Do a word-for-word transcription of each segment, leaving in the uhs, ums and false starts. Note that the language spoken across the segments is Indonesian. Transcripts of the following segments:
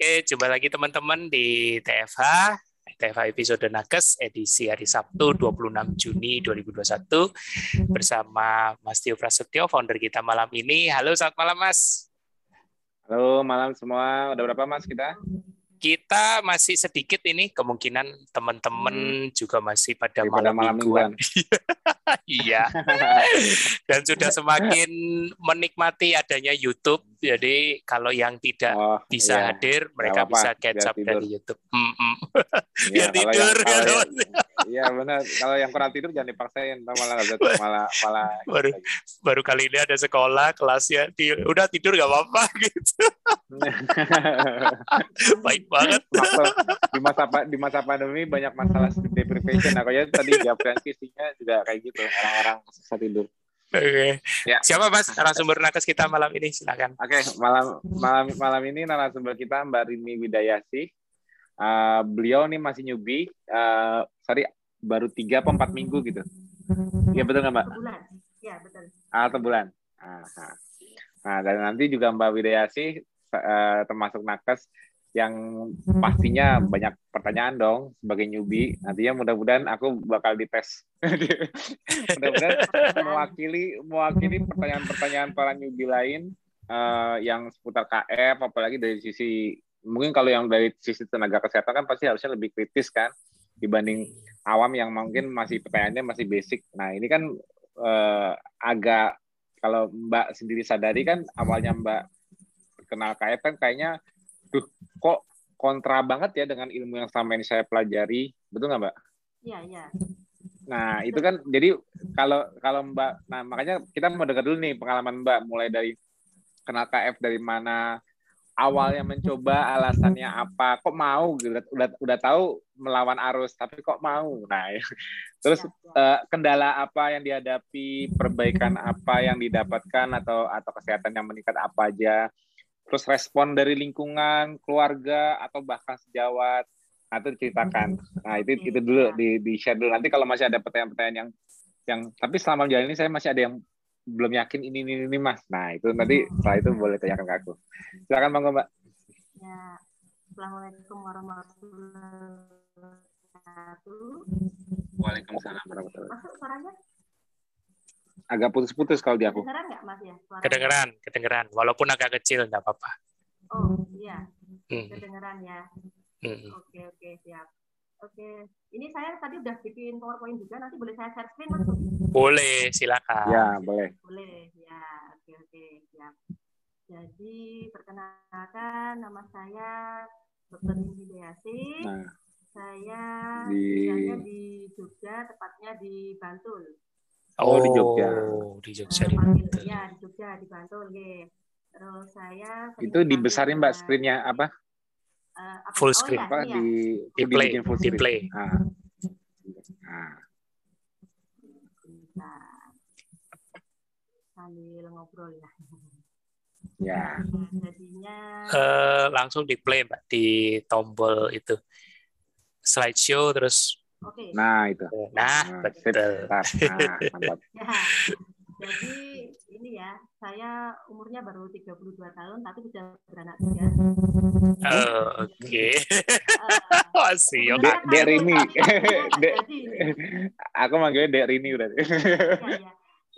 Oke, jumpa lagi teman-teman di T F H, T F H episode Nakes edisi hari Sabtu dua puluh enam Juni dua ribu dua puluh satu bersama Mas Tio Prasetyo, founder kita malam ini. Halo, selamat malam Mas. Halo, malam semua. Udah berapa Mas kita? Kita masih sedikit ini, kemungkinan teman-teman hmm. juga masih pada Daripada malam, malam mingguan. Iya. Dan sudah semakin menikmati adanya YouTube. Jadi kalau yang tidak oh, bisa iya. hadir, mereka apa-apa. bisa catch up dari YouTube. Mm-hmm. Ya, tidur. Yang, kalau yang, iya benar. Kalau yang kurang tidur jangan dipaksain, malah malah malah. Baru gitu. baru kali ini ada sekolah kelasnya, udah tidur nggak apa-apa gitu. Baik banget. Di masa di masa pandemi banyak masalah sleep deprivation. Aku ya tadi jawab isinya juga kayak gitu. Orang-orang susah tidur. Oke. Okay. Ya. Siapa Mas narasumber nakes kita malam ini? Silakan. Oke, okay. malam malam malam ini narasumber kita Mbak Rini Widayasi. Uh, beliau nih masih newbie. Uh, sorry, baru tiga atau empat minggu gitu. Iya betul nggak Mbak? Bulan. Iya betul. Ah, atau bulan. Aha. Nah, dan nanti juga Mbak Widayasi uh, termasuk nakes yang pastinya banyak pertanyaan dong sebagai newbie. Nantinya mudah-mudahan aku bakal dites. Mudah-mudahan mewakili mewakili pertanyaan-pertanyaan para newbie lain uh, yang seputar K F, apalagi dari sisi mungkin kalau yang dari sisi tenaga kesehatan kan pasti harusnya lebih kritis kan dibanding awam yang mungkin masih pertanyaannya masih basic. Nah ini kan uh, agak kalau Mbak sendiri sadari kan awalnya Mbak kenal K F kan kayaknya duh, kok kontra banget ya dengan ilmu yang selama ini saya pelajari, betul nggak Mbak? Iya, iya. Nah, itu kan, jadi kalau kalau Mbak, nah makanya kita mau dengar dulu nih pengalaman Mbak, mulai dari kenal K F dari mana, awalnya mencoba, alasannya apa, kok mau, udah, udah, udah tahu melawan arus, tapi kok mau? Nah, ya. Terus uh, kendala apa yang dihadapi, perbaikan apa yang didapatkan, atau atau kesehatan yang meningkat apa aja, terus respon dari lingkungan, keluarga, atau bahkan sejawat. Nah, itu diceritakan. Nah, itu itu dulu, di, di share dulu. Nanti kalau masih ada pertanyaan-pertanyaan yang, yang tapi selama jalan ini saya masih ada yang belum yakin ini, ini, ini, Mas. Nah, itu nanti setelah itu boleh tanyakan ke aku. Silakan, Bang Mbak. Ya, Assalamualaikum warahmatullahi wabarakatuh. Waalaikumsalam warahmatullahi wabarakatuh. Masuk suaranya? Agak putus-putus kalau di aku. Kedengeran nggak Mas ya? Suaranya? Kedengeran, kedengeran. Walaupun agak kecil, nggak apa-apa. Oh iya, hmm. kedengeran ya. Hmm. Oke oke siap. Oke, ini saya tadi udah bikin PowerPoint juga. Nanti boleh saya share screen Mas? Boleh, silakan. Ya boleh. Boleh ya. Oke oke siap. Jadi perkenalkan nama saya Dokter Rini Widayasi. Nah, saya di... di Jogja, tepatnya di Bantul. Oh, di Jogja. Di Jogja. Di Bantul. Ya, di Jogja, di Bantul. Oke. Terus saya... Itu dibesarin Mbak screen-nya apa? Uh, apa? Full screen. Oh, apa? ya, Di, di play. Full di play. Nah. Nah. Kita sambil ngobrol ya. Ya. Jadinya... Uh, langsung di play Mbak, di tombol itu. Slideshow, terus... Oke. Nah itu. Nah, nah betul. Nah, mantap. Ya, jadi ini ya, saya umurnya baru tiga puluh dua tahun, tapi sudah beranak tiga. Oh, oke. Okay. Uh, Masih. Dek De Rini. De, aku manggilnya Dek Rini udah. Iya, iya.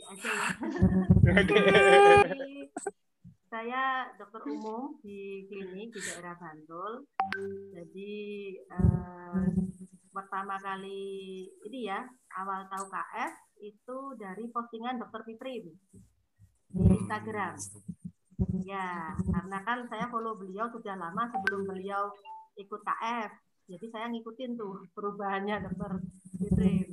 Jadi, saya dokter umum di klinik di daerah Bantul. Jadi uh, pertama kali ini ya, awal tahu K F itu dari postingan Dokter Fitri di Instagram. Ya, karena kan saya follow beliau sudah lama sebelum beliau ikut K F. Jadi saya ngikutin tuh perubahannya Dokter Fitri.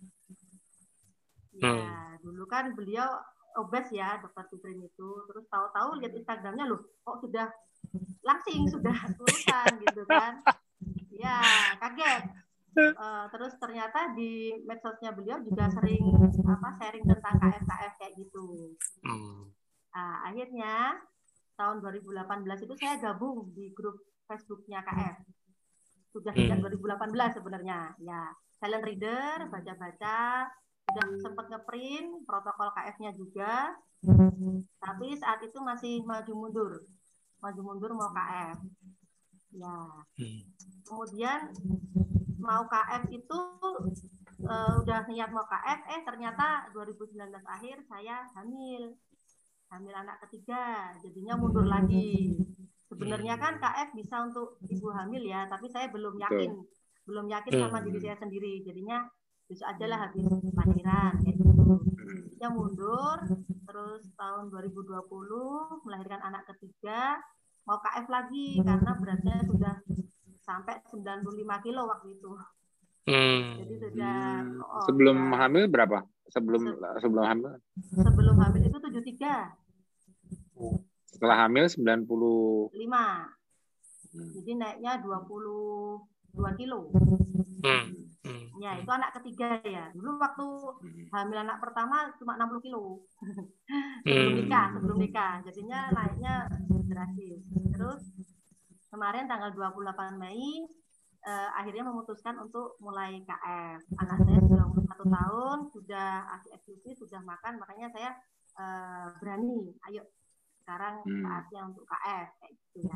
Ya, dulu kan beliau obes ya Dokter Fitri itu. Terus tahu-tahu lihat Instagramnya loh, kok sudah langsing, sudah lulusan gitu kan. Ya, kaget. Uh, terus ternyata di medsosnya beliau juga sering apa sharing tentang K F K F kayak gitu. Hmm. Nah, akhirnya tahun dua ribu delapan belas itu saya gabung di grup Facebooknya K F. Sudah sejak dua ribu delapan belas sebenarnya. Ya, silent reader, baca-baca, sudah sempat ngeprint protokol K F-nya juga. Tapi saat itu masih maju mundur, maju mundur mau K F. Ya. Kemudian mau K F itu uh, udah niat mau K F, eh ternyata dua ribu sembilan belas akhir saya hamil, hamil anak ketiga, jadinya mundur lagi. Sebenarnya kan K F bisa untuk ibu hamil ya, tapi saya belum yakin, Betul. belum yakin sama diri saya sendiri, jadinya besok aja lah habis lahiran kayak gitu. Jadinya mundur, terus tahun dua ribu dua puluh melahirkan anak ketiga, mau K F lagi karena beratnya sudah sampai sembilan puluh lima kilo waktu itu. Hmm. Jadi sudah oh, sebelum sudah, hamil berapa? Sebelum se sebelum hamil? Sebelum hamil itu tujuh puluh tiga. Setelah hamil sembilan puluh lima. Hmm. Jadi naiknya dua puluh dua kilo. Hmm. Ya, itu anak ketiga ya. Dulu waktu hamil anak pertama cuma enam puluh kilo. sebelum nikah, sebelum nikah. Jadinya naiknya drastis. Terus kemarin tanggal dua puluh delapan Mei eh, akhirnya memutuskan untuk mulai K F. Anak saya sudah umur satu tahun, sudah A S I eksklusif, sudah makan, makanya saya eh, berani. Ayo, sekarang saatnya untuk K F, kayak gitu ya.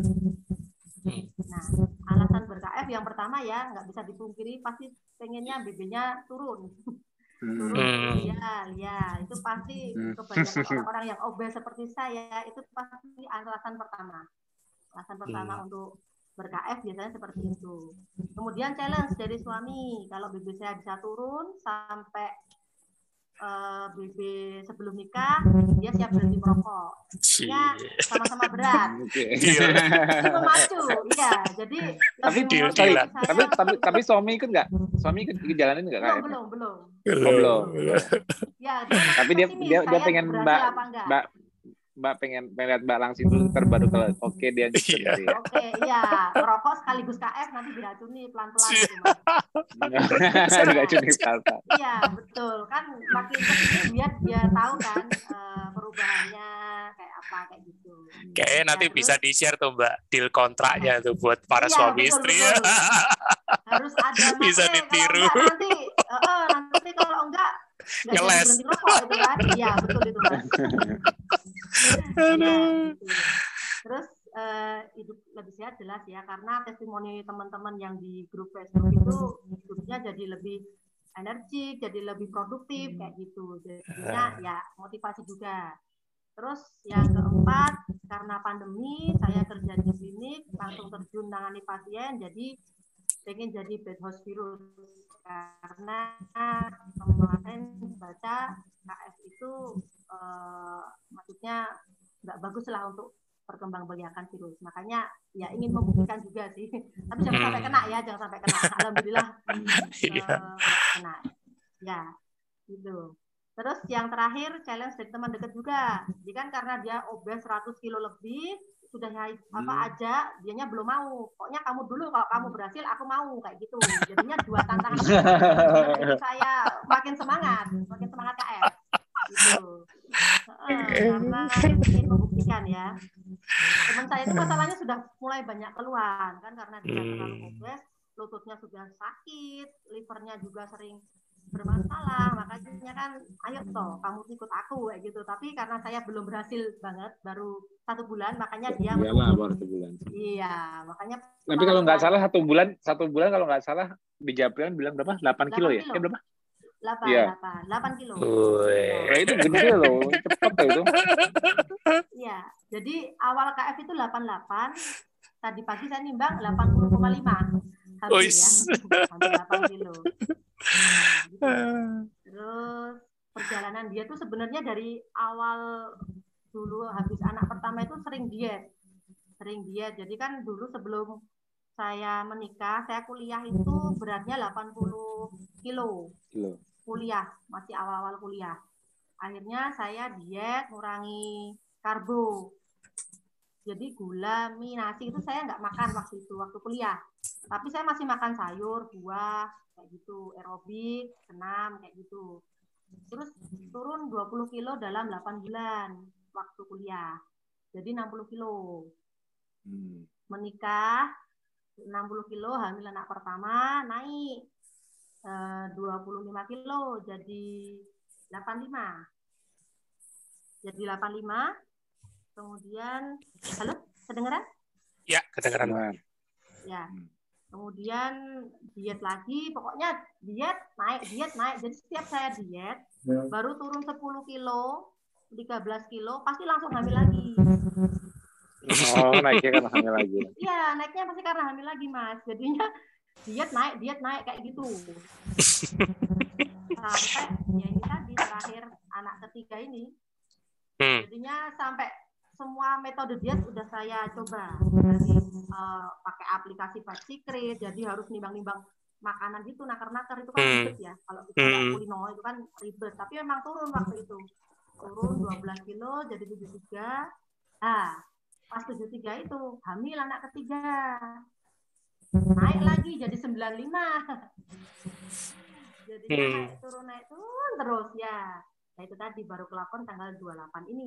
Nah, alasan ber-K F yang pertama ya, nggak bisa dipungkiri, pasti pengennya B B-nya turun. turun, turun, ya, ya, itu pasti kebanyakan orang-orang yang obes seperti saya, itu pasti alasan pertama. Alasan pertama hmm. untuk ber-K F biasanya seperti itu. Kemudian challenge dari suami, kalau B B saya bisa turun sampai uh, B B sebelum nikah, dia siap berhenti merokok. Ya sama-sama berat. Itu memacu, iya. Jadi tapi deal, deal. Saya... tapi tapi tapi suami ikut nggak? Suami ikut jalanin nggak? Belum, belum, belum. Oh, belum. Ya, dia tapi dia dia dia pengen mbak mbak Mbak pengen lihat Mbak langsung dulu, ntar baru kalau oke okay, dia ikut. Iya. Oke, okay, iya. Merokok sekaligus K F nanti diracuni pelan-pelan gitu, Mas. Diracuni pelan-pelan. Iya, betul. Kan makin kesini biar dia tahu kan uh, perubahannya kayak apa kayak gitu. Kayaknya ya, nanti terus, bisa di-share tuh Mbak deal kontraknya tuh buat para iya, suami betul, istri. Betul. Harus ada bisa ditiru. Kalau enggak, nanti uh, uh, nanti kalau enggak nggak jadi berhenti rokok itu kan. Iya, betul itu, Mas. Ya, gitu. Terus uh, hidup lebih sehat jelas ya, karena testimoni teman-teman yang di grup Facebook itu hidupnya jadi lebih energik, jadi lebih produktif kayak gitu. Jadinya ya motivasi juga. Terus yang keempat, karena pandemi saya kerja di klinik, langsung terjun menangani pasien, jadi pengen jadi bed host virus karena kemarin baca K F itu uh, maksudnya nggak bagus lah untuk perkembangbiakan virus. Makanya ya ingin membuktikan juga sih. Tapi jangan hmm. sampai kena ya, jangan sampai kena. Alhamdulillah uh, kena. Ya, gitu. Terus yang terakhir challenge dari teman dekat juga. Jadi kan karena dia obes seratus kilo lebih, sudah apa aja, dianya belum mau. Pokoknya kamu dulu, kalau kamu berhasil, aku mau kayak gitu. Jadinya dua tantangan. Jadi saya makin semangat, makin semangat K F. Gitu. Uh, karena ingin membuktikan ya. Teman saya itu masalahnya sudah mulai banyak keluhan kan, karena dia terlalu obes, lututnya sudah sakit, livernya juga sering bermasalah, makanya kan ayo toh kamu ikut aku kayak gitu. Tapi karena saya belum berhasil banget, baru satu bulan, makanya dia iyalah baru satu bulan. Iya, makanya. Tapi kalau nggak salah satu bulan, satu bulan kalau nggak salah di Japrian bilang berapa? delapan kilo ya? Eh berapa? delapan, ya. delapan, delapan kilo. Ya, itu gede loh, cepet loh itu. Iya, jadi awal K F itu delapan puluh delapan, tadi pagi saya nimbang delapan puluh koma lima. Hampir ya, hampir delapan kilo. Nah, gitu. Terus perjalanan dia tuh sebenarnya dari awal dulu habis anak pertama itu sering diet, sering diet. Jadi kan dulu sebelum saya menikah, saya kuliah itu beratnya delapan puluh kilo. Kilo. Kuliah, masih awal-awal kuliah. Akhirnya saya diet, ngurangi karbo. Jadi gula, mie, nasi itu saya nggak makan waktu itu, waktu kuliah. Tapi saya masih makan sayur, buah, kayak gitu, aerobik, senam, kayak gitu. Terus turun dua puluh kilo dalam delapan bulan waktu kuliah. Jadi enam puluh kilo. Hmm. Menikah, enam puluh kilo, hamil anak pertama, naik eh, dua puluh lima kilo, jadi delapan puluh lima. Jadi delapan puluh lima. Kemudian, halo, kedengeran? Ya, kedengeran. Benar. Ya. Kemudian diet lagi, pokoknya diet naik, diet naik. Jadi setiap saya diet, baru turun sepuluh kilo, tiga belas kilo, pasti langsung hamil lagi. Oh, naiknya kan hamil lagi. Iya, naiknya pasti karena hamil lagi, Mas. Jadinya diet naik, diet naik kayak gitu. Sampai ya ini tadi terakhir anak ketiga ini. Hmm. Jadinya sampai semua metode diet udah saya coba. Dari uh, pakai aplikasi Fat Secret, jadi harus nimbang-nimbang makanan gitu, nakar-nakar itu kan ribet ya. Kalau kita nggak kulino itu kan ribet. Tapi memang turun waktu itu. Turun dua belas kilo jadi tujuh puluh tiga. Nah, pas tujuh puluh tiga itu hamil anak ketiga. Naik lagi jadi sembilan puluh lima. Jadinya Hmm. naik turun naik turun terus ya. Nah itu tadi baru kelakon tanggal dua puluh delapan ini.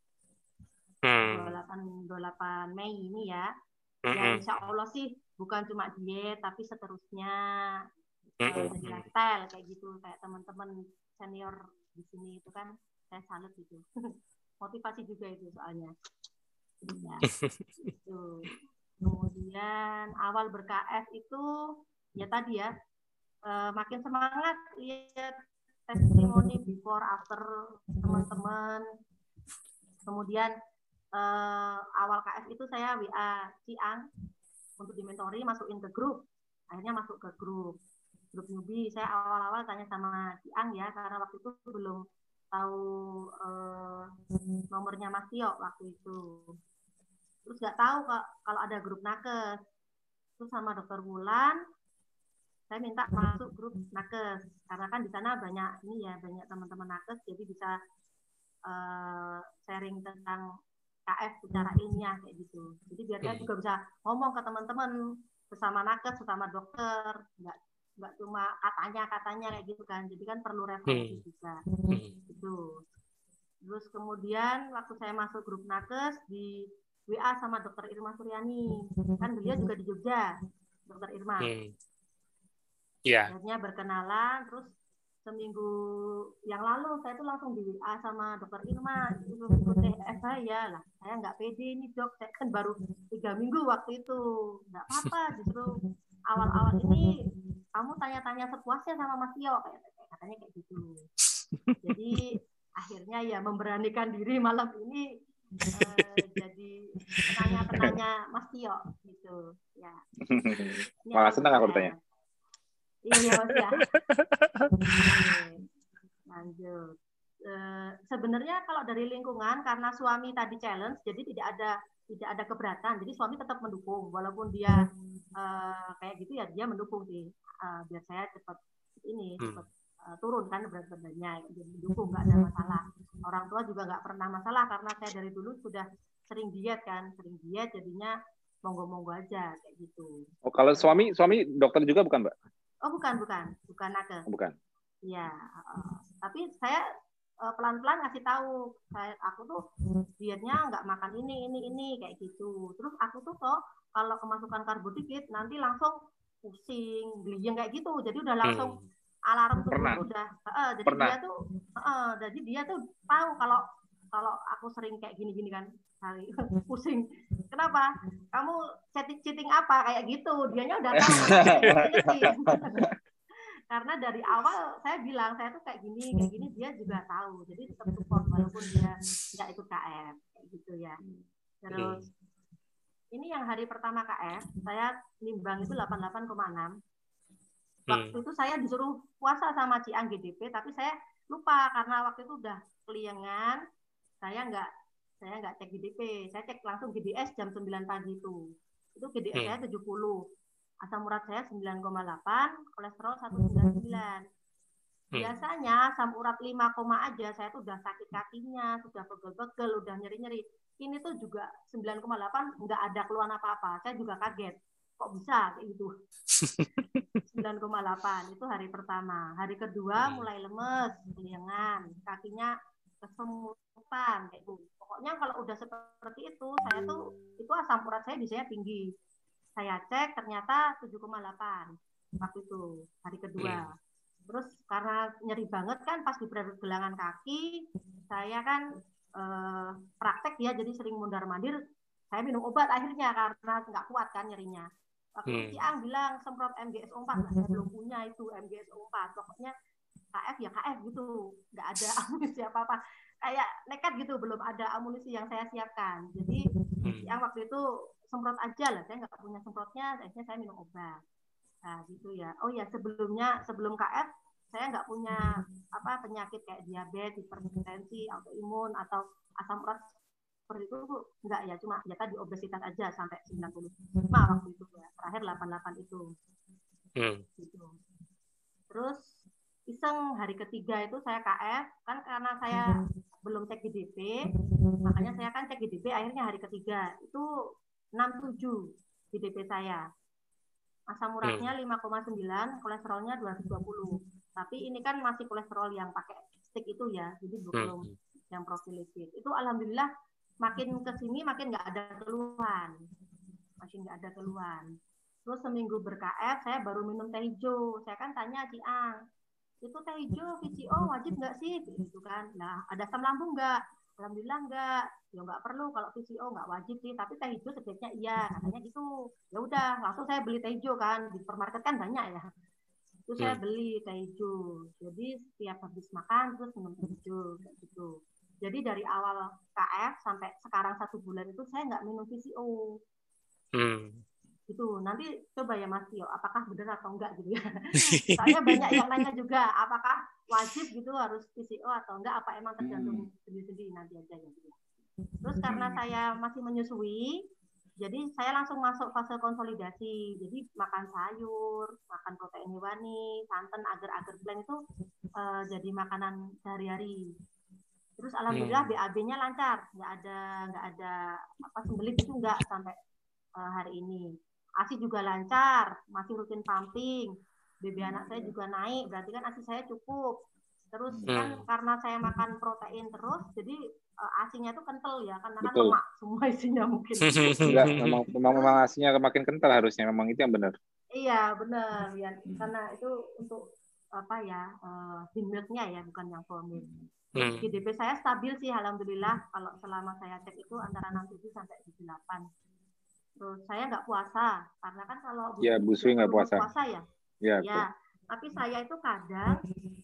Hmm. dua puluh delapan dua puluh delapan Mei ini ya. Hmm. Ya insya Allah sih bukan cuma diet tapi seterusnya Hmm. uh, jadi lifestyle kayak gitu, kayak teman-teman senior di sini itu kan saya salut gitu. Motivasi juga itu soalnya. Ya, itu. Kemudian awal ber-K F itu ya tadi ya uh, makin semangat lihat testimoni before after teman-teman. Kemudian uh, awal K F itu saya W A Ciang untuk dimentori, masukin ke grup. Akhirnya masuk ke grup grup newbie. Saya awal-awal tanya sama Ciang ya, karena waktu itu belum tahu uh, nomornya Mas Tio waktu itu. Terus nggak tahu kalau ada grup nakes. Terus sama Dokter Wulan, saya minta masuk grup nakes karena kan di sana banyak ini ya, banyak teman-teman nakes, jadi bisa uh, sharing tentang K F secara ilmiah kayak gitu. Jadi biar saya juga bisa ngomong ke teman-teman bersama nakes, bersama dokter, nggak nggak cuma katanya katanya kayak gitu kan. Jadi kan perlu referensi juga. Gitu. Terus kemudian waktu saya masuk grup nakes di W A sama Dokter Irma Suryani, kan beliau juga di Jogja, Dokter Irma. Hmm. Yeah. Akhirnya berkenalan, terus seminggu yang lalu saya tuh langsung di W A sama Dokter Irma, ikut T S saya lah. Saya nggak pede nih dok, saya kan baru tiga minggu waktu itu. Nggak apa-apa, justru awal-awal ini kamu tanya-tanya sepuasnya sama Mas Tio, kayak katanya kayak gitu. Jadi akhirnya ya memberanikan diri malam ini uh, jadi penanya-penanya Mas Tio gitu ya. Malah senang aku bertanya. Iya Mas ya. Lanjut. Uh, sebenarnya kalau dari lingkungan karena suami tadi challenge, jadi tidak ada tidak ada keberatan. Jadi suami tetap mendukung walaupun dia uh, kayak gitu ya, dia mendukung sih uh, biar saya cepat ini cepat uh, turun kan berat badannya, jadi mendukung, nggak ada masalah. Orang tua juga nggak pernah masalah karena saya dari dulu sudah sering diet kan, sering diet jadinya monggo-monggo aja kayak gitu. Oh, kalau suami suami dokter juga bukan, Mbak? Oh, bukan, bukan. Bukan nakes. Oh, bukan. Iya, uh, tapi saya uh, pelan-pelan ngasih tahu, saya aku tuh dietnya nggak makan ini, ini, ini kayak gitu. Terus aku tuh kok kalau kemasukan karbo dikit nanti langsung pusing, geliyeng kayak gitu. Jadi udah langsung hmm. alarm tubuh Pernah. udah. Uh, jadi Pernah. dia tuh, uh, jadi dia tuh tahu kalau kalau aku sering kayak gini-gini kan, hari pusing. Kenapa? Kamu cheating cheating apa kayak gitu? Dianya udah tahu. Karena dari awal saya bilang saya tuh kayak gini, kayak gini, dia juga tahu. Jadi tetap support walaupun dia nggak ikut K F kayak gitu ya. Terus ini yang hari pertama K F, saya nimbang itu delapan puluh delapan koma enam. Waktu itu saya disuruh puasa sama Ciang G D P, tapi saya lupa karena waktu itu udah keliengan. Saya nggak saya nggak cek G D P, saya cek langsung G D S jam sembilan pagi itu. Itu G D S hmm. saya tujuh puluh, asam urat saya sembilan koma delapan, kolesterol seratus sembilan puluh sembilan. Biasanya asam urat lima, aja saya tuh udah sakit kakinya, sudah pegel-pegel, udah nyeri-nyeri. Ini tuh juga sembilan koma delapan, nggak ada keluhan apa-apa. Saya juga kaget, kok bisa kayak gitu. sembilan koma delapan itu hari pertama. Hari kedua mulai lemes, keliengan, kakinya kesemutan kayak gitu. Pokoknya kalau udah seperti itu, saya tuh itu asam urat saya biasanya tinggi. Saya cek ternyata tujuh koma delapan waktu itu hari kedua. Terus karena nyeri banget kan pas di pergelangan kaki, saya kan eh, praktek ya, jadi sering mundar-mandir. saya minum obat akhirnya karena nggak kuat kan nyerinya. Waktu Hmm. itu Ciang bilang semprot M G S O empat, lah saya belum punya itu M G S O empat. Pokoknya K F ya K F gitu, nggak ada amunisi apa-apa. Kayak nekat gitu, belum ada amunisi yang saya siapkan. Jadi Hmm. Ciang waktu itu semprot aja lah, saya nggak punya semprotnya, akhirnya saya minum obat. Nah gitu ya. Oh ya sebelumnya sebelum K F saya nggak punya apa penyakit kayak diabetes, hipertensi, autoimun atau asam urat seperti itu enggak ya, cuma ya tadi obesitas aja sampai sembilan puluh lima waktu itu ya, terakhir delapan puluh delapan itu. Hmm. Gitu. Terus iseng hari ketiga itu saya K F kan karena saya belum cek G D P, makanya saya kan cek G D P akhirnya hari ketiga itu enam puluh tujuh G D P saya. Asam uratnya lima koma sembilan, kolesterolnya dua ratus dua puluh. Tapi ini kan masih kolesterol yang pakai stick itu ya, jadi belum hmm. yang profil lipid. Itu alhamdulillah makin ke sini makin nggak ada keluhan. Makin nggak ada keluhan. Terus seminggu ber-K F saya baru minum teh hijau. Saya kan tanya Ciang, itu teh hijau V C O wajib nggak sih? Gitu kan. Nah, ada asam lambung nggak? Alhamdulillah nggak. Ya nggak perlu kalau V C O nggak wajib sih. Tapi teh hijau sebaiknya iya. Katanya gitu. Ya udah, langsung saya beli teh hijau kan. Di supermarket kan banyak ya. Terus saya beli teh hijau. Jadi setiap habis makan terus minum teh hijau kayak gitu. Jadi dari awal K F sampai sekarang satu bulan itu saya nggak minum V C O. Hmm. Gitu. Nanti coba ya Mas Tio, apakah benar atau enggak gitu ya. Soalnya banyak yang nanya juga, apakah wajib gitu harus V C O atau enggak, apa emang tergantung sendiri-sendiri nanti aja gitu. Terus karena saya masih menyusui, jadi saya langsung masuk fase konsolidasi. Jadi makan sayur, makan protein hewani, santan, agar-agar blend itu uh, jadi makanan sehari-hari. Terus alhamdulillah hmm. B A B-nya lancar, nggak ada nggak ada apa sembelit itu nggak sampai uh, hari ini. A S I juga lancar, masih rutin pumping. B B anak saya juga naik, berarti kan A S I saya cukup. Terus hmm. kan karena saya makan protein terus, jadi uh, A S I-nya itu kental ya, karena kan lemak semua isinya mungkin. Enggak, memang memang, memang A S I-nya makin kental harusnya, memang itu yang benar. Iya benar, ya karena itu untuk apa ya, uh, milk-nya ya, bukan yang full milk. Hmm. G D P saya stabil sih, alhamdulillah. Kalau selama saya cek itu antara enam puluh tujuh sampai tujuh puluh delapan. Terus saya nggak puasa, karena kan kalau ya, Bu Sri nggak puasa. puasa ya. Ya, ya. Tapi saya itu kadang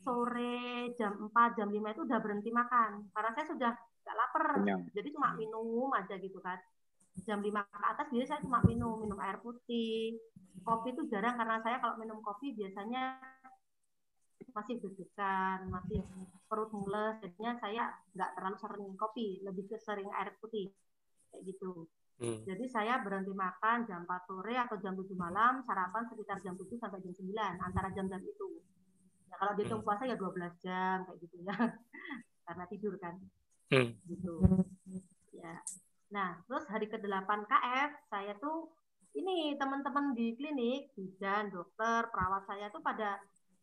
sore jam empat, jam lima itu udah berhenti makan. Karena saya sudah nggak lapar. Kenyang. Jadi cuma minum aja gitu kan. Jam lima ke atas jadi saya cuma minum, minum air putih. Kopi itu jarang, karena saya kalau minum kopi biasanya masih deg-degan, masih perut mules, jadinya saya nggak terlalu sering kopi, lebih ke sering air putih kayak gitu. Hmm. Jadi saya berhenti makan jam empat sore atau jam tujuh malam, sarapan sekitar jam tujuh sampai jam sembilan, antara jam-jam itu. Ya, kalau dihitung hmm. puasa ya dua belas jam kayak gitu ya, karena tidur kan. Hmm. Gitu. Ya. Nah, terus hari ke delapan K F saya tuh ini teman-teman di klinik, bidan, dokter, perawat saya tuh pada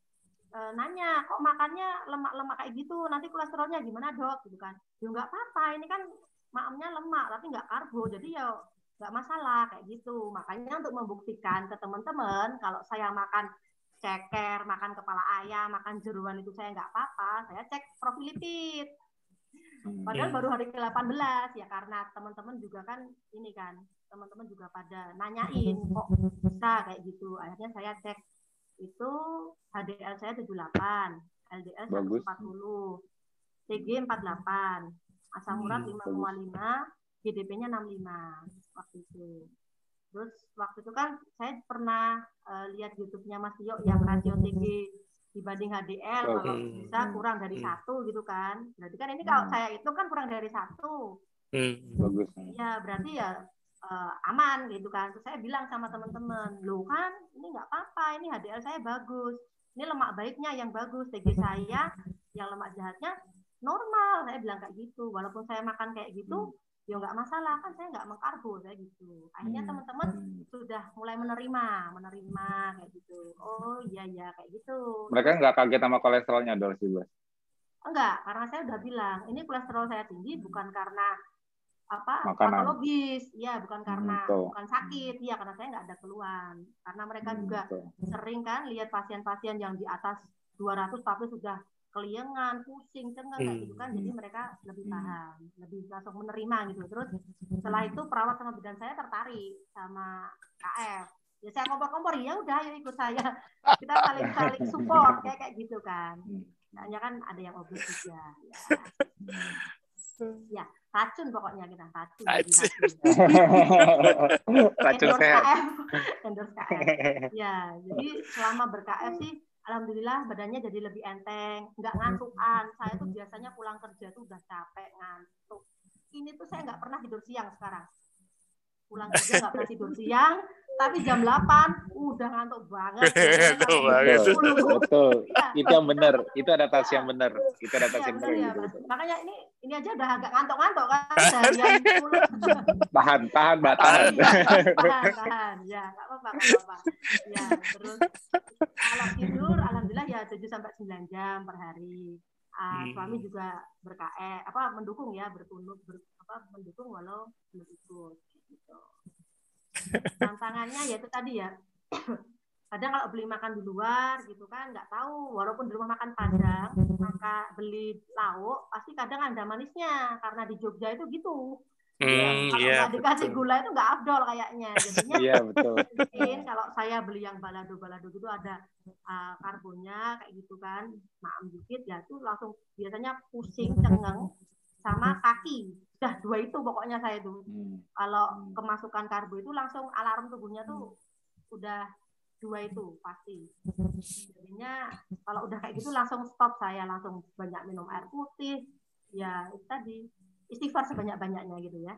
nanya, kok makannya lemak-lemak kayak gitu, nanti kolesterolnya gimana dok, gitu kan. Ya nggak apa-apa, ini kan makamnya lemak tapi nggak karbo, jadi ya nggak masalah kayak gitu. Makanya untuk membuktikan ke teman-teman kalau saya makan ceker, makan kepala ayam, makan jeruan itu saya nggak apa-apa, saya cek profil lipid. Padahal hmm. baru hari ke delapan belas ya, karena teman-teman juga kan ini kan, teman-teman juga pada nanyain kok bisa kayak gitu. Akhirnya saya cek itu H D L saya tujuh puluh delapan, L D L seratus empat puluh, T G empat puluh delapan, asam urat lima koma lima, G D P-nya enam puluh lima waktu itu. Terus waktu itu kan saya pernah uh, lihat YouTube-nya Mas Tio yang rasio T G dibanding H D L oh, kalau hmm. bisa kurang dari hmm. satu gitu kan. Berarti kan ini kalau hmm. saya itu kan kurang dari satu. Hmm. Bagus. Ya berarti ya Uh, aman gitu kan. Terus saya bilang sama teman-teman, loh kan ini nggak apa-apa, ini H D L saya bagus, ini lemak baiknya yang bagus, T G saya yang lemak jahatnya normal, saya bilang kayak gitu. Walaupun saya makan kayak gitu, hmm. ya nggak masalah, kan saya nggak mengkarbo kayak gitu. Akhirnya hmm. teman-teman hmm. sudah mulai menerima, menerima kayak gitu. Oh iya iya kayak gitu. Mereka nggak kaget sama kolesterolnya dong sih, Bu? Enggak, karena saya udah bilang, ini kolesterol saya tinggi bukan karena apa makanan. patologis, ya bukan karena hmm, bukan sakit, ya karena saya nggak ada keluhan. Karena mereka hmm, juga betul. Sering kan lihat pasien-pasien yang di atas dua ratus tapi sudah keliengan, pusing, cengeng kayak gitu kan. Jadi mereka lebih paham, lebih langsung menerima gitu. Terus setelah itu perawat sama bidan saya tertarik sama K F. Ya saya kompor-kompor, ya udah ayo ikut saya. Kita saling-saling support kayak kayak gitu kan. Hanya kan ada yang obes juga. Ya. Ya, racun pokoknya kita racun. Racun. Racun Endorse sehat. K F. Endorse K F. Ya, jadi selama ber-K F sih alhamdulillah badannya jadi lebih enteng, nggak ngantukan. Saya tuh biasanya pulang kerja tuh udah capek, ngantuk. Ini tuh saya nggak pernah tidur siang sekarang. Pulang kerja nggak pernah tidur siang, tapi jam delapan udah ngantuk banget. Ngantuk banget. Betul, betul. Ya, itu yang benar. Itu adaptasi yang benar. Itu adaptasi yang benar. Ya, gitu. Makanya ini ini aja udah agak ngantuk-ngantuk kan seharian pulang. Tahan, tahan, mbak, tahan. Tahan, tahan. Ya, nggak apa-apa, nggak apa-apa. Ya, terus kalau tidur, alhamdulillah ya tujuh sampai sembilan jam per hari. Uh, hmm. Suami juga ber-K E, apa mendukung ya, bertunuk, ber, apa mendukung walau belum ikut. Gitu. Tantangannya ya itu tadi ya. Kadang kalau beli makan di luar gitu kan nggak tahu, walaupun di rumah makan Padang maka beli lauk pasti kadang ada manisnya karena di Jogja itu gitu. Hmm, kalau yeah, nggak dikasih betul. Gula itu nggak afdol kayaknya. Jadinya yeah, betul. mungkin kalau saya beli yang balado-balado gitu ada uh, karbonnya kayak gitu kan, maem dikit ya itu langsung biasanya pusing, cengeng sama kaki. Udah dua itu pokoknya saya tuh. Hmm. Kalau kemasukan karbo itu langsung alarm tubuhnya tuh udah dua itu pasti. Jadinya kalau udah kayak gitu langsung stop, saya langsung banyak minum air putih. Ya itu tadi istighfar sebanyak-banyaknya gitu ya.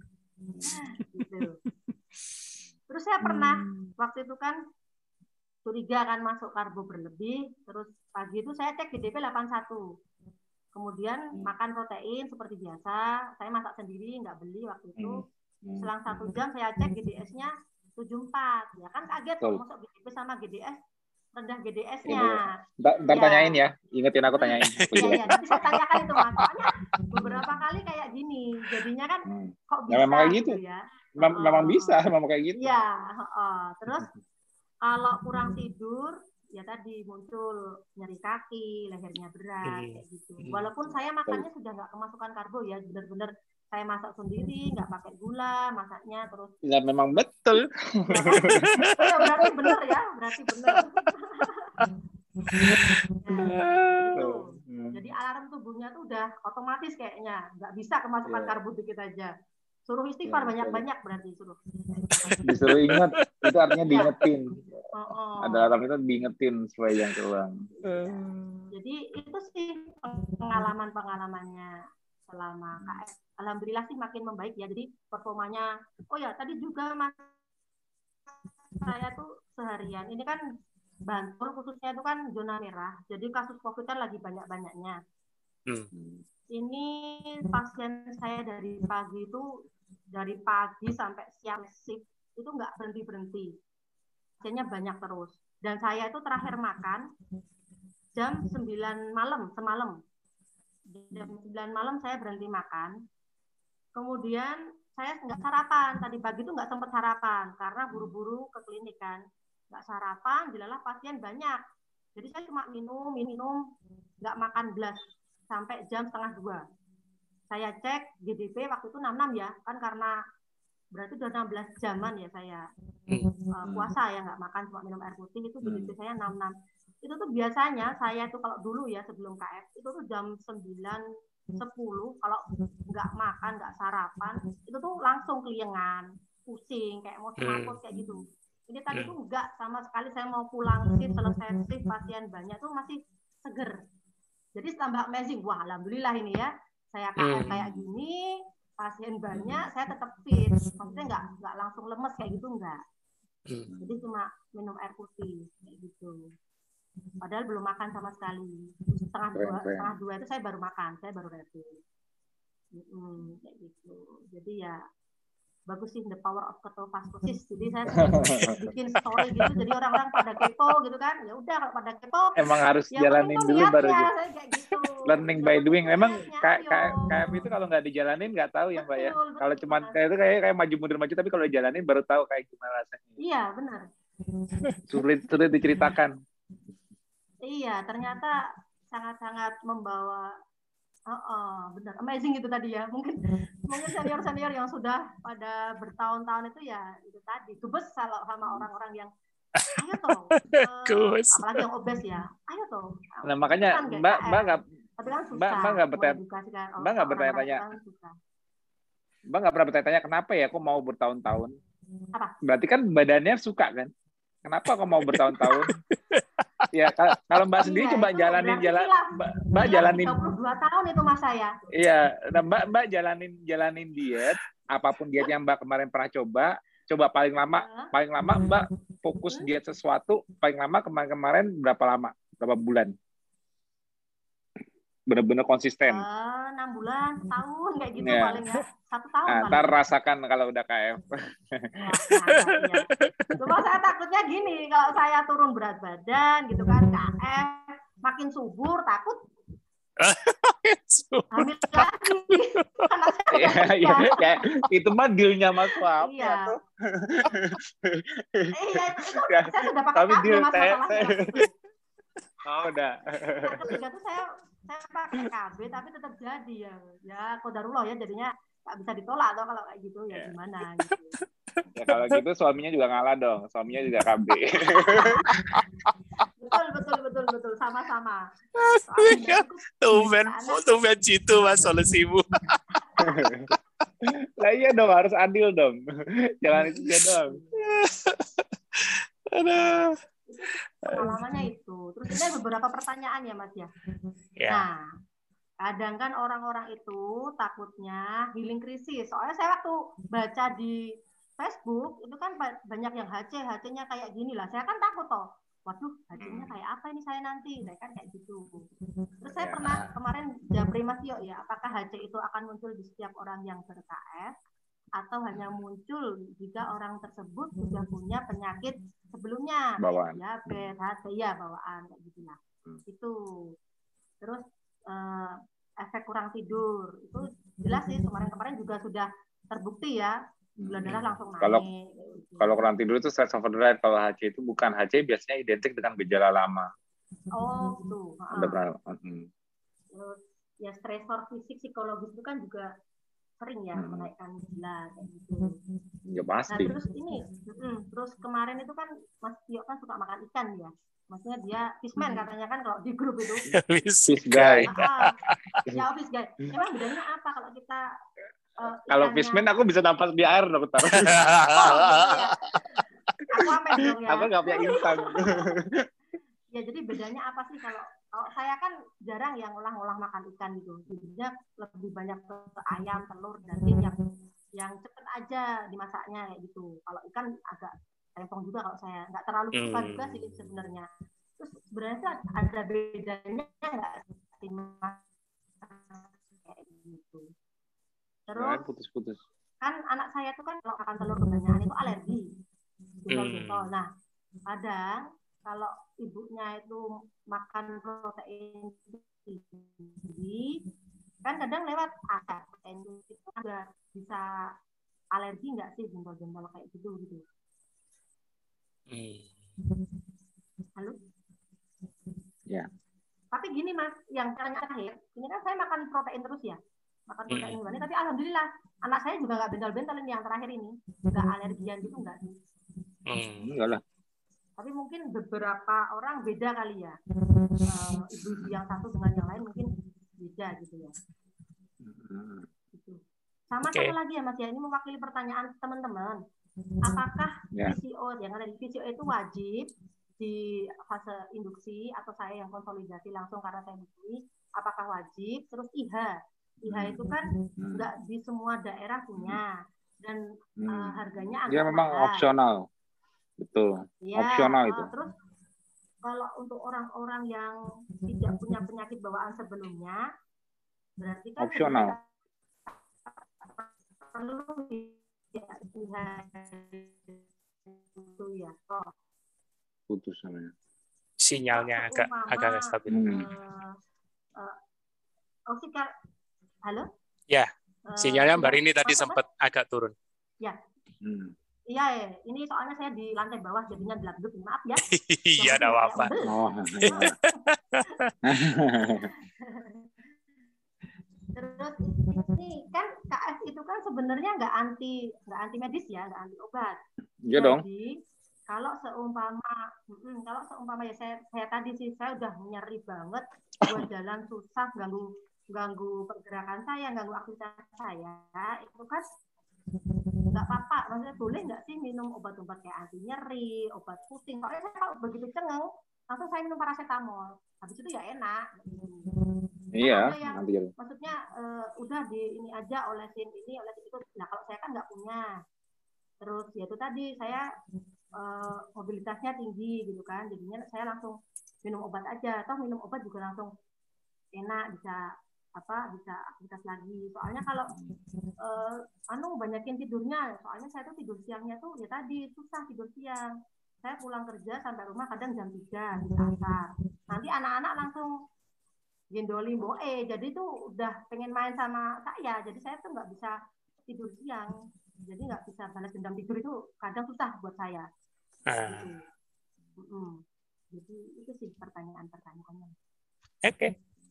Gitu. Terus saya pernah waktu itu kan curiga kan masuk karbo berlebih, terus pagi itu saya cek G D P delapan puluh satu. Kemudian makan protein seperti biasa, saya masak sendiri, nggak beli waktu itu. Selang satu jam saya cek G D S-nya tujuh puluh empat. Ya kan kaget kok masuk G D P sama G D S, rendah G D S-nya. Ntar ya. Tanyain ya, ingetin aku tanyain. Iya, iya, nanti saya tanyakan itu Mas. Soalnya beberapa kali kayak gini, jadinya kan kok bisa ya, memang kayak gitu. gitu ya. Mem- memang oh. bisa, memang kayak gitu. Iya, oh. Terus kalau kurang tidur, ya tadi muncul nyeri kaki, lehernya berat, kayak gitu. Walaupun saya makannya sudah nggak kemasukan karbo ya, benar-benar saya masak sendiri, nggak pakai gula, masaknya terus. Ya memang betul. Ya, kan? Ya berarti benar ya, berarti benar. Nah, gitu. Jadi alarm tubuhnya tuh udah otomatis kayaknya, nggak bisa kemasukan yeah. karbo dikit aja. Suruh istighfar yeah, banyak-banyak berarti suruh. Disuruh ingat, itu artinya diingetin. Oh, oh. Ada alarm itu diingetin supaya yang keluar. Ya. Jadi itu sih pengalaman-pengalamannya selama K S. Alhamdulillah sih makin membaik ya. Jadi performanya, oh ya tadi juga Mas, saya tuh seharian, ini kan Bantul khususnya itu kan zona merah. Jadi kasus COVID kan lagi banyak-banyaknya. Hmm. Ini pasien saya dari pagi itu, dari pagi sampai siang shift, itu nggak berhenti-berhenti. Pasiennya banyak terus. Dan saya itu terakhir makan jam sembilan malam, semalam. Jam sembilan malam saya berhenti makan. Kemudian saya nggak sarapan. Tadi pagi itu nggak sempat sarapan karena buru-buru ke klinik kan. Nggak sarapan, dilalah pasien banyak. Jadi saya cuma minum, minum, nggak makan belas sampai jam setengah dua. Saya cek G D P waktu itu enam puluh enam ya, kan karena berarti udah enam belas jaman ya saya uh, puasa ya, nggak makan, cuma minum air putih, itu G D P saya enam puluh enam. Itu tuh biasanya saya tuh kalau dulu ya sebelum K F itu tuh jam sembilan sepuluh kalau nggak makan, nggak sarapan, itu tuh langsung keliengan, pusing, kayak mau semaput kayak gitu. Ini tadi tuh enggak sama sekali, saya mau pulang shift, selesai shift, pasien banyak tuh masih seger. Jadi tambah amazing, wah alhamdulillah ini ya, saya K F kayak gini, pasien banyak, saya tetap fit. Maksudnya enggak, enggak langsung lemes kayak gitu, enggak. Jadi cuma minum air putih kayak gitu. Padahal belum makan sama sekali. Setengah dua, setengah dua itu saya baru makan, saya baru rapid. Hmm, kayak gitu. Jadi ya bagus sih, the power of ketofastosis. Jadi saya bikin story gitu, jadi orang-orang pada kepo gitu kan. Ya udah kalau pada kepo, emang harus ya jalanin dulu baru ya, kayak gitu. Learning by doing. Memang K M itu kalau nggak dijalanin nggak tahu ya Mbak ya. Kalau cuma kayak itu kayak kayak maju mundur maju, tapi kalau dijalanin baru tahu kayak gimana rasanya. Iya benar. Sulit sulit diceritakan. Iya, ternyata sangat-sangat membawa, oh, oh benar, amazing itu tadi ya. Mungkin mungkin senior-senior yang sudah pada bertahun-tahun itu ya itu tadi, gebes kalau sama orang-orang yang ayo toh, uh, apalagi yang obes ya, ayo toh. Nah makanya Mbak Mbak Mbak nggak tapi kan susah. Mbak Mbak nggak bertanya, Mbak nggak bertanya-tanya, Mbak nggak pernah bertanya kenapa ya kok mau bertahun-tahun? Apa? Berarti kan badannya suka kan? Kenapa kok mau bertahun-tahun? Ya kalau Mbak sendiri iya, coba jalanin jalan, Mbak, Mbak jalanin. tiga puluh dua tahun itu mas saya. Iya, nah, Mbak Mbak jalanin jalanin diet, apapun diet yang Mbak kemarin pernah coba, coba paling lama uh. paling lama Mbak fokus diet sesuatu paling lama kemarin-kemarin berapa lama? Berapa bulan? Benar-benar konsisten. Uh, enam bulan, setahun kayak gitu yeah. paling ya. Satu tahun nah, ntar rasakan kalau udah K F. Wah, nah, ya. Cuma saya takutnya gini, kalau saya turun berat badan gitu kan, K F, makin subur, takut hamil lagi. Karena saya ya, ya, ya, itu mah dealnya Mas Wahab. Iya. Ya, iya, itu, itu ya, saya sudah pakai K B Mas masalahnya. Oh, udah. Nah, ketiga tuh saya saya pakai K B tapi tetap jadi ya. Ya qadarullah ya jadinya nggak bisa ditolak atau kalau kayak gitu ya gimana gitu. Ya kalau gitu suaminya juga ngalah dong. Suaminya juga K B. betul betul betul betul sama-sama. Tumben, tumben gitu Mas solusimu. Lah iya dong harus adil dong. Jalan itu dia dong. Aduh. Pengalamannya itu. Terus ini ada beberapa pertanyaan ya Mas ya. Yeah. Nah, kadang kan orang-orang itu takutnya healing krisis. Soalnya saya waktu baca di Facebook itu kan banyak yang H C, H C-nya kayak gini lah. Saya kan takut toh. Waduh, H C-nya kayak apa ini saya nanti? Saya kan kayak gitu. Terus saya yeah. pernah kemarin japri Mas Tio ya, apakah H C itu akan muncul di setiap orang yang ber-K F atau hanya muncul jika orang tersebut sudah punya penyakit sebelumnya, bawaan, diabetes, H T ya bawaan kayak gitulah. Hmm. Itu. Terus eh, efek kurang tidur itu jelas sih kemarin-kemarin juga sudah terbukti ya, gula darah langsung naik. Kalau gitu. kalau kurang tidur itu stress overdrive. Kalau H C itu bukan H C biasanya identik dengan gejala lama. Oh gitu. Ada berapa? Hmm. Terus ya stresor fisik psikologis itu kan juga sering ya hmm. menaikkan gula kayak gitu. Ya pasti. Nah, terus ini, mm, terus kemarin itu kan Mas Tio kan suka makan ikan ya. Maksudnya dia fishman katanya kan kalau di grup itu. Fish guy. Ah, ya fish guy. Emang bedanya apa kalau kita uh, kalau fishman aku bisa nafas di air dokter. Oh, ya. Aku amen dong ya. Aku nggak punya insang. Ya jadi bedanya apa sih kalau kalau saya kan jarang yang ngolah-ngolah makan ikan gitu. Jadinya lebih banyak ke ayam, telur, daging yang yang cepet aja dimasaknya kayak gitu. Kalau ikan agak rempong juga kalau saya nggak terlalu suka hmm. juga sih sebenarnya. Terus sebenarnya ada bedanya nggak sih kayak gitu. Terus putus-putus. Kan anak saya tuh kan kalau makan telur kebanyakan itu alergi. Jengkol-jengkol. Hmm. Nah kadang kalau ibunya itu makan protein tinggi, kan kadang lewat asap protein itu juga bisa alergi nggak sih jengkol-jengkol kayak gitu gitu. Hmm. Halo? Ya. Tapi gini Mas, yang terakhir, ini kan saya makan protein terus ya, makan protein hmm. hewani, tapi alhamdulillah anak saya juga nggak bental-bental ini yang terakhir ini, nggak alergian gitu nggak sih? Hmm. Enggak lah. Tapi mungkin beberapa orang beda kali ya, uh, ibu-ibu yang satu dengan yang lain mungkin beda gitu ya. Gitu. Sama okay. satu lagi ya Mas ya, ini mewakili pertanyaan teman-teman. Apakah yeah. P C O yang ada di P C O itu wajib di fase induksi atau saya yang konsolidasi langsung karena saya beli? Apakah wajib? Terus I H, I H itu kan nggak di semua daerah punya dan hmm. uh, harganya agak dia memang mahal. Opsional. Betul, ya, opsional itu. Uh, terus kalau untuk orang-orang yang tidak punya penyakit bawaan sebelumnya, berarti kan opsional. Perlu ya, itu ya. Oh. Putus namanya. Sinyalnya agak Umpama, agak stabil. Hmm. Uh, uh, oh, sih, halo? Ya, sinyalnya uh, Mbak Rini tadi apa, sempat apa? agak turun. Ya. Hmm. Iya, ya. Ini soalnya saya di lantai bawah jadinya gelap-gelap. Maaf ya. Iya, enggak apa-apa. Oh. Terus ini kan K F itu kan sebenarnya nggak anti nggak anti medis ya, nggak anti obat. Iya dong. Jadi kalau seumpama mm, kalau seumpama ya saya saya tadi sih saya udah nyeri banget, buat jalan susah, ganggu ganggu pergerakan saya, ganggu aktivitas saya, itu kan nggak apa-apa. Maksudnya boleh nggak sih minum obat-obat kayak anti nyeri, obat pusing? Soalnya saya kalau begitu cengeng langsung saya minum paracetamol, habis itu ya enak. Iya. Ada yang Nanti jadi. maksudnya uh, udah di ini aja olesin ini olesin itu. Nah kalau saya kan nggak punya. Terus ya itu tadi saya uh, mobilitasnya tinggi gitu kan, jadinya saya langsung minum obat aja. Atau minum obat juga langsung enak, bisa apa bisa aktivitas lagi. Soalnya kalau uh, anu banyakin tidurnya, soalnya saya tuh tidur siangnya tuh ya tadi susah tidur siang. Saya pulang kerja sampai rumah kadang jam tiga di asar. Nanti anak-anak langsung gendoli boe, jadi tuh udah pengen main sama saya, jadi saya tuh nggak bisa tidur siang, jadi nggak bisa balas dendam tidur, itu kadang susah buat saya. Ah. Gitu. Mm-hmm. Jadi itu sih pertanyaan-pertanyaannya. Oke. Okay.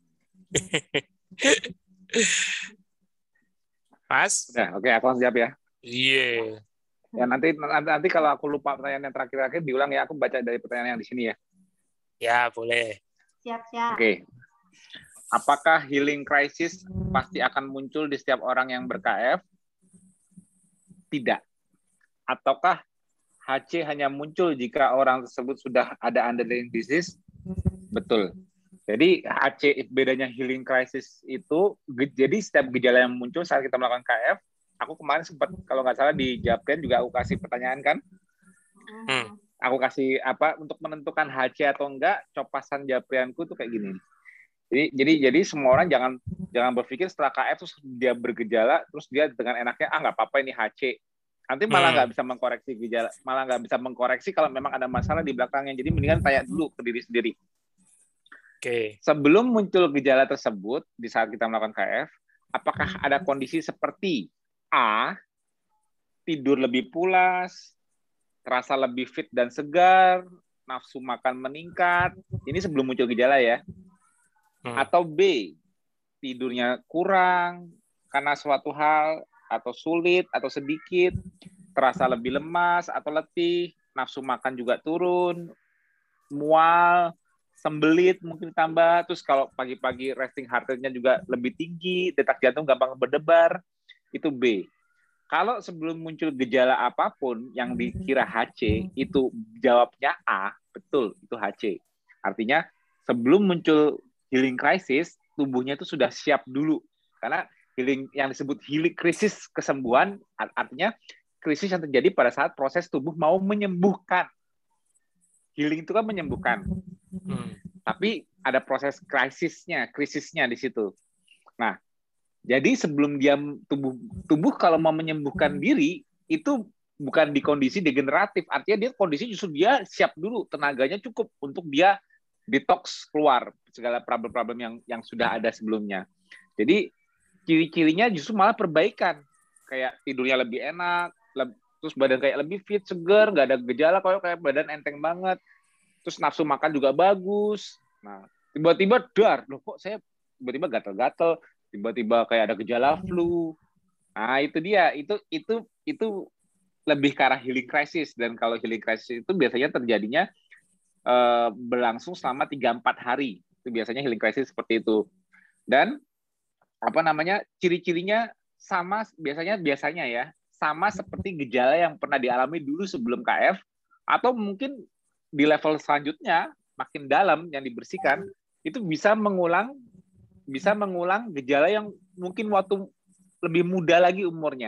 Mas? Udah, oke, okay, aku langsung jawab ya. Iya. Yeah. Ya nanti, nanti nanti kalau aku lupa pertanyaan yang terakhir-terakhir diulang ya, aku baca dari pertanyaan yang di sini ya. Ya, boleh. Siap-siap. Oke. Okay. Apakah healing crisis pasti akan muncul di setiap orang yang ber-K F? Tidak. Ataukah H C hanya muncul jika orang tersebut sudah ada underlying disease? Betul. Jadi H C bedanya healing crisis itu, jadi setiap gejala yang muncul saat kita melakukan K F, aku kemarin sempat kalau nggak salah di Japken juga aku kasih pertanyaan kan? Hmm. Aku kasih apa untuk menentukan H C atau enggak, copasan Japrianku tuh kayak gini. Jadi, jadi, jadi semua orang jangan jangan berpikir setelah K F terus dia bergejala, terus dia dengan enaknya ah nggak apa-apa ini H C. Nanti malah nggak hmm. bisa mengkoreksi gejala, malah nggak bisa mengkoreksi kalau memang ada masalah di belakangnya. Jadi mendingan tanya dulu ke diri sendiri. Oke. Okay. Sebelum muncul gejala tersebut di saat kita melakukan K F, apakah ada kondisi seperti A, tidur lebih pulas, terasa lebih fit dan segar, nafsu makan meningkat. Ini sebelum muncul gejala ya. Atau B, tidurnya kurang karena suatu hal atau sulit atau sedikit, terasa lebih lemas atau letih, nafsu makan juga turun, mual, sembelit mungkin tambah, terus kalau pagi-pagi resting heart rate-nya juga lebih tinggi, detak jantung gampang berdebar, itu B. Kalau sebelum muncul gejala apapun yang dikira H C, itu jawabnya A, betul, itu H C. Artinya sebelum muncul healing crisis, tubuhnya itu sudah siap dulu. Karena healing yang disebut healing krisis kesembuhan, artinya krisis yang terjadi pada saat proses tubuh mau menyembuhkan. Healing itu kan menyembuhkan. Hmm. Tapi ada proses krisisnya, krisisnya di situ. Nah, jadi sebelum dia tubuh tubuh kalau mau menyembuhkan diri, itu bukan di kondisi degeneratif. Artinya dia kondisi justru dia siap dulu, tenaganya cukup untuk dia detox keluar segala problem-problem yang yang sudah ada sebelumnya. Jadi ciri-cirinya justru malah perbaikan, kayak tidurnya lebih enak, lebih, terus badan kayak lebih fit, segar, nggak ada gejala, kayak kayak badan enteng banget, terus nafsu makan juga bagus. Nah tiba-tiba dar, loh kok saya tiba-tiba gatel-gatel, tiba-tiba kayak ada gejala flu. Nah itu dia, itu itu itu lebih ke arah healing crisis. Dan kalau healing crisis itu biasanya terjadinya Uh, berlangsung selama tiga sampai empat hari. Itu biasanya healing crisis seperti itu. Dan apa namanya? Ciri-cirinya sama biasanya biasanya ya, sama seperti gejala yang pernah dialami dulu sebelum K F, atau mungkin di level selanjutnya makin dalam yang dibersihkan, itu bisa mengulang bisa mengulang gejala yang mungkin waktu lebih muda lagi umurnya.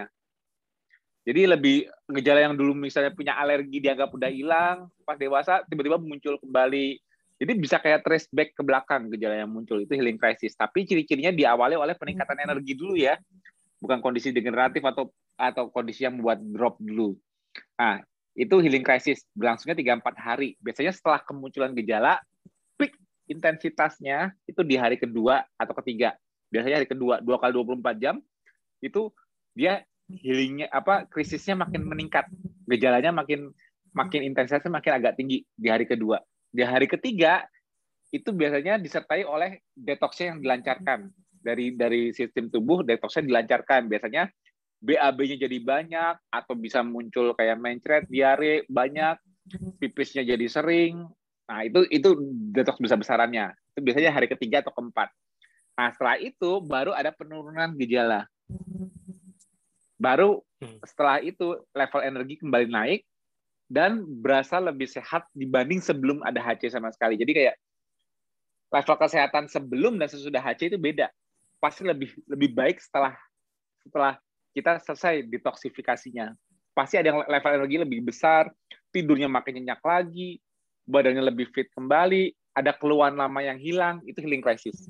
Jadi lebih gejala yang dulu misalnya punya alergi dianggap udah hilang, pas dewasa tiba-tiba muncul kembali. Jadi bisa kayak trace back ke belakang gejala yang muncul, itu healing crisis. Tapi ciri-cirinya diawali oleh peningkatan energi dulu ya, bukan kondisi degeneratif atau atau kondisi yang membuat drop dulu. Nah, itu healing crisis, berlangsungnya tiga sampai empat hari. Biasanya setelah kemunculan gejala, peak intensitasnya itu di hari kedua atau ketiga. Biasanya hari kedua, dua kali dua puluh empat jam, itu dia healingnya apa krisisnya makin meningkat. gejalanya makin makin intensitasnya makin agak tinggi di hari kedua. Di hari ketiga itu biasanya disertai oleh detoksnya yang dilancarkan dari dari sistem tubuh, detoksnya dilancarkan. Biasanya B A B-nya jadi banyak atau bisa muncul kayak mencret, diare banyak, pipisnya jadi sering. Nah, itu itu detoks besar-besarannya. Itu biasanya hari ketiga atau keempat. Nah, setelah itu baru ada penurunan gejala. Baru setelah itu level energi kembali naik dan berasa lebih sehat dibanding sebelum ada H C sama sekali. Jadi kayak level kesehatan sebelum dan sesudah H C itu beda. Pasti lebih lebih baik setelah setelah kita selesai detoksifikasinya. Pasti ada yang level energi lebih besar, tidurnya makin nyenyak lagi, badannya lebih fit kembali, ada keluhan lama yang hilang, itu healing crisis.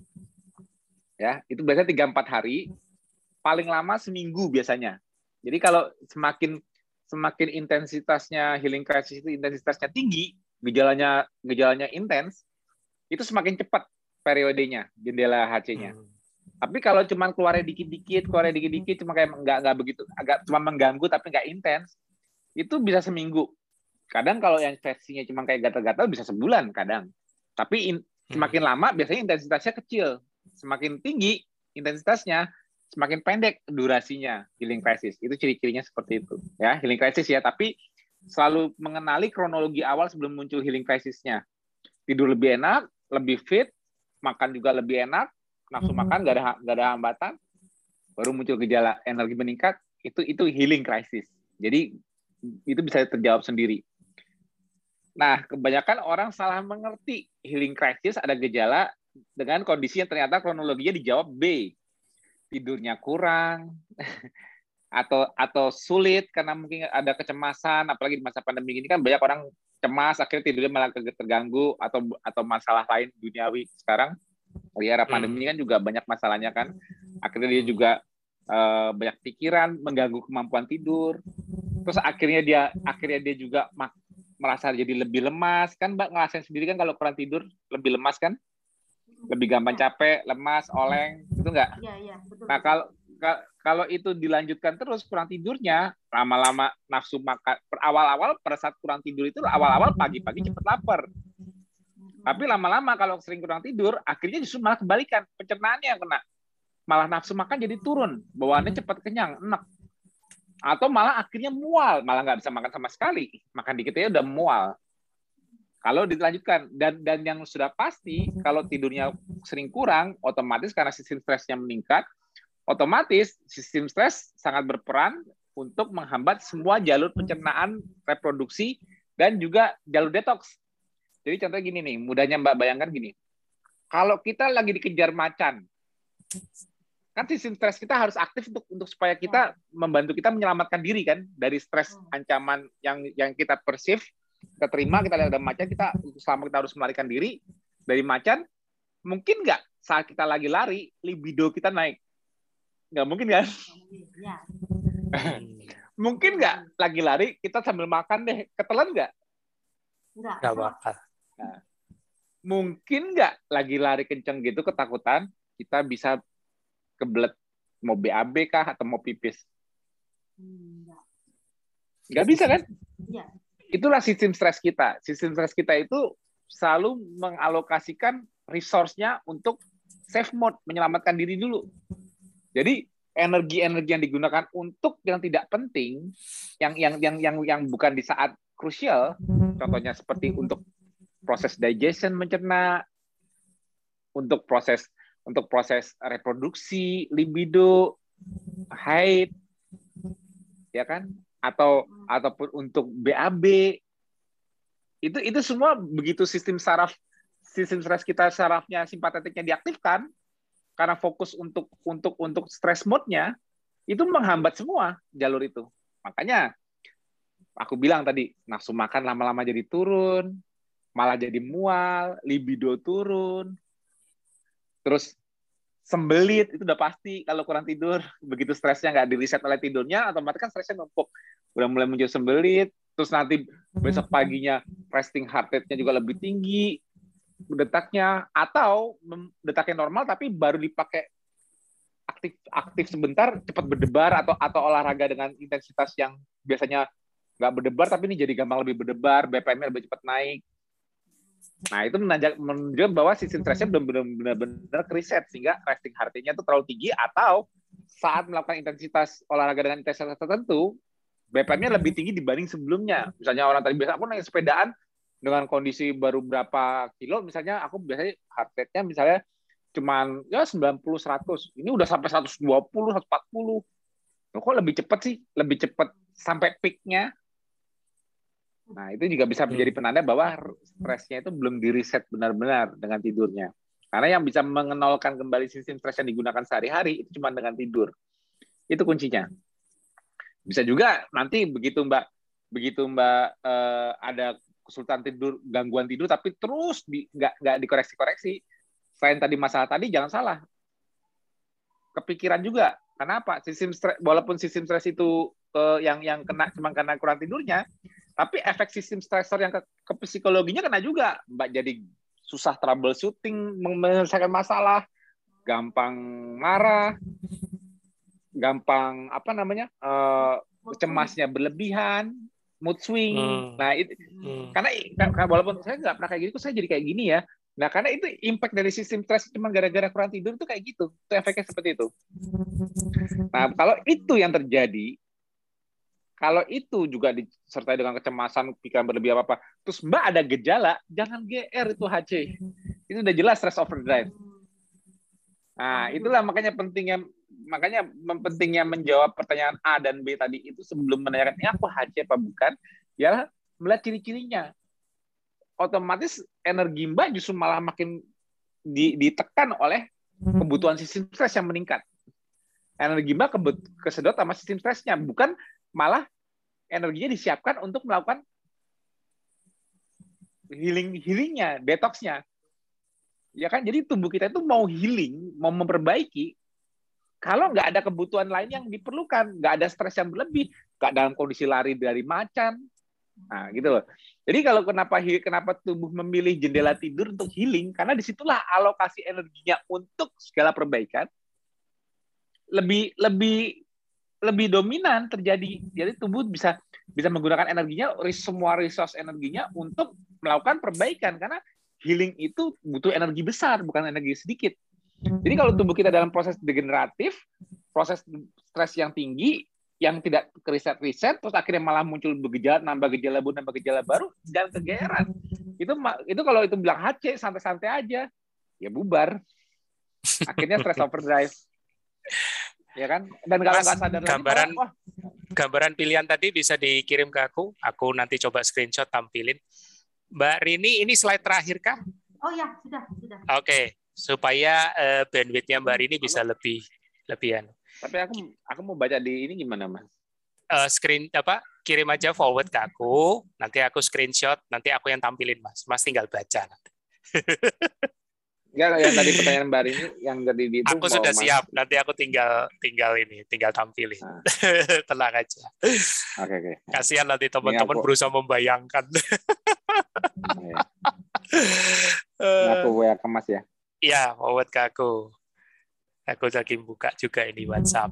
Ya, itu biasanya tiga sampai empat hari, paling lama seminggu biasanya. Jadi kalau semakin semakin intensitasnya healing crisis itu intensitasnya tinggi, gejalanya gejalanya intens, itu semakin cepat periodenya, jendela H C-nya. Hmm. Tapi kalau cuma keluarnya dikit-dikit, keluarnya dikit-dikit, cuma kayak nggak nggak begitu, agak cuma mengganggu tapi nggak intens, itu bisa seminggu. Kadang kalau yang versinya cuma kayak gatal-gatal bisa sebulan kadang. Tapi in, semakin hmm. lama biasanya intensitasnya kecil, semakin tinggi intensitasnya, semakin pendek durasinya healing crisis. Itu ciri-cirinya seperti itu. Ya, healing crisis ya, tapi selalu mengenali kronologi awal sebelum muncul healing crisisnya. Tidur lebih enak, lebih fit, makan juga lebih enak, nafsu makan nggak ada nggak ada hambatan, baru muncul gejala energi meningkat, itu itu healing crisis. Jadi itu bisa terjawab sendiri. Nah, kebanyakan orang salah mengerti healing crisis ada gejala dengan kondisi yang ternyata kronologinya dijawab B. Tidurnya kurang atau atau sulit karena mungkin ada kecemasan, apalagi di masa pandemi ini kan banyak orang cemas akhirnya tidurnya malah terganggu atau atau masalah lain duniawi sekarang di era pandemi ini kan juga banyak masalahnya kan, akhirnya dia juga uh, banyak pikiran, mengganggu kemampuan tidur, terus akhirnya dia akhirnya dia juga merasa jadi lebih lemas kan, Mbak ngerasain sendiri kan kalau kurang tidur lebih lemas kan, lebih gampang capek, lemas, oleng, itu enggak? Iya, iya, betul. Nah, kalau kalau itu dilanjutkan terus kurang tidurnya, lama-lama nafsu makan, awal-awal pada saat kurang tidur itu awal-awal pagi-pagi cepat lapar. Tapi lama-lama kalau sering kurang tidur, akhirnya justru malah kebalikan, pencernaannya yang kena. Malah nafsu makan jadi turun, bawaannya cepat kenyang, enak. Atau malah akhirnya mual, malah nggak bisa makan sama sekali. Makan dikit aja udah mual. Kalau dilanjutkan, dan dan yang sudah pasti, kalau tidurnya sering kurang, otomatis karena sistem stresnya meningkat, otomatis sistem stres sangat berperan untuk menghambat semua jalur pencernaan, reproduksi, dan juga jalur detoks. Jadi contohnya gini nih, mudahnya Mbak bayangkan gini, kalau kita lagi dikejar macan, kan sistem stres kita harus aktif untuk untuk supaya kita membantu kita menyelamatkan diri kan dari stres ancaman yang yang kita perceive, kita terima, kita lihat ada macan, kita selama kita harus melarikan diri dari macan, mungkin nggak saat kita lagi lari, libido kita naik? Nggak mungkin kan? Ya. Mungkin nggak lagi lari, kita sambil makan deh, ketelan nggak? Nggak. Nggak bakal. Nah, mungkin nggak lagi lari kenceng gitu, ketakutan, kita bisa kebelet mau B A B kah atau mau pipis? Nggak. Nggak bisa kan? Iya. Itulah sistem stres kita. Sistem stres kita itu selalu mengalokasikan resource-nya untuk safe mode, menyelamatkan diri dulu. Jadi energi-energi yang digunakan untuk yang tidak penting, yang yang yang yang yang bukan di saat krusial, contohnya seperti untuk proses digestion mencerna, untuk proses untuk proses reproduksi, libido, haid, ya kan? Atau ataupun untuk B A B, itu itu semua begitu sistem saraf sistem stres kita sarafnya simpatetiknya diaktifkan karena fokus untuk untuk untuk stress mode-nya, itu menghambat semua jalur itu. Makanya aku bilang tadi, nafsu makan lama-lama jadi turun, malah jadi mual, libido turun, terus sembelit, itu udah pasti kalau kurang tidur. Begitu stresnya nggak di-reset oleh tidurnya, otomatis kan stresnya numpuk. Udah mulai muncul sembelit, terus nanti besok paginya resting heart rate-nya juga lebih tinggi, detaknya, atau detaknya normal tapi baru dipakai aktif aktif sebentar, cepat berdebar, atau atau olahraga dengan intensitas yang biasanya nggak berdebar tapi ini jadi gampang lebih berdebar, B P M-nya lebih cepat naik. Nah, itu menunjukkan bahwa sistem stresnya belum benar-benar riset sehingga resting heart rate-nya itu terlalu tinggi, atau saat melakukan intensitas olahraga dengan intensitas tertentu, B P M-nya lebih tinggi dibanding sebelumnya. Misalnya orang tadi biasa aku naik sepedaan dengan kondisi baru berapa kilo, misalnya aku biasanya heart rate-nya misalnya cuman ya sembilan puluh seratus. Ini udah sampai seratus dua puluh, seratus empat puluh. Kok lebih cepat sih? Lebih cepat sampai peak-nya. Nah, itu juga bisa menjadi penanda bahwa stresnya itu belum diriset benar-benar dengan tidurnya. Karena yang bisa mengenolkan kembali sistem stres yang digunakan sehari-hari itu cuma dengan tidur. Itu kuncinya. Bisa juga nanti begitu Mbak, begitu Mbak eh, ada kesulitan tidur, gangguan tidur, tapi terus di, nggak nggak dikoreksi-koreksi. Selain tadi masalah tadi, jangan salah. Kepikiran juga. Kenapa? Sistem stres, walaupun sistem stres itu eh, yang yang kena cuma karena kurang tidurnya, tapi efek sistem stresor yang ke, ke psikologinya kena juga. Mbak jadi susah troubleshooting, menyelesaikan masalah, gampang marah, gampang apa namanya, uh, cemasnya berlebihan, mood swing. Hmm. Nah itu hmm. karena, karena walaupun saya nggak pernah kayak gitu, saya jadi kayak gini ya. Nah karena itu impact dari sistem stres cuma gara-gara kurang tidur itu kayak gitu, itu efeknya seperti itu. Nah kalau itu yang terjadi, kalau itu juga disertai dengan kecemasan, pikiran berlebih apa-apa, terus Mbak ada gejala, jangan G R, itu H C. Itu udah jelas stress overdrive. Nah, itulah makanya pentingnya makanya pentingnya menjawab pertanyaan A dan B tadi itu sebelum menanyakan, ini aku H C apa bukan, ya melihat ciri-cirinya. Otomatis energi Mbak justru malah makin ditekan oleh kebutuhan sistem stres yang meningkat. Energi Mbak kesedot sama sistem stresnya, bukan malah energinya disiapkan untuk melakukan healing healingnya, detoxnya, ya kan? Jadi tubuh kita itu mau healing, mau memperbaiki, kalau nggak ada kebutuhan lain yang diperlukan, nggak ada stres yang berlebih, nggak dalam kondisi lari dari macan, nah gitu loh. Jadi kalau kenapa kenapa tubuh memilih jendela tidur untuk healing, karena disitulah alokasi energinya untuk segala perbaikan lebih lebih lebih dominan terjadi. Jadi tubuh bisa bisa menggunakan energinya, semua resource energinya untuk melakukan perbaikan, karena healing itu butuh energi besar, bukan energi sedikit. Jadi kalau tubuh kita dalam proses degeneratif, proses stres yang tinggi, yang tidak riset-riset, terus akhirnya malah muncul gejala, nambah gejala baru, nambah gejala baru, jangan kegeeran. Itu itu kalau itu bilang H C, santai-santai aja, ya bubar. Akhirnya stress overdrive. Ya kan? Dan kalau nggak sadar gambaran, lagi, wah, gambaran pilihan tadi bisa dikirim ke aku. Aku nanti coba screenshot tampilin. Mbak Rini, ini slide terakhir kah? Oh ya, sudah, sudah. Oke, okay. Supaya uh, bandwidth-nya Mbak Rini bisa aku, lebih lebihan. Tapi aku aku mau baca di ini gimana, Mas? Uh, screen apa? Kirim aja forward ke aku. Nanti aku screenshot. Nanti aku yang tampilin, Mas. Mas tinggal baca. Enggak, yang tadi pertanyaan Mbak Rini, yang tadi itu aku sudah mas... siap. Nanti aku tinggal tinggal ini, tinggal tampilin. Nah. Tenang aja. Oke, okay, oke. Okay. Kasihan nanti teman-teman aku... berusaha membayangkan. Nah, aku W A ke Mas ya. Iya, forward ke aku. Aku lagi buka juga ini WhatsApp.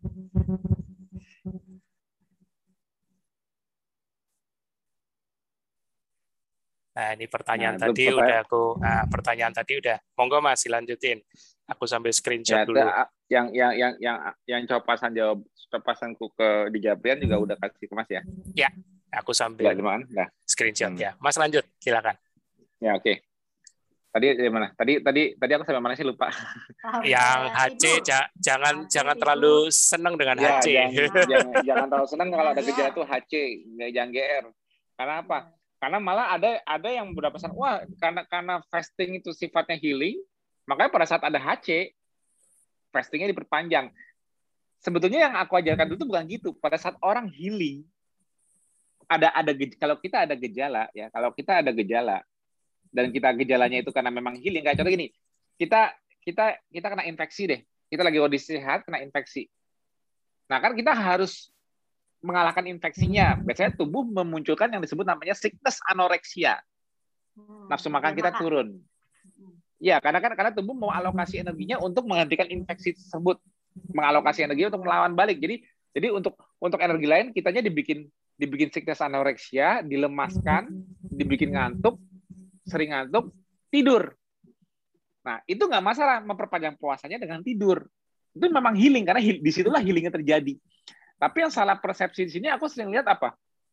Nah, ini pertanyaan nah, tadi pertanyaan. udah aku nah, pertanyaan tadi udah. Monggo Mas, dilanjutin. Aku sambil screenshot ya, dulu. Yang yang yang yang yang copasan jawab copasanku ke di Gabriel juga udah kasih ke Mas ya. Ya, aku sambil ya, nah. screenshot hmm. ya. Mas lanjut, silakan. Ya, oke. Okay. Tadi dari mana? Tadi tadi tadi aku sampai mana sih lupa. Yang H C ja, jangan H C jangan terlalu senang dengan ya, H C. Jangan, jangan, jangan terlalu senang kalau ada gejala tuh H C, jangan G R. Karena apa? Karena malah ada ada yang beberapa saat, wah karena karena fasting itu sifatnya healing, makanya pada saat ada H C, fastingnya diperpanjang. Sebetulnya yang aku ajarkan dulu itu bukan gitu. Pada saat orang healing, ada ada kalau kita ada gejala ya, kalau kita ada gejala dan kita gejalanya itu karena memang healing, kayak contoh gini, kita kita kita kena infeksi deh, kita lagi kondisi sehat kena infeksi. Nah kan kita harus mengalahkan infeksinya. Biasanya tubuh memunculkan yang disebut namanya sickness anoreksia. Nafsu makan kita turun. Ya, karena kan karena tubuh mau alokasi energinya untuk menghentikan infeksi tersebut, mengalokasi energi untuk melawan balik. Jadi jadi untuk untuk energi lain kitanya dibikin dibikin sickness anoreksia, dilemaskan, dibikin ngantuk, sering ngantuk, tidur. Nah, itu nggak masalah memperpanjang puasanya dengan tidur. Itu memang healing, karena heal, disitulah healingnya terjadi. Tapi yang salah persepsi di sini, aku sering lihat apa?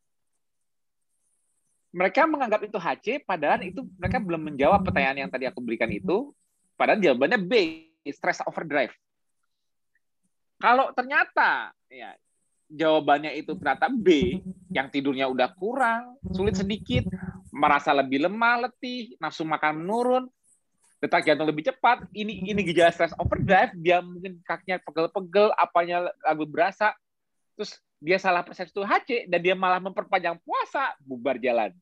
Mereka menganggap itu H C, padahal itu mereka belum menjawab pertanyaan yang tadi aku berikan itu, padahal jawabannya B, stress overdrive. Kalau ternyata ya jawabannya itu ternyata B, yang tidurnya udah kurang, sulit sedikit, merasa lebih lemah, letih, nafsu makan menurun, detak jantung lebih cepat, ini ini gejala stress overdrive, dia mungkin kakinya pegel-pegel, apanya lagu berasa, terus dia salah persepsi itu H C, dan dia malah memperpanjang puasa, bubar jalan.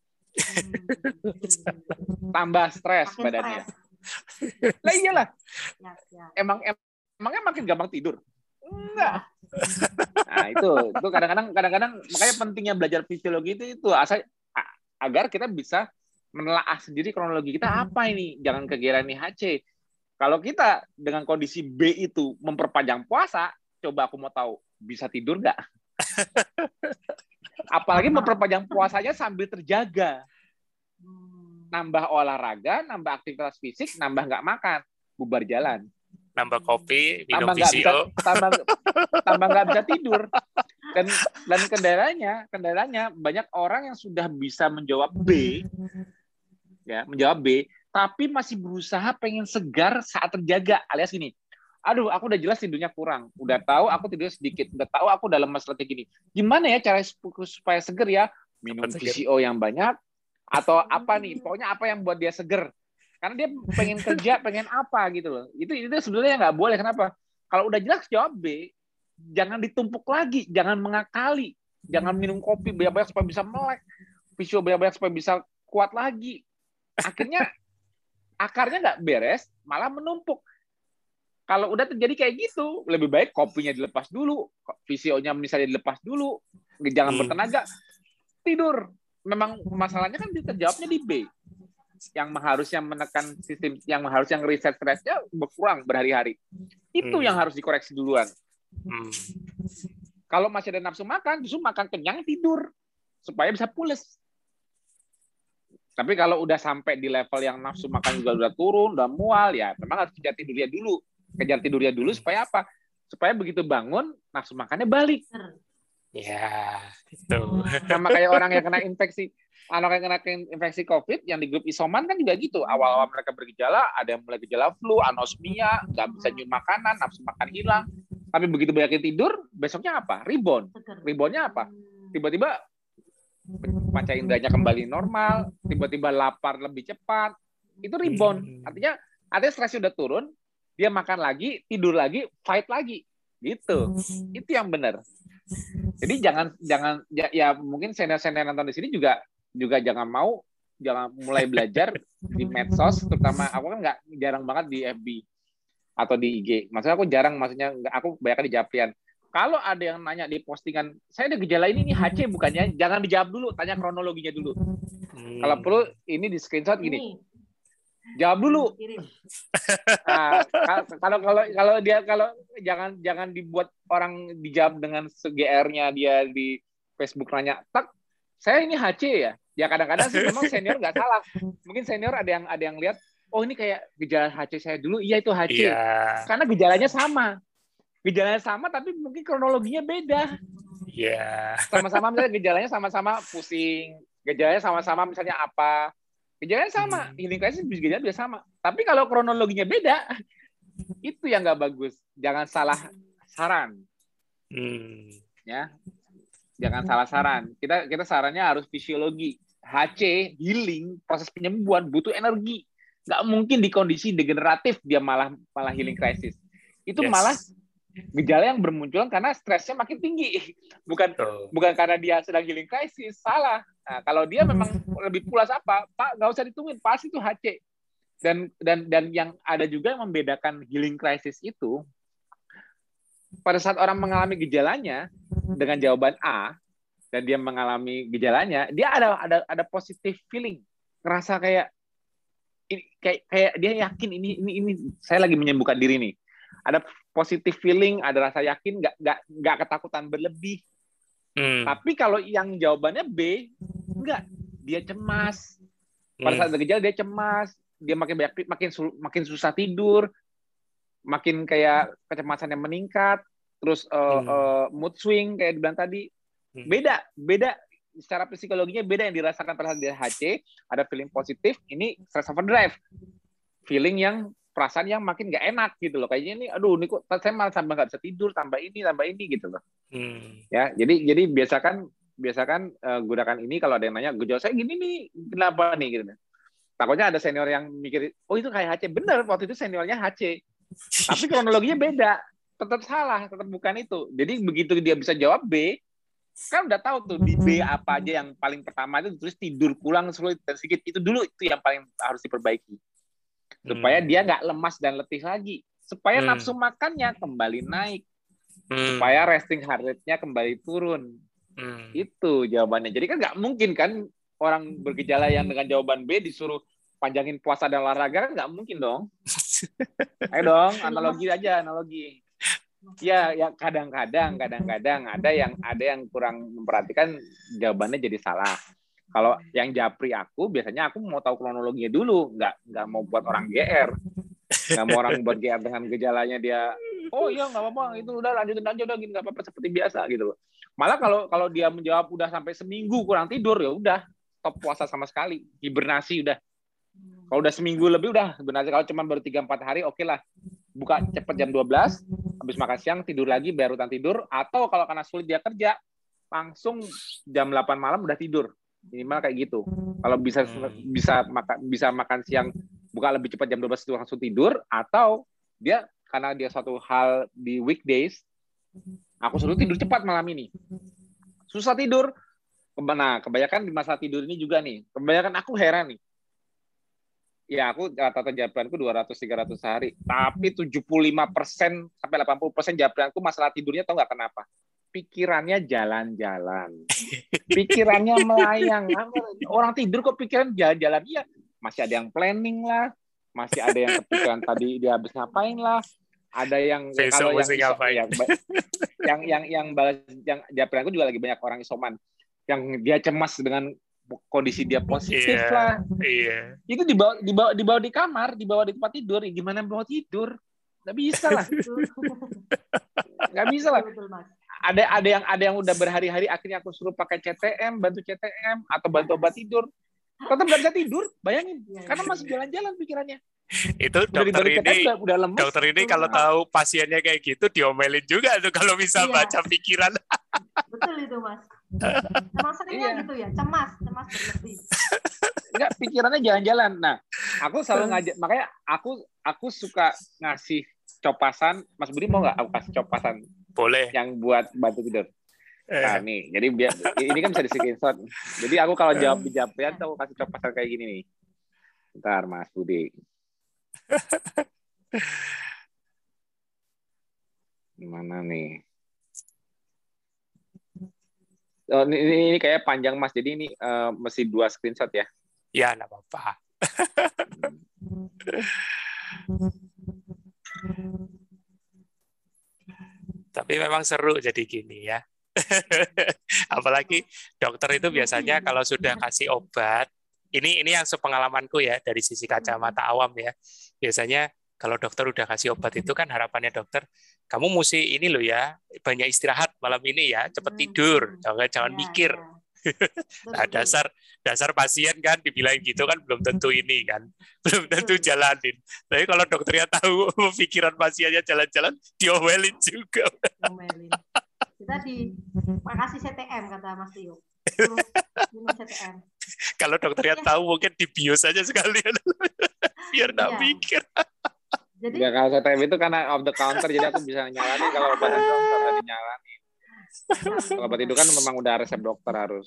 Tambah stres Makin badannya. stres. Lah iyalah, Ya, ya. emang emangnya makin gampang tidur? Enggak. Nah itu itu kadang-kadang kadang-kadang makanya pentingnya belajar fisiologi itu itu asal agar kita bisa menelaah sendiri kronologi kita apa ini, jangan kegeeran nih H C. Kalau kita dengan kondisi B itu memperpanjang puasa, coba aku mau tahu bisa tidur nggak? Apalagi memperpanjang puasanya sambil terjaga, nambah olahraga, nambah aktivitas fisik, nambah nggak makan, bubar jalan. Nambah kopi, minum tambah nggak bisa, V C O. tambah tambah nggak bisa tidur. Dan dan kendalanya, kendalanya banyak orang yang sudah bisa menjawab B, ya menjawab B, tapi masih berusaha pengen segar saat terjaga, alias gini. Aduh, aku udah jelas tidurnya kurang, udah tahu aku tidur sedikit, udah tahu aku udah lemas letih gini. Gimana ya cara supaya seger ya? Minum V C O yang banyak atau apa nih? Pokoknya apa yang buat dia seger. Karena dia pengen kerja, pengen apa gitu loh. Itu itu sebenarnya nggak boleh. Kenapa? Kalau udah jelas jawab B, jangan ditumpuk lagi, jangan mengakali, jangan minum kopi banyak-banyak supaya bisa melek, visio banyak-banyak supaya bisa kuat lagi. Akhirnya akarnya nggak beres, malah menumpuk. Kalau udah terjadi kayak gitu, lebih baik kopinya dilepas dulu, visionya misalnya dilepas dulu, jangan bertenaga, tidur. Memang masalahnya kan terjawabnya di B. Yang harusnya menekan sistem, yang harusnya ngeriset stresnya berkurang berhari-hari. Itu hmm. yang harus dikoreksi duluan. Hmm. Kalau masih ada nafsu makan, justru makan kenyang tidur supaya bisa pules. Tapi kalau udah sampai di level yang nafsu makan juga udah turun, udah mual, ya memang harus kejar tidurnya dulu. Kejar tidurnya dulu supaya apa? Supaya begitu bangun, nafsu makannya balik. Ya, itu. Sama kayak orang yang kena infeksi. Anak yang kena infeksi COVID yang di grup isoman kan juga gitu. Awal-awal mereka bergejala, ada yang mulai gejala flu, anosmia, nggak bisa nyium makanan, nafsu makan hilang. Tapi begitu banyak tidur, besoknya apa? Rebound. Reboundnya apa? Tiba-tiba panca inderanya kembali normal, tiba-tiba lapar lebih cepat. Itu rebound. Artinya, artinya stresnya udah turun, dia makan lagi, tidur lagi, fight lagi. Gitu. Itu yang benar. Jadi jangan jangan ya, ya mungkin senior-senior nonton di sini juga juga jangan mau jangan mulai belajar di medsos, terutama aku kan nggak jarang banget di F B atau di I G. Maksudnya aku jarang, maksudnya nggak, aku banyak di Japrian. Kalau ada yang nanya di postingan, saya ada gejala ini, ini H C bukannya, jangan dijawab dulu, tanya kronologinya dulu. Hmm. Kalau perlu ini di screenshot gini, jawab dulu. Nah, kalau kalau kalau dia kalau jangan jangan dibuat orang dijawab dengan G R-nya dia di Facebook nanya, tak saya ini H C ya? Ya kadang-kadang sih memang senior nggak salah. Mungkin senior ada yang ada yang lihat, oh ini kayak gejala H C saya dulu, iya itu H C. Yeah. Karena gejalanya sama. Gejalanya sama tapi mungkin kronologinya beda. Iya. Yeah. Sama-sama misalnya gejalanya sama-sama pusing, gejalanya sama-sama misalnya apa. Gejalanya sama, hmm. healing crisis gejalanya bisa sama. Tapi kalau kronologinya beda, itu yang nggak bagus. Jangan salah saran. Hmm. Ya. Jangan salah saran. Kita kita sarannya harus fisiologi. H C, healing, proses penyembuhan butuh energi. Nggak mungkin di kondisi degeneratif dia malah malah healing crisis. Itu yes. malah gejala yang bermunculan karena stresnya makin tinggi. Bukan oh. bukan karena dia sedang healing crisis. Salah. Nah, kalau dia memang lebih pulas apa, Pak, nggak usah ditungguin, pasti itu H C. Dan dan dan yang ada juga yang membedakan healing crisis itu, pada saat orang mengalami gejalanya dengan jawaban A dan dia mengalami gejalanya, dia ada ada ada positive feeling, ngerasa kayak ini kayak kayak dia yakin ini ini ini saya lagi menyembuhkan diri nih. Ada positive feeling, ada rasa yakin, nggak nggak nggak ketakutan berlebih. Hmm. Tapi kalau yang jawabannya B, enggak, dia cemas. Pada saat ada gejala dia cemas, dia makin banyak makin makin susah tidur, makin kayak kecemasannya meningkat, terus uh, Hmm. uh, mood swing kayak dibilang tadi. Hmm. Beda, beda secara psikologinya beda yang dirasakan pada saat dia H C, ada feeling positif, ini stress overdrive. Feeling yang perasaan yang makin nggak enak gitu loh. Kayaknya ini aduh ini kok saya malah tambah nggak bisa tidur, tambah ini, tambah ini gitu loh. Hmm. Ya, jadi jadi biasakan biasakan uh, gunakan ini kalau ada yang nanya gejala saya gini nih, kenapa nih gitu. Takutnya ada senior yang mikir, oh itu kayak H C. Bener, waktu itu seniornya H C. Tapi kronologinya beda. Tetap salah, tetap bukan itu. Jadi begitu dia bisa jawab B, kan udah tahu tuh di B apa aja yang paling pertama itu terus tidur pulang sulit dan sedikit. Itu dulu itu yang paling harus diperbaiki. Supaya dia nggak lemas dan letih lagi. Supaya Hmm. nafsu makannya kembali naik. Hmm. Supaya resting heart rate-nya kembali turun. Hmm. Itu jawabannya. Jadi kan nggak mungkin kan orang bergejala yang dengan jawaban B disuruh panjangin puasa dan olahraga kan nggak mungkin dong. Ayo dong, analogi aja, analogi. Ya, ya kadang-kadang, kadang-kadang ada yang ada yang kurang memperhatikan jawabannya jadi salah. Kalau yang japri aku, biasanya aku mau tahu kronologinya dulu, nggak nggak mau buat orang G R, nggak mau orang buat G R dengan gejalanya dia. Oh iya nggak apa-apa, itu udah lanjutin aja udah gini nggak apa-apa seperti biasa gitu loh. Malah kalau kalau dia menjawab udah sampai seminggu kurang tidur ya udah stop puasa sama sekali, hibernasi udah. Kalau udah seminggu lebih udah hibernasi. Kalau cuma baru tiga sampai empat hari oke okay lah. Buka cepet jam dua belas, habis makan siang tidur lagi biar urutan tidur, atau kalau karena sulit dia kerja langsung jam delapan malam udah tidur. Minimal kayak gitu. Kalau bisa bisa makan bisa makan siang buka lebih cepat jam dua belas itu langsung tidur, atau dia karena dia suatu hal di weekdays, aku suruh tidur cepat malam ini. Susah tidur. Nah, kebanyakan di masa tidur ini juga nih. Kebanyakan aku heran nih. Ya, aku rata-rata japranku dua ratus tiga ratus sehari. Tapi tujuh puluh lima persen sampai delapan puluh persen japranku masalah tidurnya tahu nggak kenapa? Pikirannya jalan-jalan. Pikirannya melayang. Orang tidur kok pikiran jalan-jalan. Iya, masih ada yang planning lah. Masih ada yang kepikiran tadi dia habis ngapain lah. Ada yang ya, kalau yang iso, ya, yang yang yang balas yang japranku juga lagi banyak orang isoman. Yang dia cemas dengan kondisi dia positif yeah, lah, yeah. Itu dibawa dibawa dibawa di kamar, dibawa di tempat tidur. Ya, gimana mau tidur? Nggak bisa lah, nggak bisa lah. Ada ada yang ada yang udah berhari-hari akhirnya aku suruh pakai C T M, bantu C T M atau bantu obat tidur, tetap nggak bisa tidur. Bayangin, karena masih jalan-jalan pikirannya. Itu dokter ini, udah, udah lemes. dokter ini kalau tahu pasiennya kayak gitu diomelin juga tuh kalau bisa iya. baca pikiran. Betul itu Mas. Emang seringnya iya. gitu ya, cemas, cemas berlebih. Enggak, pikirannya jalan-jalan. Nah, aku selalu ngajak, makanya aku aku suka ngasih copasan. Mas Budi mau nggak aku kasih copasan? Boleh. Yang buat bantu tidur. Nah, eh. nih, jadi biar ini kan bisa di screenshot. Jadi aku kalau jawab di japrian tuh aku kasih copasan kayak gini nih. Bentar, Mas Budi. Gimana nih? Oh, ini, ini, ini kayak panjang Mas, jadi ini uh, mesti dua screenshot ya? Ya, nggak apa-apa. Tapi memang seru jadi gini ya. Apalagi dokter itu biasanya kalau sudah kasih obat, ini ini yang sepengalamanku ya dari sisi kacamata awam ya. Biasanya kalau dokter udah kasih obat itu kan harapannya dokter, kamu mesti ini loh ya, banyak istirahat malam ini ya, cepet tidur, jangan jangan ya, mikir. Ya. Nah, dasar dasar pasien kan dibilang gitu kan belum tentu ini kan, belum tentu jalanin. Tapi kalau dokternya tahu pikiran pasiennya jalan-jalan, diomelin juga. Diomelin. Kita di makasih C T M kata Mas Tio. Minum C T M. Kalau dokternya ya. tahu mungkin dibius aja sekalian biar nggak ya. mikir. Jadi ya, kalau C T M itu karena off the counter jadi aku bisa nyalanin, kalau obat itu nggak dinyalanin. Kalau obat itu kan memang udah resep dokter harus.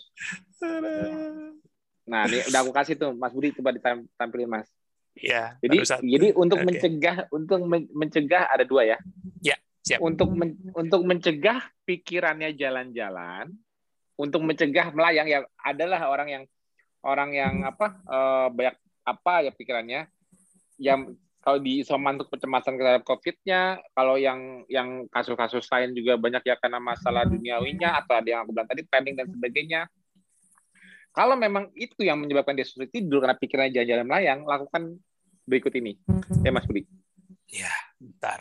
Nah, ini udah aku kasih tuh Mas Budi, coba ditampilin Mas. Iya. Jadi jadi untuk okay. mencegah untuk mencegah ada dua ya. Ya, siap. Untuk men, untuk mencegah pikirannya jalan-jalan, untuk mencegah melayang ya adalah orang yang orang yang apa uh, banyak apa ya pikirannya yang kalau di isoman untuk kecemasan terhadap COVID-nya, kalau yang yang kasus-kasus lain juga banyak ya karena masalah duniawinya atau ada yang aku bilang tadi planning dan sebagainya. Kalau memang itu yang menyebabkan dia sulit tidur karena pikirannya jalan-jalan melayang, lakukan berikut ini. Ya Mas Budi. Ya, bentar.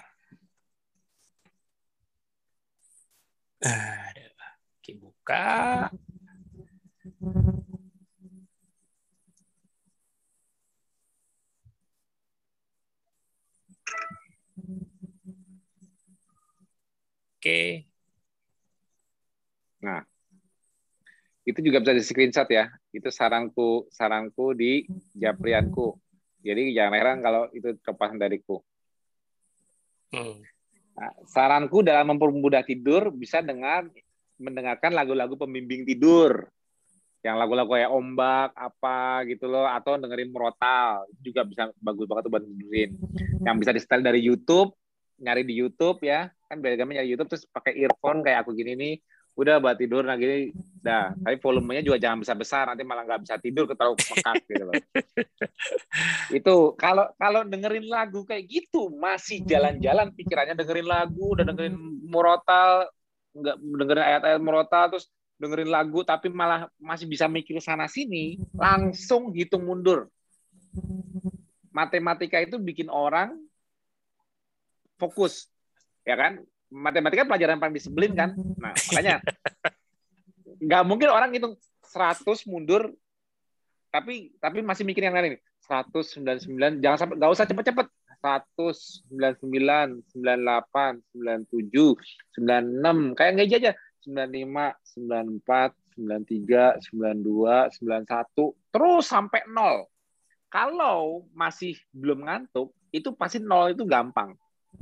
Aduh, oke, buka. Oke. Nah, itu juga bisa di screenshot ya. Itu saranku, saranku di Japrianku. Jadi jangan heran kalau itu copasan dariku. Hmm. Nah, saranku dalam mempermudah tidur bisa dengan mendengarkan lagu-lagu pembimbing tidur. Yang lagu-lagu kayak ombak apa gitu loh, atau dengerin murotal itu juga bisa bagus banget tuh buat tidurin. Yang bisa di setel dari YouTube, nyari di YouTube ya, kan beragam nyari YouTube terus pakai earphone kayak aku gini nih, udah buat tidur nah gini, dah. Tapi volumenya juga jangan besar-besar, nanti malah nggak bisa tidur ketahui mekak gitu loh. Itu kalau kalau dengerin lagu kayak gitu masih jalan-jalan pikirannya, dengerin lagu, udah dengerin murotal, nggak dengerin ayat-ayat murotal terus dengerin lagu tapi malah masih bisa mikir sana sini, langsung hitung mundur. Matematika itu bikin orang fokus, ya kan? Matematika pelajaran paling disebelin kan. Nah, makanya nggak mungkin orang hitung seratus mundur tapi tapi masih mikir yang lain ini. seratus sembilan puluh sembilan, jangan sampai, nggak usah cepet-cepet. seratus sembilan puluh sembilan, sembilan puluh delapan, sembilan puluh tujuh, sembilan puluh enam, kayak ngeja aja. sembilan puluh lima, sembilan puluh empat, sembilan puluh tiga, sembilan puluh dua, sembilan puluh satu, terus sampai nol. Kalau masih belum ngantuk, itu pasti nol itu gampang.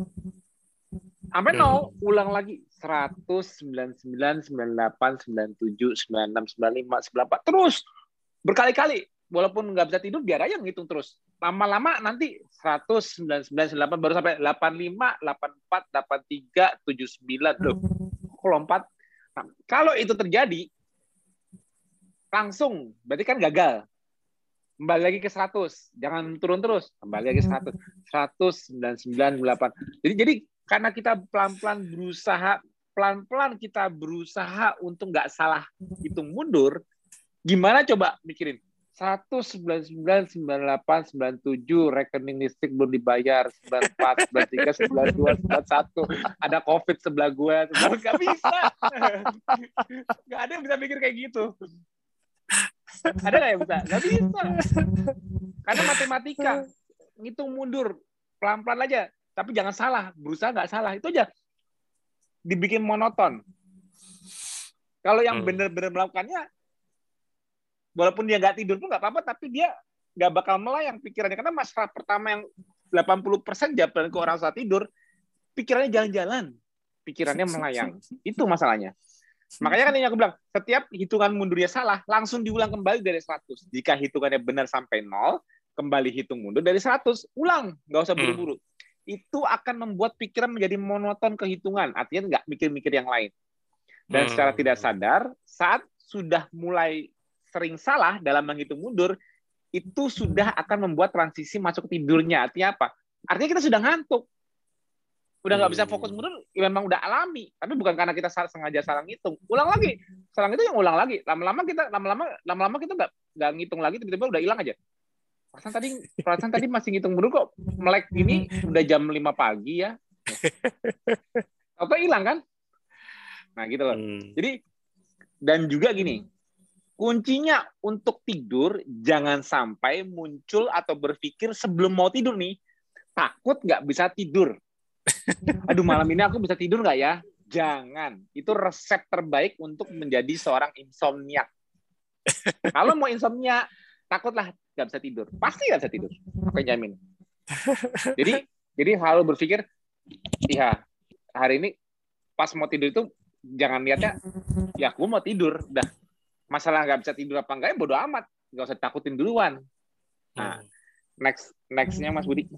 Sampai nol, ulang lagi. seratus, sembilan puluh sembilan, sembilan puluh delapan, sembilan puluh tujuh, sembilan puluh enam, sembilan puluh lima, sembilan puluh empat, terus berkali-kali. Walaupun nggak bisa tidur, biar aja ngitung terus. Lama-lama nanti seratus, sembilan puluh sembilan, sembilan puluh delapan, baru sampai delapan puluh lima, delapan puluh empat, delapan puluh tiga, tujuh puluh sembilan. Loh, kok lompat? Nah, kalau itu terjadi, langsung, berarti kan gagal. Kembali lagi ke seratus. Jangan turun terus. Kembali lagi seratus. seratus, sembilan puluh sembilan, sembilan puluh delapan. Jadi, jadi karena kita pelan-pelan berusaha, pelan-pelan kita berusaha untuk nggak salah hitung mundur, gimana coba mikirin? seratus, sembilan puluh sembilan, sembilan puluh delapan, sembilan puluh tujuh, rekening listrik belum dibayar, sembilan puluh empat, sembilan puluh tiga, sembilan puluh dua, sembilan puluh satu, ada COVID sebelah gue, nggak bisa. Nggak ada yang bisa mikir kayak gitu. Ada nggak yang bisa? Nggak bisa. Karena matematika, ngitung mundur, pelan-pelan aja. Tapi jangan salah, berusaha nggak salah. Itu aja. Dibikin monoton. Kalau yang benar-benar melakukannya, walaupun dia nggak tidur pun nggak apa-apa, tapi dia nggak bakal melayang pikirannya. Karena masalah pertama yang delapan puluh persen jawaban ke orang saat tidur, pikirannya jalan-jalan. Pikirannya melayang. Itu masalahnya. Makanya kan ini aku bilang, setiap hitungan mundurnya salah, langsung diulang kembali dari seratus. Jika hitungannya benar sampai nol, kembali hitung mundur dari seratus. Ulang, nggak usah buru-buru. Hmm. Itu akan membuat pikiran menjadi monoton kehitungan. Artinya nggak mikir-mikir yang lain. Dan hmm. secara tidak sadar, saat sudah mulai sering salah dalam menghitung mundur, itu sudah akan membuat transisi masuk tidurnya. Artinya apa? Artinya kita sudah ngantuk. Udah nggak bisa fokus mundur, ya memang udah alami. Tapi bukan karena kita salah, sengaja salah ngitung. Ulang lagi. Salah itu yang ulang lagi. Lama-lama kita lama-lama lama-lama kita nggak nggak ngitung lagi, tiba-tiba udah hilang aja. Perasaan tadi perasaan tadi masih ngitung mundur kok melek gini udah jam lima pagi ya. Apa hilang kan? Nah, gitu loh. Hmm. Jadi dan juga gini, kuncinya untuk tidur jangan sampai muncul atau berpikir sebelum mau tidur nih, takut nggak bisa tidur. Aduh, malam ini aku bisa tidur nggak ya? Jangan. Itu resep terbaik untuk menjadi seorang insomniak. Kalau mau insomnia, takutlah nggak bisa tidur. Pasti nggak bisa tidur. Aku jamin. Jadi, jadi selalu berpikir, iya, hari ini pas mau tidur itu jangan lihatnya, ya aku mau tidur. Udah, masalah nggak bisa tidur apa enggak ya bodo amat. Nggak usah takutin duluan. Nah, next next-nya Mas Budi.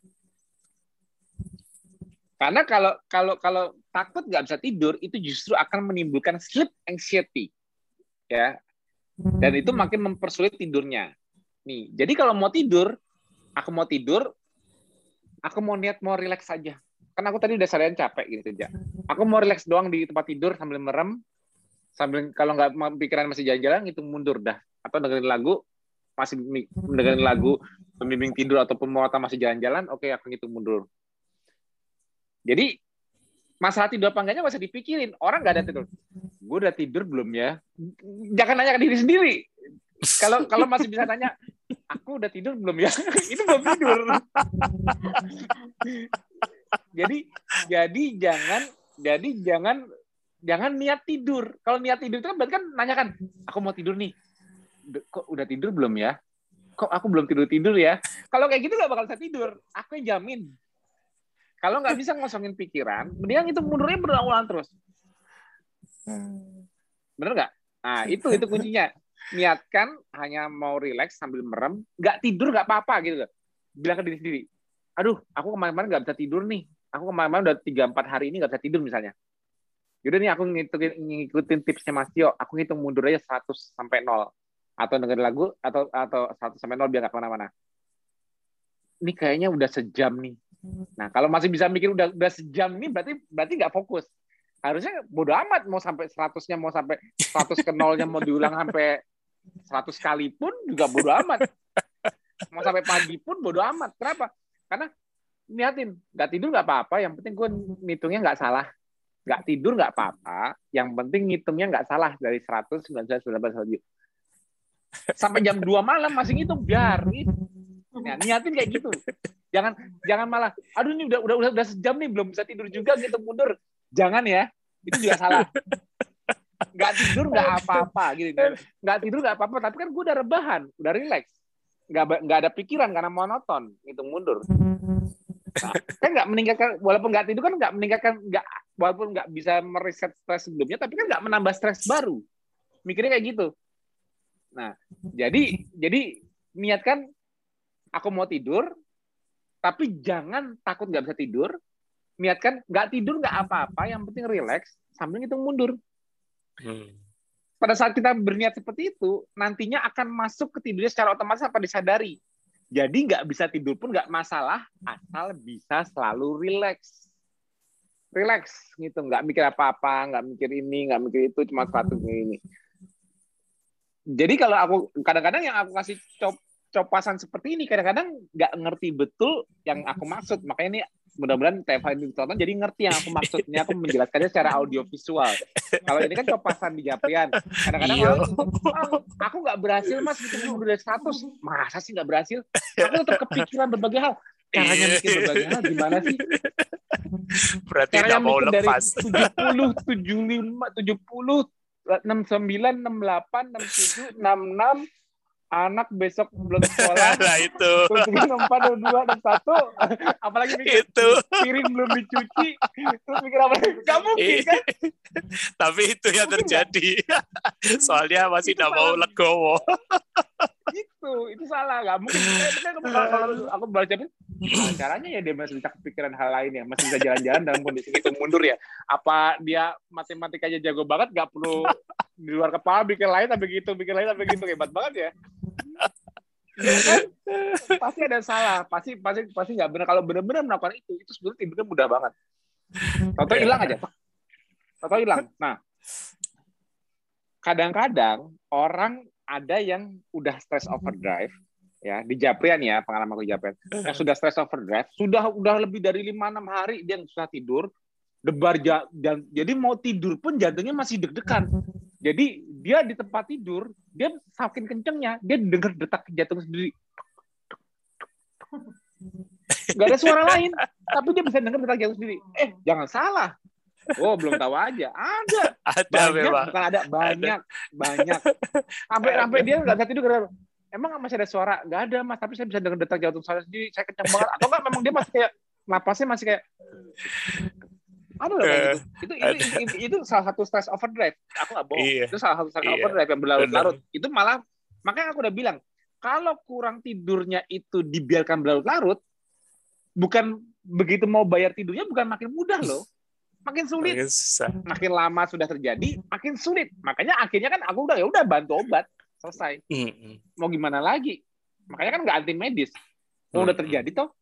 Karena kalau kalau kalau takut nggak bisa tidur, itu justru akan menimbulkan sleep anxiety, ya, dan itu makin mempersulit tidurnya. Nih, jadi kalau mau tidur, aku mau tidur, aku mau niat mau relax saja. Kan aku tadi udah seharian capek gitu aja. Aku mau relax doang di tempat tidur sambil merem, sambil kalau nggak pikiran masih jalan-jalan itu mundur dah. Atau dengerin lagu, masih dengerin lagu pembimbing tidur ataupun mau masih jalan-jalan, oke aku ngitung mundur. Jadi masalah tidur apa enggaknya nggak usah dipikirin. Orang nggak ada tidur. Gue udah tidur belum ya? Jangan nanya ke diri sendiri. Kalau kalau masih bisa nanya, aku udah tidur belum ya? Itu belum tidur. jadi jadi jangan jadi jangan jangan niat tidur. Kalau niat tidur itu kan berarti kan nanya kan, aku mau tidur nih. Kok udah tidur belum ya? Kok aku belum tidur tidur ya? Kalau kayak gitu nggak bakal bisa tidur. Aku yang jamin. Kalau nggak bisa ngosongin pikiran, mendingan itu mundurnya berulang-ulang terus. Bener nggak? Nah, itu itu kuncinya. Niatkan hanya mau relax sambil merem, nggak tidur nggak apa-apa gitu. Bilang ke diri sendiri, aduh, aku kemarin-kemarin nggak bisa tidur nih. Aku kemarin-kemarin udah tiga empat hari ini nggak bisa tidur misalnya. Yaudah nih aku ngikutin, ngikutin tipsnya Mas Tio, aku hitung mundur aja seratus sampai nol. Atau dengerin lagu, atau atau seratus sampai nol biar nggak kemana-mana. Ini kayaknya udah sejam nih. Nah, kalau masih bisa mikir udah udah sejam nih, berarti berarti nggak fokus. Harusnya bodo amat mau sampai seratusnya, mau sampai seratus ke nolnya mau diulang sampai seratus kali pun juga bodo amat. Mau sampai pagi pun bodo amat. Kenapa? Karena niatin, nggak tidur nggak apa-apa, yang penting gue ngitungnya nggak salah. Nggak tidur nggak apa-apa, yang penting ngitungnya nggak salah dari seratus, sembilan belas, sembilan belas, sampai jam dua malam masih ngitung, biar. Nah, niatin kayak gitu. Jangan jangan malah, aduh ini udah udah udah, udah sejam nih belum bisa tidur juga gitu mundur. Jangan ya, itu juga salah. Nggak tidur nggak apa-apa gitu. Nggak tidur nggak apa-apa, tapi kan gue udah rebahan, udah relax. Nggak nggak ada pikiran karena monoton, ngitung mundur. Nah, kan nggak meningkatkan, walaupun nggak tidur kan nggak meningkatkan, nggak walaupun nggak bisa mereset stres sebelumnya, tapi kan nggak menambah stres baru. Mikirnya kayak gitu. Nah, jadi jadi niatkan aku mau tidur, tapi jangan takut nggak bisa tidur. Niatkan nggak tidur nggak apa-apa, yang penting relax sambil ngitung mundur. Hmm. Pada saat kita berniat seperti itu, nantinya akan masuk ke tidurnya secara otomatis tanpa disadari. Jadi nggak bisa tidur pun nggak masalah, asal bisa selalu relax. Relax, gitu. Nggak mikir apa-apa, nggak mikir ini, nggak mikir itu, cuma satu ini. Jadi kalau aku kadang-kadang yang aku kasih cop copasan seperti ini, kadang-kadang nggak ngerti betul yang aku maksud. Makanya ini mudah-mudahan T F ini ditonton jadi ngerti yang aku maksudnya, aku menjelaskannya secara audio visual. Kalau ini kan copasan di Japrian, kadang-kadang orang, oh, aku nggak berhasil mas bikin mundur dari seratus, masa sih nggak berhasil? Aku tetap kepikiran berbagai hal. Caranya bikin berbagai hal gimana sih? Berarti nggak mau lepas. tujuh puluh, tujuh puluh lima, tujuh puluh, enam puluh sembilan, enam puluh delapan, enam puluh tujuh, enam puluh enam, anak besok belum sekolah. Nah itu. enam empat, enam dua, enam satu, apalagi mikir, itu. piring belum dicuci, terus mikir apa lagi? Gak mungkin kan? Tapi itu yang terjadi. Soalnya masih tidak mau legowo. Itu, itu salah. Gak mungkin. Kalau aku baca, nah, caranya ya dia masih bisa kepikiran hal lain ya, masih bisa jalan-jalan dalam kondisi itu mundur ya. Apa dia matematikanya jago banget, gak perlu di luar kepala bikin lain, tapi gitu, bikin lain, tapi gitu, hebat banget ya. Ya kan? Pasti ada salah, pasti pasti pasti nggak benar. Kalau benar-benar melakukan itu, itu sebenarnya tidurnya mudah banget. Tahu-tahu hilang aja, tahu-tahu hilang. Nah, kadang-kadang orang ada yang udah stress overdrive, ya di Japrian ya, pengalaman aku di Japrian, yang sudah stress overdrive, sudah udah lebih dari lima enam hari dia susah tidur, debar dan jadi mau tidur pun jantungnya masih deg-degan. Jadi dia di tempat tidur, dia saking kencengnya, dia dengar detak jantung sendiri. Gak ada suara lain, tapi dia bisa dengar detak jantung sendiri. Eh, jangan salah. Oh, belum tahu aja. Ada. Ada banyak, memang. bukan ada, banyak, ada. banyak. Sampai-sampai dia nggak bisa tidur karena emang masih ada suara. Nggak ada, Mas, tapi saya bisa dengar detak jantung saya sendiri. Saya kencang banget. Atau nggak, memang dia masih kayak, napasnya masih kayak... Ada loh kayak gitu. Itu, itu, itu, itu, itu salah satu stress overdrive. Aku nggak bohong. Iya. Itu salah satu stress iya. overdrive yang berlarut-larut. Itu malah, makanya aku udah bilang, kalau kurang tidurnya itu dibiarkan berlarut-larut, bukan begitu mau bayar tidurnya, bukan makin mudah loh. Makin sulit. Makin, makin lama sudah terjadi, makin sulit. Makanya akhirnya kan aku udah ya udah bantu obat, selesai. Mm-hmm. Mau gimana lagi? Makanya kan nggak anti medis. Mau mm-hmm. udah terjadi toh,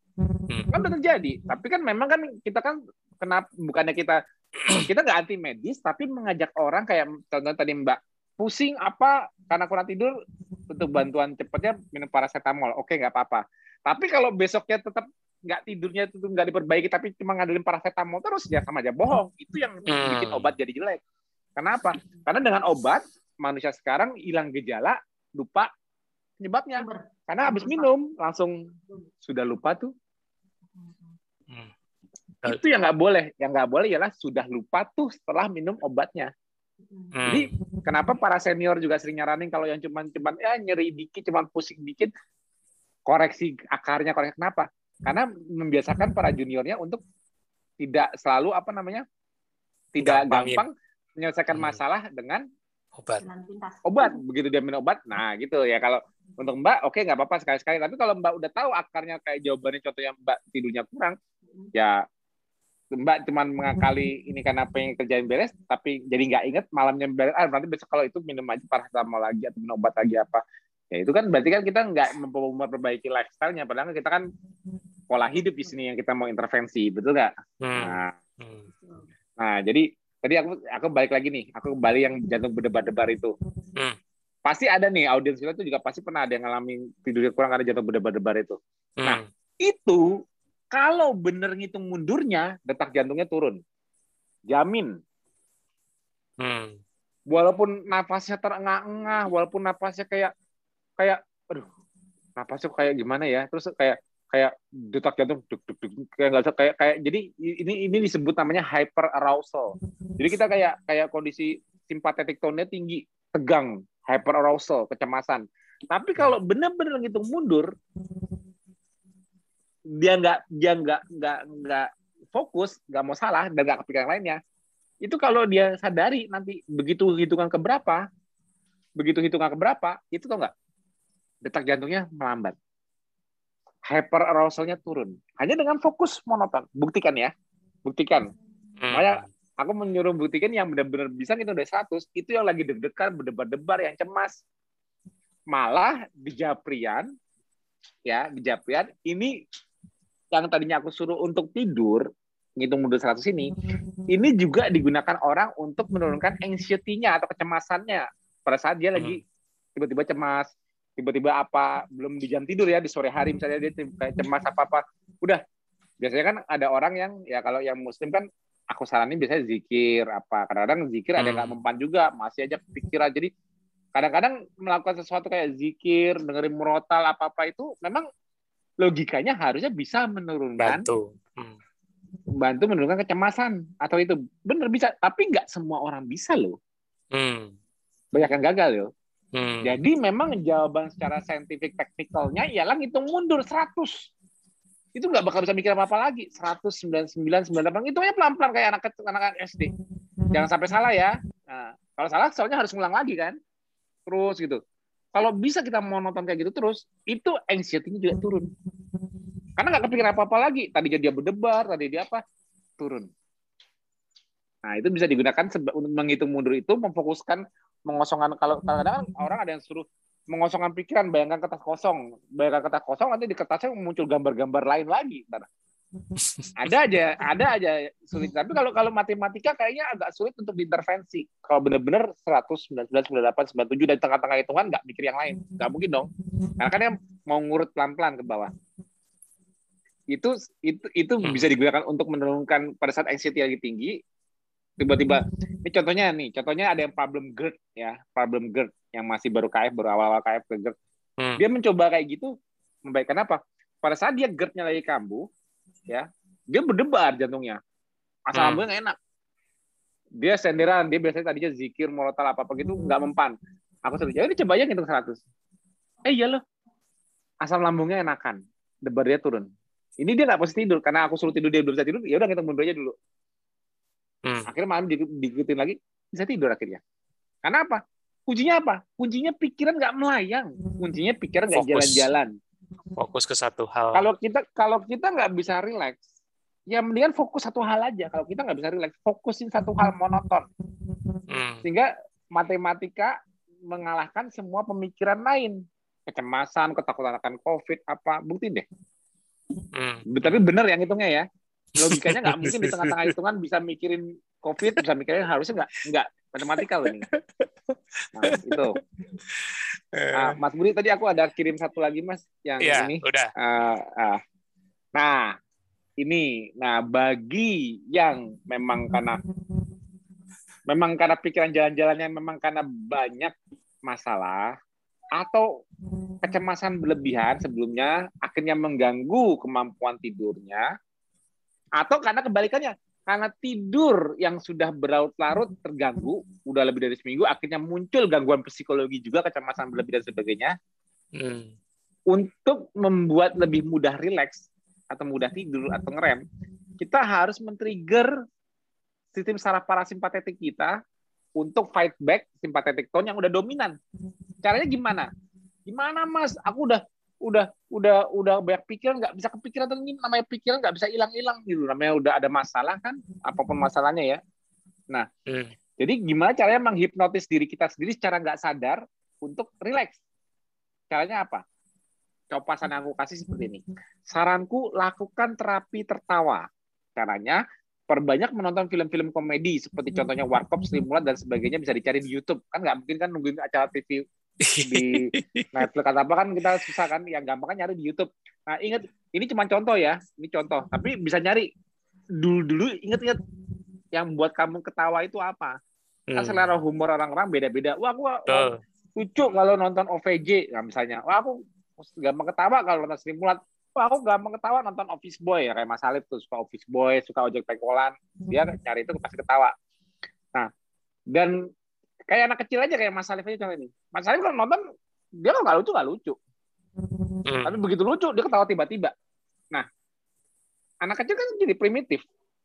Hmm. Kan udah terjadi. Tapi kan memang kan kita kan kenapa bukannya kita kita nggak anti medis, tapi mengajak orang kayak contoh tadi Mbak pusing apa karena kurang tidur, untuk bantuan cepatnya minum paracetamol. Oke, nggak apa-apa. Tapi kalau besoknya tetap nggak tidurnya itu nggak diperbaiki, tapi cuma ngandelin paracetamol terus, ya sama aja bohong. Itu yang bikin Hmm. obat jadi jelek. Kenapa? Karena dengan obat manusia sekarang hilang gejala, lupa penyebabnya. Sumber. Karena habis minum langsung sudah lupa tuh. Hmm. Itu yang nggak boleh. Yang nggak boleh ialah sudah lupa tuh setelah minum obatnya. Hmm. Jadi kenapa para senior juga sering nyaranin kalau yang cuman cuman ya nyeri dikit, cuman pusing dikit, koreksi akarnya, koreksi kenapa? Karena membiasakan para juniornya untuk tidak selalu apa namanya? Tidak Gampangin. gampang menyelesaikan Hmm. masalah dengan Obat. Jalan pintas. obat. Begitu dia minum obat, nah gitu ya. Kalau untuk Mbak, oke nggak apa-apa sekali-sekali. Tapi kalau Mbak udah tahu akarnya kayak jawabannya contohnya Mbak tidurnya kurang, ya Mbak cuman mengakali ini karena pengen kerjain beres, tapi jadi nggak inget malamnya beres. Ah, berarti besok kalau itu minum aja paracetamol lagi atau minum obat lagi apa. Ya itu kan berarti kan kita nggak memperbaiki lifestyle-nya. Padahal kita kan pola hidup di sini yang kita mau intervensi, betul nggak? Hmm. Nah, Hmm. nah jadi tadi aku aku balik lagi nih, aku kembali yang jantung berdebar-debar itu. Hmm. Pasti ada nih audiens kita tuh juga pasti pernah ada yang ngalamin tidurnya kurang karena jantung berdebar-debar itu. Hmm. Nah, itu kalau bener ngitung mundurnya, detak jantungnya turun. Jamin. Hmm. Walaupun napasnya terengah-engah, walaupun napasnya kayak kayak aduh, napasnya kayak gimana ya? Terus kayak kayak detak jantung duk duk duk kayak nggak usah kayak kayak jadi ini ini disebut namanya hyperarousal. Jadi kita kayak kayak kondisi simpatetik tone-nya tinggi, tegang, hyperarousal, kecemasan. Tapi kalau benar-benar ngitung mundur, dia nggak dia nggak nggak nggak fokus, nggak mau salah dan nggak kepikiran lainnya. Itu kalau dia sadari nanti begitu hitungan keberapa, begitu hitungan keberapa, itu tau nggak? Detak jantungnya melambat, hyperarousalnya turun. Hanya dengan fokus monoton. Buktikan ya, buktikan. Hmm. Makanya aku menyuruh buktikan yang benar-benar bisa ngitung dari seratus, itu yang lagi deg-degan, berdebar-debar, yang cemas. Malah di Japrian, ya di Japrian ini yang tadinya aku suruh untuk tidur, ngitung mundur seratus ini, ini juga digunakan orang untuk menurunkan anxiety-nya atau kecemasannya pada saat dia lagi tiba-tiba cemas, tiba-tiba apa, belum di jam tidur ya, di sore hari misalnya dia kayak cemas apa-apa. Udah, biasanya kan ada orang yang, ya kalau yang muslim kan, aku saranin biasanya zikir, apa, kadang-kadang zikir ada yang nggak mempan juga, masih aja kepikiran. Jadi kadang-kadang melakukan sesuatu kayak zikir, dengerin murotal, apa-apa itu, memang logikanya harusnya bisa menurunkan, Bantu. Hmm. bantu menurunkan kecemasan atau itu benar bisa, tapi nggak semua orang bisa loh, Hmm. banyak yang gagal loh. Hmm. Jadi memang jawaban secara saintifik teknikalnya ialah ngitung mundur seratus, itu nggak bakal bisa mikir apa-apa lagi. Seratus, sembilan puluh sembilan, sembilan puluh delapan itu aja pelan-pelan kayak anak anak S D. Jangan sampai salah ya. Nah, kalau salah soalnya harus ngulang lagi kan, terus gitu. Kalau bisa kita monoton kayak gitu terus, itu anxiety-nya juga turun. Karena nggak kepikiran apa-apa lagi. Tadinya dia berdebar, tadi dia apa, turun. Nah, itu bisa digunakan untuk menghitung mundur itu, memfokuskan, mengosongkan. Kalau kadang-kadang orang ada yang suruh mengosongkan pikiran, bayangkan kertas kosong. Bayangkan kertas kosong, nanti di kertasnya muncul gambar-gambar lain lagi. Ada aja, ada aja sulit. Tapi kalau kalau matematika kayaknya agak sulit untuk diintervensi. Kalau benar-benar seratus, sembilan puluh sembilan, sembilan puluh delapan, sembilan puluh tujuh dan tengah-tengah hitungan nggak mikir yang lain, nggak mungkin dong. Karena kan dia mau ngurut pelan-pelan ke bawah. Itu itu itu bisa digunakan untuk menurunkan pada saat anxiety lagi tinggi. Tiba-tiba, ini contohnya nih, contohnya ada yang problem GERD ya, problem GERD yang masih baru K F, baru awal-awal K F ke GERD. Hmm. Dia mencoba kayak gitu, membaikkan apa? Pada saat dia GERD-nya lagi kambuh, ya, dia berdebar jantungnya, asam lambungnya nggak enak, dia senderan, dia biasanya tadinya zikir, murotal apa apa gitu nggak mempan. Aku suruh, ya ini coba aja ngitung seratus. Eh iya loh, asam lambungnya enakan, debar dia turun. Ini dia nggak pasti tidur karena aku suruh tidur dia belum bisa tidur, ya udah ngitung mundur aja dulu. Hmm. Akhirnya malam diikutin lagi, bisa tidur akhirnya. Karena apa? Kuncinya apa? Kuncinya pikiran nggak melayang, kuncinya pikiran nggak jalan-jalan. Fokus ke satu hal. Kalau kita kalau kita nggak bisa relax, ya mendingan fokus satu hal aja. Kalau kita nggak bisa relax, fokusin satu hal monoton. Hmm. Sehingga matematika mengalahkan semua pemikiran lain. Kecemasan, ketakutan akan COVID, apa, bukti deh. Hmm. Tapi benar yang hitungnya ya. Logikanya nggak mungkin di tengah-tengah hitungan bisa mikirin COVID, bisa mikirin harusnya nggak nggak matematikal ini. Nah itu. Uh, Mas Budi tadi aku ada kirim satu lagi Mas yang ya, ini. Udah. Uh, uh. Nah ini, nah bagi yang memang karena memang karena pikiran jalan-jalannya memang karena banyak masalah atau kecemasan berlebihan sebelumnya akhirnya mengganggu kemampuan tidurnya, atau karena kebalikannya karena tidur yang sudah berlarut-larut terganggu udah lebih dari seminggu akhirnya muncul gangguan psikologi juga, kecemasan berlebih dan sebagainya. hmm. Untuk membuat lebih mudah rileks atau mudah tidur atau ngerem, kita harus men-trigger sistem saraf parasimpatetik kita untuk fight back simpatetik tone yang udah dominan. Caranya gimana? Gimana Mas? Aku udah udah udah udah banyak pikiran, nggak bisa kepikiran. Ini namanya pikiran nggak bisa hilang-hilang gitu. Namanya udah ada masalah kan, apapun masalahnya ya. Nah, hmm. jadi gimana caranya menghipnotis diri kita sendiri secara nggak sadar untuk rileks? Caranya apa? Copasan yang aku kasih seperti ini. Saranku, lakukan terapi tertawa. Caranya, perbanyak menonton film-film komedi seperti contohnya Warkop, Sri Mulat dan sebagainya, bisa dicari di YouTube. Kan nggak mungkin kan nungguin acara T V di Netflix atau apa, kan kita susah kan. Yang gampang kan nyari di YouTube. Nah ingat, ini cuma contoh ya, ini contoh. Tapi bisa nyari dulu-dulu. Ingat-ingat yang buat kamu ketawa itu apa? Kan selera humor orang-orang beda-beda. Wah aku uh. lucu kalau nonton O V J, nah, misalnya. Wah aku gampang ketawa kalau nonton Sri Mulat. Wah, aku gampang ketawa nonton Office Boy ya, kayak Mas Alif tuh suka Office Boy, suka ojek pengkolan, dia cari itu pasti ketawa. Nah, dan kayak anak kecil aja kayak Mas Alif aja contoh ini. Mas Alif kalau nonton dia kalau nggak lucu nggak lucu, hmm. tapi begitu lucu dia ketawa tiba-tiba. Nah, anak kecil kan jadi primitif,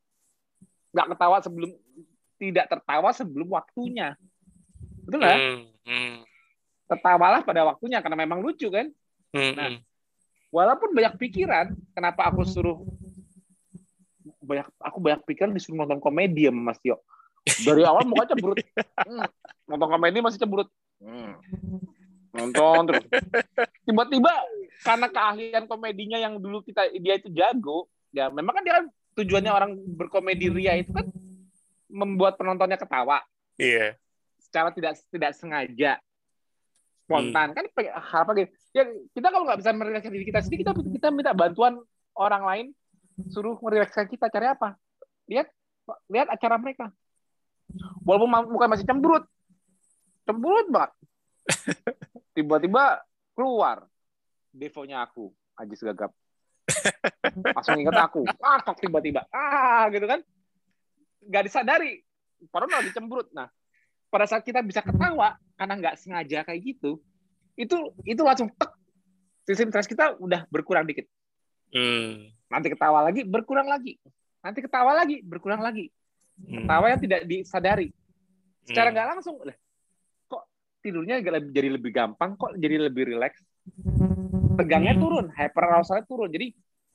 nggak ketawa sebelum tidak tertawa sebelum waktunya, betul nggak? Hmm. Hmm. Tertawalah pada waktunya karena memang lucu kan. Hmm. Nah, walaupun banyak pikiran, kenapa aku suruh banyak aku banyak pikiran disuruh nonton komedi ya Mas Tio. Dari awal mukanya cemberut. Hmm, nonton komedi masih cemberut. Hmm. Nonton terus. Tiba-tiba karena keahlian komedinya yang dulu kita dia itu jago, ya memang kan dia kan tujuannya orang berkomedi ria itu kan membuat penontonnya ketawa. Iya. Yeah. Secara tidak tidak sengaja. Spontan. Hmm. Kan apa gitu. Ya, kita kalau nggak bisa merilekskan diri kita sendiri, kita kita minta bantuan orang lain, suruh merilekskan kita. Cari apa? Lihat lihat acara mereka. Walaupun muka masih cemberut, cemberut banget. Tiba-tiba keluar defonya aku, Ajis Gagap. Langsung ingat aku. Ah, tiba-tiba. Ah, gitu kan. Nggak disadari. Padahal lagi cemberut. Nah, pada saat kita bisa ketawa karena nggak sengaja kayak gitu, itu itu langsung tek, sistem stres kita udah berkurang dikit. Hmm. Nanti ketawa lagi berkurang lagi, nanti ketawa lagi berkurang lagi. Hmm. Ketawa yang tidak disadari, secara nggak hmm. langsung, kok tidurnya jadi lebih gampang, kok jadi lebih rileks, tegangnya hmm. turun, hyperarousalnya turun. Jadi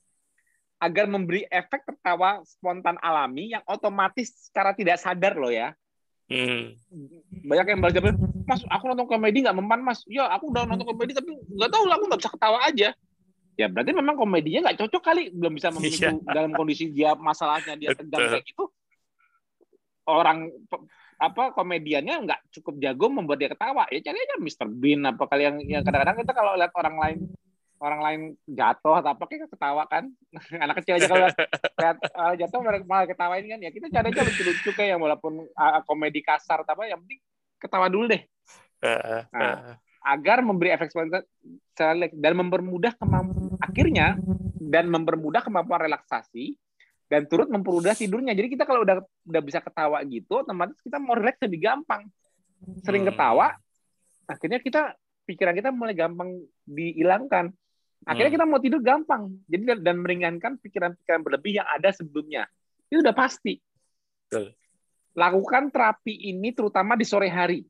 agar memberi efek tertawa spontan alami yang otomatis secara tidak sadar loh ya. Hmm. Banyak yang belajar, Mas, aku nonton komedi nggak mempan, Mas. Ya, aku udah nonton komedi tapi nggak tahu lah, aku nggak bisa ketawa aja. Ya berarti memang komedinya nggak cocok kali, belum bisa memicu yeah. dalam kondisi dia masalahnya dia tegang kayak gitu. Orang apa komediannya nggak cukup jago membuat dia ketawa. Ya cari aja mister Bean apa kali yang yang kadang-kadang kita kalau lihat orang lain orang lain jatuh atau apa kita ketawa kan. Anak kecil aja kalau lihat uh, jatuh malah ketawain kan. Ya kita cari aja lucu-lucu kayak yang walaupun uh, komedi kasar apa yang penting ketawa dulu deh. Nah, agar memberi efek spontan dan mempermudah kemampuan akhirnya dan mempermudah kemampuan relaksasi dan turut mempermudah tidurnya. Jadi kita kalau udah udah bisa ketawa gitu, otomatis kita mau rileks lebih gampang. Sering ketawa, akhirnya kita pikiran kita mulai gampang dihilangkan. Akhirnya kita mau tidur gampang. Jadi dan meringankan pikiran-pikiran berlebih yang ada sebelumnya. Itu udah pasti. Betul. Lakukan terapi ini terutama di sore hari.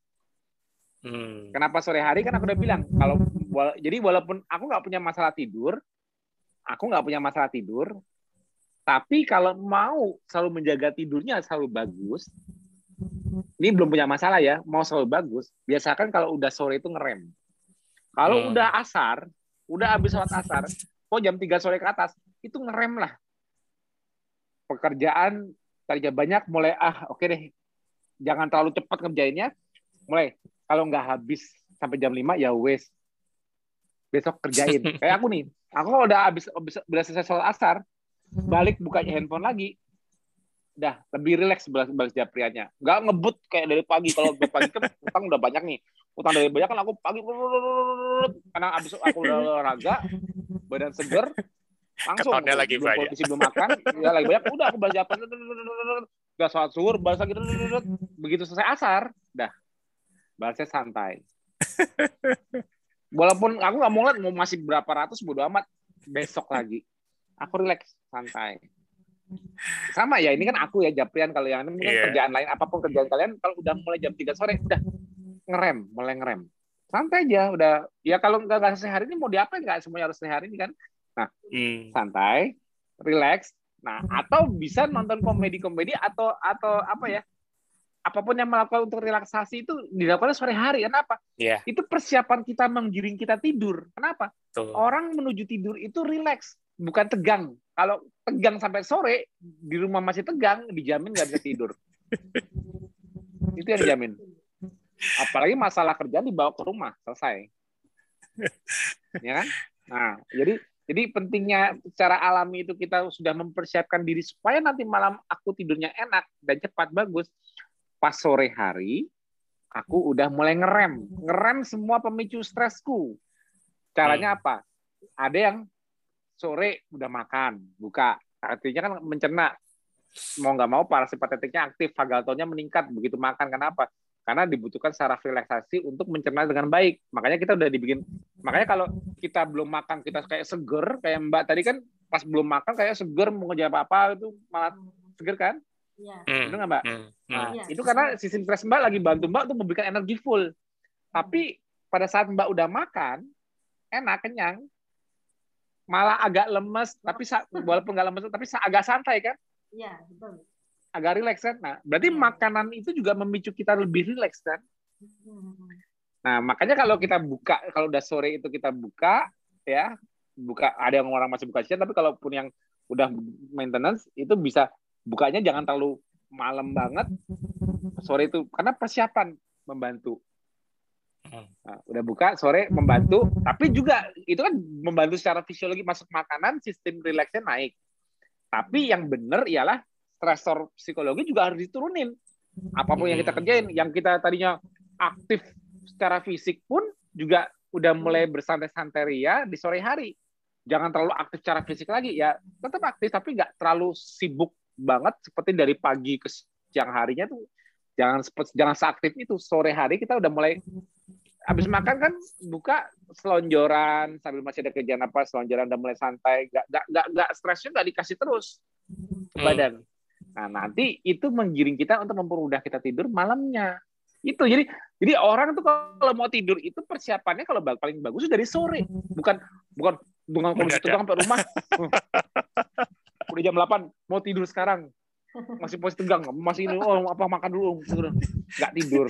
Hmm. Kenapa sore hari? Kan aku udah bilang kalau jadi walaupun aku nggak punya masalah tidur, aku nggak punya masalah tidur, tapi kalau mau selalu menjaga tidurnya selalu bagus, ini belum punya masalah ya, mau selalu bagus, biasakan kalau udah sore itu ngerem. Kalau hmm. udah asar, udah habis sholat asar, kok jam tiga sore ke atas, itu ngerem lah. Pekerjaan tadinya banyak, mulai ah oke deh, jangan terlalu cepat ngerjainnya. Mulai kalau nggak habis sampai jam lima ya wes, besok kerjain. Kayak aku nih, aku kalau udah habis, habis udah selesai sholat asar, balik buka handphone lagi, udah lebih rileks balas balas japriannya. Nggak ngebut kayak dari pagi. Kalau dari pagi kan utang udah banyak nih, utang dari banyak kan aku pagi karena habis aku udah olahraga, badan seger, langsung Ketonnya lagi belum banyak. politisi belum makan, ya lagi banyak, udah aku balas japrian, udah sholat zuhur, balas lagi, begitu selesai asar, dah balasnya santai. Walaupun aku nggak mau lihat mau masih berapa ratus, bodo amat, besok lagi. Aku rileks, santai. Sama ya, ini kan aku ya Japrian, kalau yang ini mungkin Yeah. kerjaan lain, apapun kerjaan kalian, kalau udah mulai jam tiga sore, udah ngerem, mulai ngerem. Santai aja, udah. Ya kalau nggak nggak selesai hari ini, mau diapain, nggak semuanya harus selesai hari ini kan. Nah, Hmm. santai, rileks. Nah, atau bisa nonton komedi-komedi atau atau apa ya, apapun yang melakukan untuk relaksasi itu dilakukan sore hari. Kenapa? Yeah. Itu persiapan kita menggiring kita tidur. Kenapa? Tuh. Orang menuju tidur itu rileks, bukan tegang. Kalau tegang sampai sore, di rumah masih tegang, dijamin nggak bisa tidur. Itu yang dijamin. Apalagi masalah kerjaan dibawa ke rumah, selesai. Ya kan? Nah, jadi jadi pentingnya secara alami itu kita sudah mempersiapkan diri supaya nanti malam aku tidurnya enak dan cepat, bagus. Pas sore hari, aku udah mulai ngerem. Ngerem semua pemicu stresku. Caranya apa? Ada yang sore udah makan, buka. Artinya kan mencerna. Mau nggak mau parasimpatetiknya aktif, vagal tone-nya meningkat begitu makan. Kenapa? Karena dibutuhkan saraf relaksasi untuk mencerna dengan baik. Makanya kita udah dibikin. Makanya kalau kita belum makan, kita kayak seger. Kayak Mbak tadi kan pas belum makan kayak seger, mau ngerjain apa-apa, itu malah seger kan? Iya. Benar nggak Mbak? Hmm. Nah, Iya. itu karena sistem stres Mbak lagi bantu Mbak untuk memberikan energi full. Tapi pada saat Mbak udah makan, enak, kenyang, malah agak lemes, tapi sa- walaupun nggak lemes, tapi sa- agak santai kan? Iya, betul. Agak rileks kan? Nah, berarti Iya. makanan itu juga memicu kita lebih rileks kan? Hmm. Nah, makanya kalau kita buka, kalau udah sore itu kita buka, ya, buka, ada yang orang masih buka siang, tapi kalaupun yang udah maintenance, itu bisa bukanya jangan terlalu malam banget, sore itu, karena persiapan membantu. Nah, udah buka sore membantu, tapi juga itu kan membantu secara fisiologi, masuk makanan, sistem rileksnya naik. Tapi yang benar ialah stresor psikologi juga harus diturunin. Apapun yang kita kerjain, yang kita tadinya aktif secara fisik pun juga udah mulai bersantai-santai ria di sore hari. Jangan terlalu aktif secara fisik lagi, ya tetap aktif tapi nggak terlalu sibuk banget seperti dari pagi ke siang harinya tuh. Jangan jangan seaktif itu. Sore hari kita udah mulai habis makan kan buka selonjoran sambil masih ada kerjaan apa, selonjoran udah mulai santai, nggak nggak nggak nggak stresnya nggak dikasih terus ke badan. Nah, nanti itu menggiring kita untuk mempermudah kita tidur malamnya. Itu jadi jadi orang tuh kalau mau tidur itu persiapannya kalau paling bagus itu dari sore, bukan bukan dengan kondisi tegang sampai rumah. Udah jam delapan mau tidur sekarang. Masih posisi tegang, masih ini oh apa makan dulu, nggak tidur.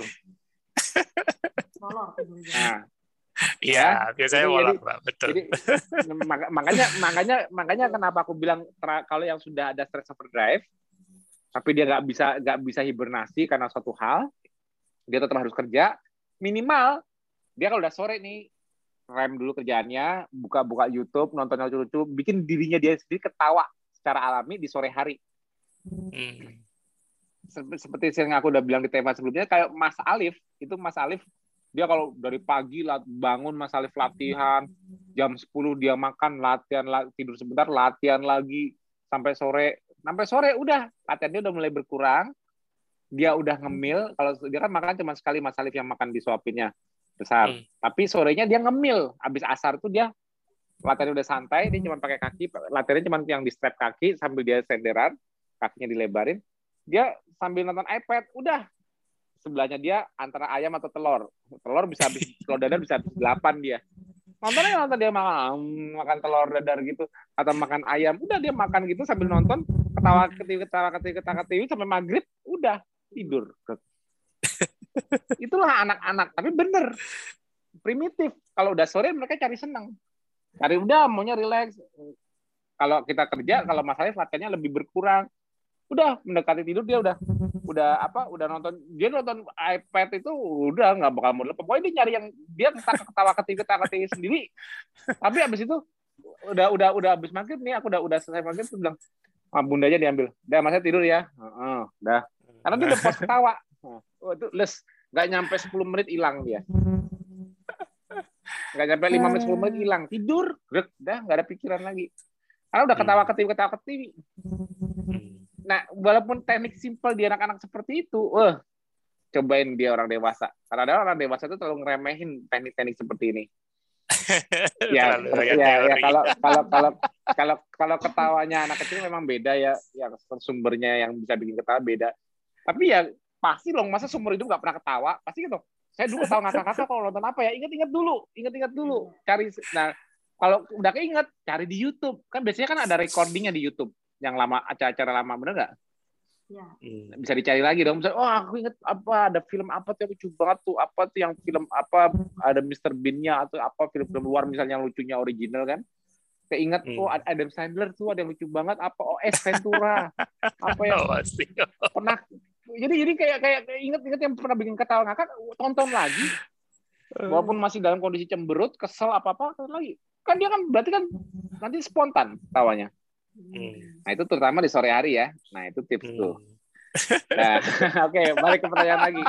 Molor tidurnya. Nah, Iya, biasanya jadi, molor, jadi, Mbak. Betul. Jadi makanya makanya makanya kenapa aku bilang kalau yang sudah ada stress overdrive, tapi dia nggak bisa nggak bisa hibernasi karena suatu hal, dia tetap harus kerja. Minimal dia kalau udah sore nih, rem dulu kerjaannya, buka-buka YouTube, nonton yang lucu-lucu, bikin dirinya dia sendiri ketawa secara alami di sore hari. Hmm. Seperti yang aku udah bilang di tema sebelumnya, kayak Mas Alif, itu Mas Alif, dia kalau dari pagi bangun Mas Alif latihan, jam sepuluh dia makan, latihan, tidur sebentar, latihan lagi, sampai sore, sampai sore udah, latihan dia udah mulai berkurang, dia udah ngemil, kalau dia kan makan cuma sekali Mas Alif yang makan disuapinnya, besar, hmm. tapi sorenya dia ngemil, habis asar tuh dia, latihannya udah santai, dia cuma pakai kaki, latihannya cuma yang di strap kaki, sambil dia senderan, kakinya dilebarin, dia sambil nonton iPad, udah sebelahnya dia antara ayam atau telur, telur bisa habis telur dadar bisa habis delapan dia, nontonnya nonton dia makan makan telur dadar gitu atau makan ayam, udah dia makan gitu sambil nonton, ketawa ketiwi ketawa ketiwi ketawa ketiwi sampai maghrib, udah tidur. Itulah anak-anak, tapi bener primitif. Kalau udah sore mereka cari senang, cari udah maunya relax. kalau kita kerja, kalau masalahnya latihannya lebih berkurang. Udah mendekati tidur dia udah udah apa udah nonton dia nonton iPad itu udah nggak bakal mau lepas. Pokoknya dia nyari yang dia ketawa ketiwi ketawa ketiwi sendiri. Tapi abis itu udah udah udah abis maghrib nih aku udah udah selesai maghrib tuh bilang ah, bundanya diambil. Udah masa tidur ya. Heeh, udah. Karena dia udah pas ketawa. Oh, itu les nggak nyampe sepuluh menit hilang dia. Nggak nyampe lima menit sepuluh menit hilang tidur. Udah nggak ada pikiran lagi. Karena udah ketawa ketiwi ketawa ketiwi. Nah, walaupun teknik simpel di anak-anak seperti itu, wah, cobain dia orang dewasa. Karena ada orang dewasa itu terlalu ngeremehin teknik-teknik seperti ini. ya, ya, ya kalau kalau kalau kalau kalau ketawanya anak kecil memang beda ya, yang sumbernya yang bisa bikin ketawa beda. Tapi ya pasti loh, masa seumur hidup nggak pernah ketawa, pasti gitu. Saya dulu ketawa ngakak-ngakak kalau nonton apa ya, ingat-ingat dulu, ingat-ingat dulu, cari. Nah, kalau udah keinget, cari di YouTube. Kan biasanya kan ada recordingnya di YouTube. Yang lama, acara-acara lama, bener nggak? Ya. Bisa dicari lagi dong. Misalnya, oh aku inget apa, ada film apa tuh yang lucu banget tuh, apa tuh yang film apa, ada mister Bean-nya atau apa film-film luar misalnya yang lucunya original kan. Keinget, hmm. oh Adam Sandler tuh ada yang lucu banget, apa, oh Ace Ventura, apa yang oh, pernah. Jadi jadi kayak kayak inget-inget yang pernah bikin ketawa ngakak, tonton lagi. Walaupun masih dalam kondisi cemberut, kesel apa-apa, lagi. Kan dia kan berarti kan nanti spontan tawanya. Hmm. Nah itu terutama di sore hari ya. Nah itu tips hmm. tuh. Nah oke okay, balik ke pertanyaan lagi.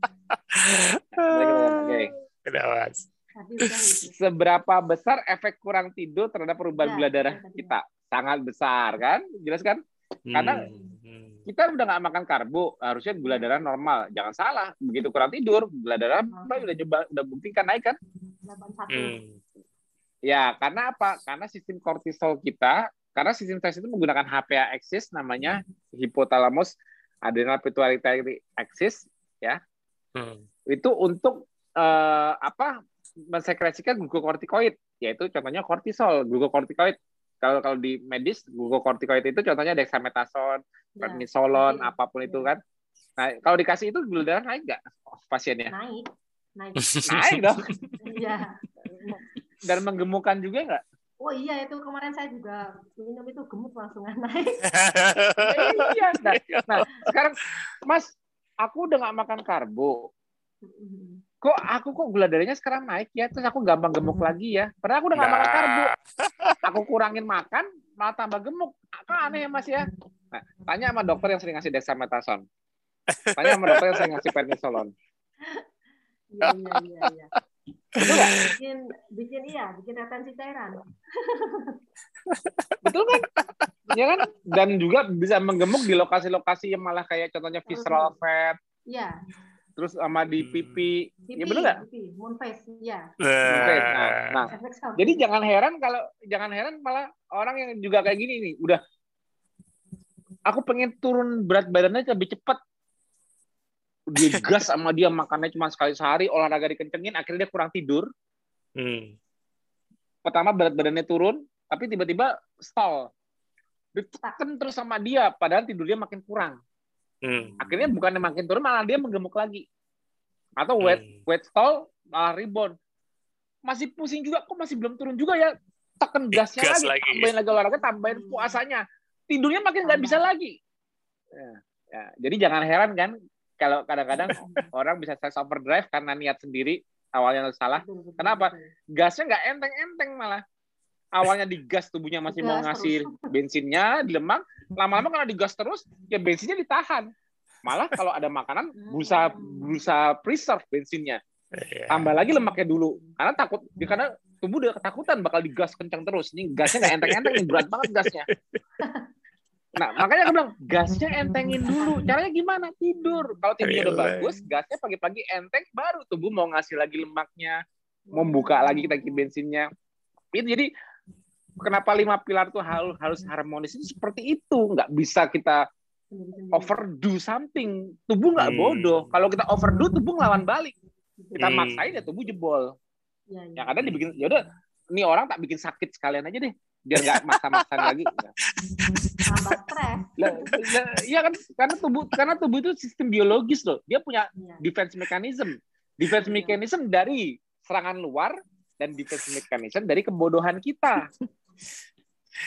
Balik ke pertanyaan. Oke. Okay. Seberapa besar efek kurang tidur terhadap perubahan ya, gula darah ya, kita? Sangat besar kan? Jelas kan? Hmm. Karena kita udah nggak makan karbo, harusnya gula darah normal. Jangan salah, begitu kurang tidur, gula darah hmm. udah coba udah buktikan naik kan? delapan puluh satu. Hmm. Ya karena apa? Karena sistem kortisol kita Karena sistem stres itu menggunakan H P A axis namanya hipotalamus adrenal pituitary axis ya. Hmm. Itu untuk uh, apa? mensekresikan glukokortikoid, yaitu contohnya kortisol, glukokortikoid. Kalau kalau di medis glukokortikoid itu contohnya dexamethasone, prednisolon, ya, apapun ya. Itu kan. Nah, kalau dikasih itu gula darah naik nggak pasiennya? Naik. Naik. Naik dong. Iya. Dan menggemukkan juga nggak? Oh iya, itu kemarin saya juga minum itu gemuk langsung naik. Iya. Nah, nah, sekarang Mas, aku udah nggak makan karbo. Kok aku kok gula darahnya sekarang naik ya? Terus aku gampang gemuk lagi ya? Padahal aku udah nggak nah. makan karbo. Aku kurangin makan, malah tambah gemuk. Kan aneh ya Mas ya? Nah, tanya sama dokter yang sering ngasih dexamethasone. Tanya sama dokter yang sering ngasih prednisolon. Iya, iya, iya. iya. Betul nggak? Bikin, bikin iya, bikin retensi cairan. Betul kan? Ya kan? Dan juga bisa menggemuk di lokasi-lokasi yang malah kayak contohnya visceral fat. Iya. Terus sama di pipi. pipi ya betul nggak? Pipi, moon face, ya. Moon face. Nah, nah. Jadi jangan heran kalau jangan heran malah orang yang juga kayak gini nih, udah aku pengen turun berat badannya lebih cepat. Dia gas sama dia makannya cuma sekali sehari, olahraga dikencengin, akhirnya dia kurang tidur. Hmm. Pertama berat badannya turun, tapi tiba-tiba stall. Ditekan terus sama dia, padahal tidurnya makin kurang. Hmm. Akhirnya bukannya makin turun, malah dia menggemuk lagi. Atau weight, hmm. weight stall, malah rebound. Masih pusing juga, kok masih belum turun juga ya? Tekan gasnya gas lagi, lagi, tambahin lagi olahraga, tambahin puasanya. Tidurnya makin nggak bisa lagi. Ya, ya. Jadi jangan heran kan, kalau kadang-kadang orang bisa stress overdrive karena niat sendiri, awalnya salah. Kenapa? Gasnya nggak enteng-enteng malah. Awalnya digas, tubuhnya masih mau ngasih bensinnya di lemak, lama-lama karena digas terus, ya bensinnya ditahan. Malah kalau ada makanan, berusaha, berusaha preserve bensinnya. Tambah lagi lemaknya dulu. Karena takut, karena tubuh udah ketakutan bakal digas kencang terus. Ini gasnya nggak enteng-enteng, ini berat banget gasnya. Nah, makanya aku bilang, gasnya entengin dulu. Caranya gimana? Tidur. Kalau tidurnya udah bagus, gasnya pagi-pagi enteng, baru tubuh mau ngasih lagi lemaknya, mau buka lagi tangki bensinnya. Itu jadi, kenapa lima pilar itu harus, harus harmonis? Itu seperti itu. Nggak bisa kita overdo something. Tubuh nggak bodoh. Kalau kita overdo, tubuh ngelawan balik. Kita maksain ya tubuh jebol. Yang ada dibikin, ya udah, ini orang tak bikin sakit sekalian aja deh. Biar nggak maksa-maksa lagi. Tambah stres. Iya kan, karena tubuh karena tubuh itu sistem biologis loh. Dia punya ya. defense mechanism. Defense ya. mechanism dari serangan luar dan defense mechanism dari kebodohan kita.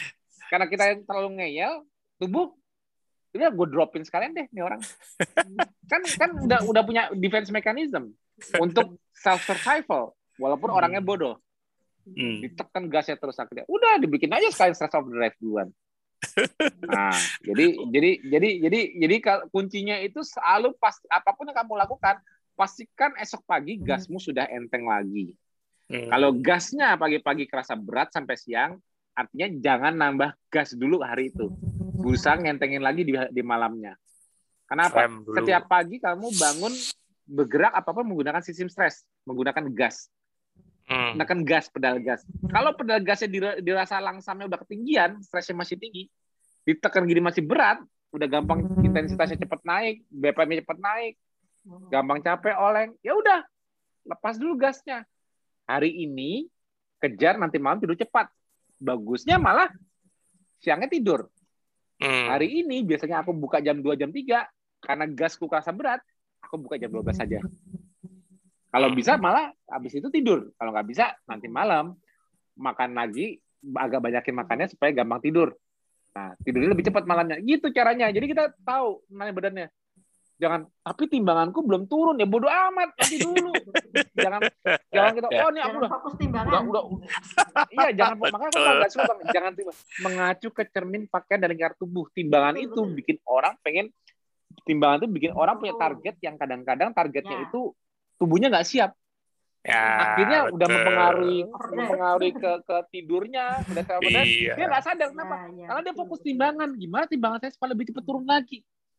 karena kita yang terlalu ngeyel, tubuh udah gue dropin sekalian deh nih orang. Kan kan udah udah punya defense mechanism untuk self survival walaupun Hmm. orangnya bodoh. Hmm. Ditekan gasnya terus akhirnya. Udah dibikin aja sekalian stress overdrive duluan. Nah, jadi jadi jadi jadi jadi kal- kuncinya itu selalu pas apapun yang kamu lakukan, pastikan esok pagi gasmu sudah enteng lagi. Hmm. Kalau gasnya pagi-pagi kerasa berat sampai siang, artinya jangan nambah gas dulu hari itu. Berusaha ngentengin lagi di, di malamnya. Kenapa? Rem dulu. Setiap pagi kamu bangun bergerak apapun menggunakan sistem stres, menggunakan gas. Hmm. Menekan gas, pedal gas. Kalau pedal gasnya dira- dirasa langsamnya udah ketinggian, stresnya masih tinggi, ditekan gini masih berat, udah gampang intensitasnya cepat naik, B P M-nya cepat naik, gampang capek, oleng, ya udah lepas dulu gasnya. Hari ini kejar, nanti malam tidur cepat. Bagusnya malah siangnya tidur. Hmm. Hari ini biasanya aku buka jam dua, jam tiga, karena gasku kerasa berat, aku buka jam dua belas saja. Kalau bisa malah habis itu tidur. Kalau nggak bisa nanti malam makan lagi, agak banyakin makannya supaya gampang tidur. Nah, tidurnya lebih cepat malamnya. Gitu caranya. Jadi kita tahu mana badannya. Jangan, tapi timbanganku belum turun ya bodo amat, nanti dulu. Jangan jangan kita, oh ini aku Jangan udah fokus timbangan. udah udah. Iya, jangan makanya aku nggak suka Bang. Jangan timbang. Mengacu ke cermin pakaian dan lingkar tubuh. Timbangan itu bikin orang pengen timbangan itu bikin orang punya target yang kadang-kadang targetnya Ya. itu tubuhnya nggak siap. Ya, Akhirnya betul. udah mempengaruhi mempengaruhi ke, ke tidurnya, udah benar. Iya. Dia nggak sadar kenapa? Ya, ya, Karena dia betul, fokus betul. timbangan. Gimana timbangan saya supaya lebih cepat turun lagi?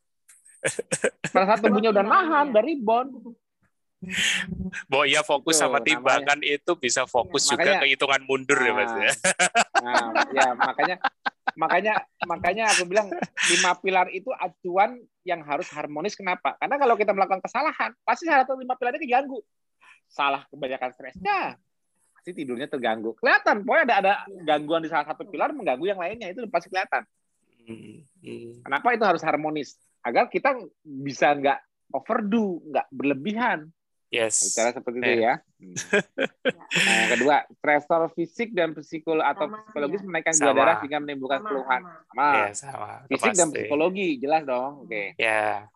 Pada saat tubuhnya udah nahan, udah rebound. Bahwa ya fokus Itu sama namanya. timbangan itu bisa fokus Ya, juga makanya- ke hitungan mundur ya Mas ya. Nah, ya makanya makanya makanya aku bilang lima pilar itu acuan yang harus harmonis. Kenapa? Karena kalau kita melakukan kesalahan, pasti salah satu lima pilar ini keganggu. Salah kebanyakan stresnya, pasti tidurnya terganggu. Kelihatan, pokoknya ada ada gangguan di salah satu pilar mengganggu yang lainnya, itu pasti kelihatan. Hmm. Hmm. Kenapa itu harus harmonis? Agar kita bisa nggak overdo, nggak berlebihan. Yes. Cara seperti itu Eh. ya. Hmm. Nah, yang kedua, stresor fisik dan psikolo atau Sama, psikologis ya. menaikkan gula Sama. darah sehingga menimbulkan Sama, keluhan. sama. Sama. Ya, sama. Itu Fisik dan pasti. psikologi, jelas dong. Oke. Ya.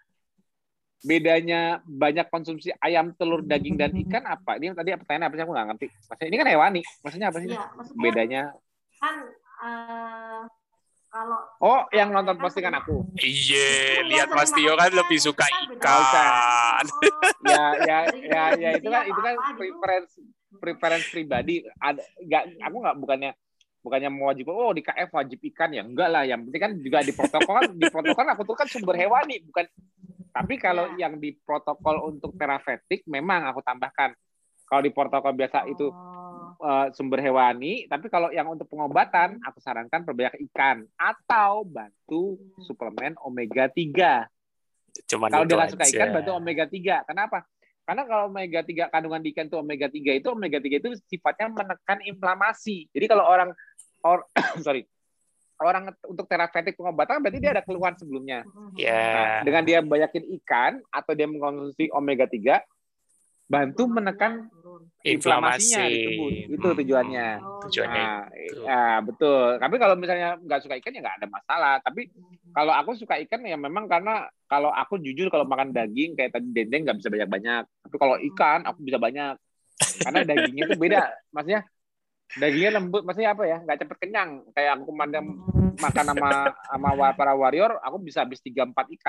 Bedanya banyak konsumsi ayam, telur, daging, dan ikan apa? Ini tadi pertanyaan apa sih? Aku nggak ngerti. Maksudnya ini kan hewani. Maksudnya apa sih? Iya, maksudnya Bedanya? kan eh, kalau Oh, yang nonton postingan aku. Iya, Itu lihat nggak Mas usah Tio kan dimakan, lebih itu suka kan beda. ikan. Oh, Ya, ya, Dari ya, ya itu kan gizi itu kan apa-apa gitu. preference preference pribadi. Ada nggak? Aku nggak bukannya bukannya mewajib. Oh, di K F wajib ikan ya? Enggak lah. Yang penting kan juga di protokol kan di protokol kan aku tuh kan sumber hewani, bukan. Tapi kalau Ya. yang di protokol untuk terapeutik memang aku tambahkan. Kalau di protokol biasa itu Oh, uh, sumber hewani, tapi kalau yang untuk pengobatan aku sarankan perbanyak ikan atau bantu suplemen omega tiga. Cuman Kalau itu dia nggak suka aja. ikan, bantu omega tiga. Kenapa? Karena kalau omega tiga, kandungan di ikan itu omega tiga itu, omega tiga itu sifatnya menekan inflamasi. Jadi kalau orang, or, sorry, orang untuk terapeutik pengobatan, berarti dia ada keluhan sebelumnya. Ya. Nah, dengan dia banyakin ikan, atau dia mengkonsumsi omega tiga, bantu menekan Inflamasi. inflamasinya di tubuh. Itu Hmm, tujuannya. hmm, Tujuannya Nah, itu. ya, betul. Tapi kalau misalnya nggak suka ikan, ya nggak ada masalah. Tapi kalau aku suka ikan ya memang karena kalau aku jujur kalau makan daging kayak tadi dendeng nggak bisa banyak-banyak. Tapi kalau ikan aku bisa banyak. Karena dagingnya itu beda. Maksudnya dagingnya lembut. Maksudnya apa ya? Nggak cepet kenyang. Kayak aku kemarin makan sama sama para warrior, aku bisa habis tiga empat ikan.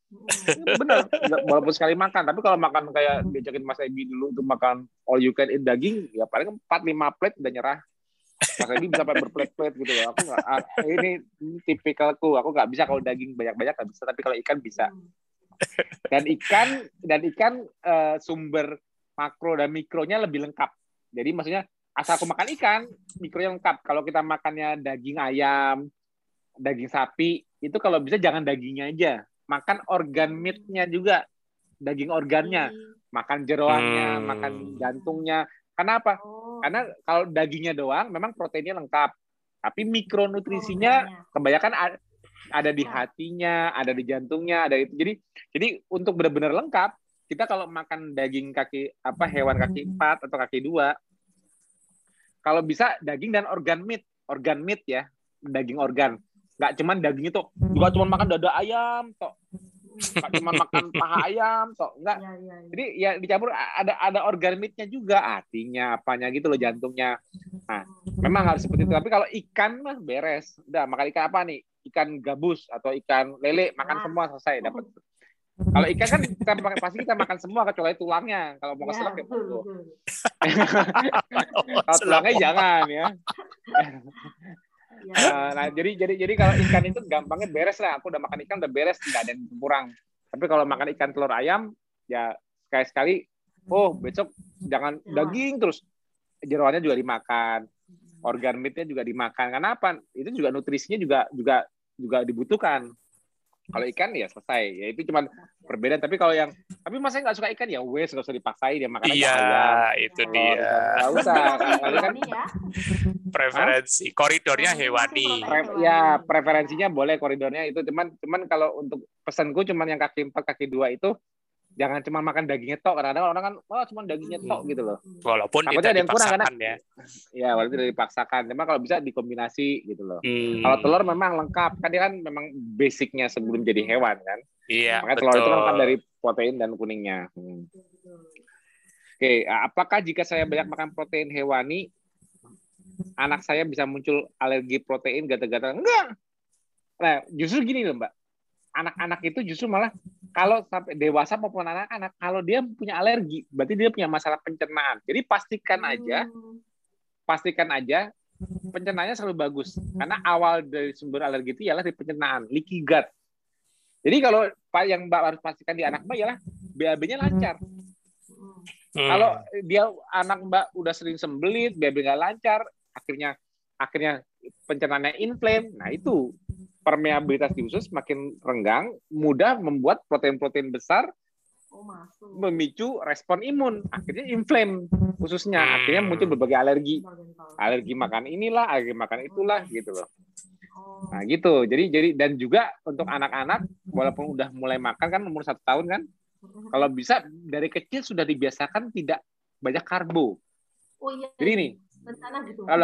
Bener. Walaupun sekali makan. Tapi kalau makan kayak diajakin Mas Ebi dulu untuk makan all you can eat daging, ya paling empat lima plate udah nyerah. Mas Ebi bisa sampai berplate-plate gitu loh. Aku nggak, ini, ini tipikalku. Aku nggak bisa kalau daging banyak-banyak nggak bisa. Tapi kalau ikan bisa. Dan ikan dan ikan uh, sumber makro dan mikronya lebih lengkap. Jadi maksudnya asal aku makan ikan, mikronya lengkap. Kalau kita makannya daging ayam, daging sapi, itu kalau bisa jangan dagingnya aja. Makan organ meat-nya juga. Daging organnya. Makan jeroannya, Hmm. makan jantungnya. Kenapa? Oh. Karena kalau dagingnya doang, memang proteinnya lengkap. Tapi mikronutrisinya kebanyakan ada di hatinya, ada di jantungnya, ada itu. Jadi, jadi untuk benar-benar lengkap, kita kalau makan daging kaki apa hewan kaki empat atau kaki dua, kalau bisa daging dan organ meat, organ meat ya, daging organ. Nggak cuman daging itu, juga cuman makan dada ayam tok. Nggak cuman makan paha ayam tok. Enggak. Ya, ya, ya. Jadi ya dicampur ada ada organ meat-nya juga, hatinya, apanya gitu loh, jantungnya. Nah, memang harus seperti itu. Tapi kalau ikan mah beres. Udah makan ikan apa nih? Ikan gabus atau ikan lele, makan Nah. semua selesai dapat. Kalau ikan kan kita makan, pasti kita makan semua kecuali tulangnya. Kalau mau Ya, keselak ya betul, monggo. betul. Kalau tulangnya jangan ya. Ya. Uh, nah jadi jadi jadi kalau ikan itu gampangnya beres lah. Aku udah makan ikan udah beres, nggak ada yang kurang. Tapi kalau makan ikan telur ayam ya sekali sekali. Oh besok jangan daging terus, jeroannya juga dimakan, organ meatnya juga dimakan. Kenapa? Itu juga nutrisinya juga juga juga dibutuhkan. Kalau ikan ya selesai, ya itu cuma perbedaan. Tapi kalau yang, tapi masa nggak suka ikan ya wes, nggak usah dipaksain, dia makan aja Iya, ayam. itu telur, dia. nggak usah. Kali kan Hewani ya. Preferensi, koridornya Hah? hewani. Pre- ya preferensinya boleh koridornya itu, cuman cuman kalau untuk pesanku cuman yang kaki empat kaki dua itu jangan cuma makan dagingnya tok. Kadang-kadang orang kan oh cuma dagingnya tok gitu loh. Walaupun Takutnya tidak ada yang kurang dipaksakan karena ya. ya walaupun tidak dipaksakan, cuma kalau bisa dikombinasi gitu loh. Hmm. Kalau telur memang lengkap kan, dia kan memang basicnya sebelum jadi hewan kan. Iya, Makanya betul. telur itu kan dari protein dan kuningnya. Hmm. Oke, apakah jika saya banyak makan protein hewani, anak saya bisa muncul alergi protein, gatal-gatal? Enggak. Nah, justru gini loh, Mbak. Anak-anak itu justru malah kalau sampai dewasa maupun anak-anak, kalau dia punya alergi, berarti dia punya masalah pencernaan. Jadi pastikan aja, pastikan aja pencernaannya selalu bagus. Karena awal dari sumber alergi itu ialah dari pencernaan, leaky gut. Jadi kalau yang Mbak harus pastikan di anak Mbak ialah B A B-nya lancar. Hmm. Kalau dia anak Mbak udah sering sembelit, B A B nggak lancar, akhirnya akhirnya pencernaannya inflame. Nah itu permeabilitas di usus makin renggang, mudah membuat protein-protein besar Oh, masuk. memicu respon imun, akhirnya inflame ususnya, akhirnya muncul berbagai alergi, alergi makan inilah, alergi makan itulah gitu loh. Nah gitu, jadi jadi dan juga untuk anak-anak walaupun udah mulai makan kan umur satu tahun kan, kalau bisa dari kecil sudah dibiasakan tidak banyak karbo. Oh iya. Jadi nih, rencana gitu. kalau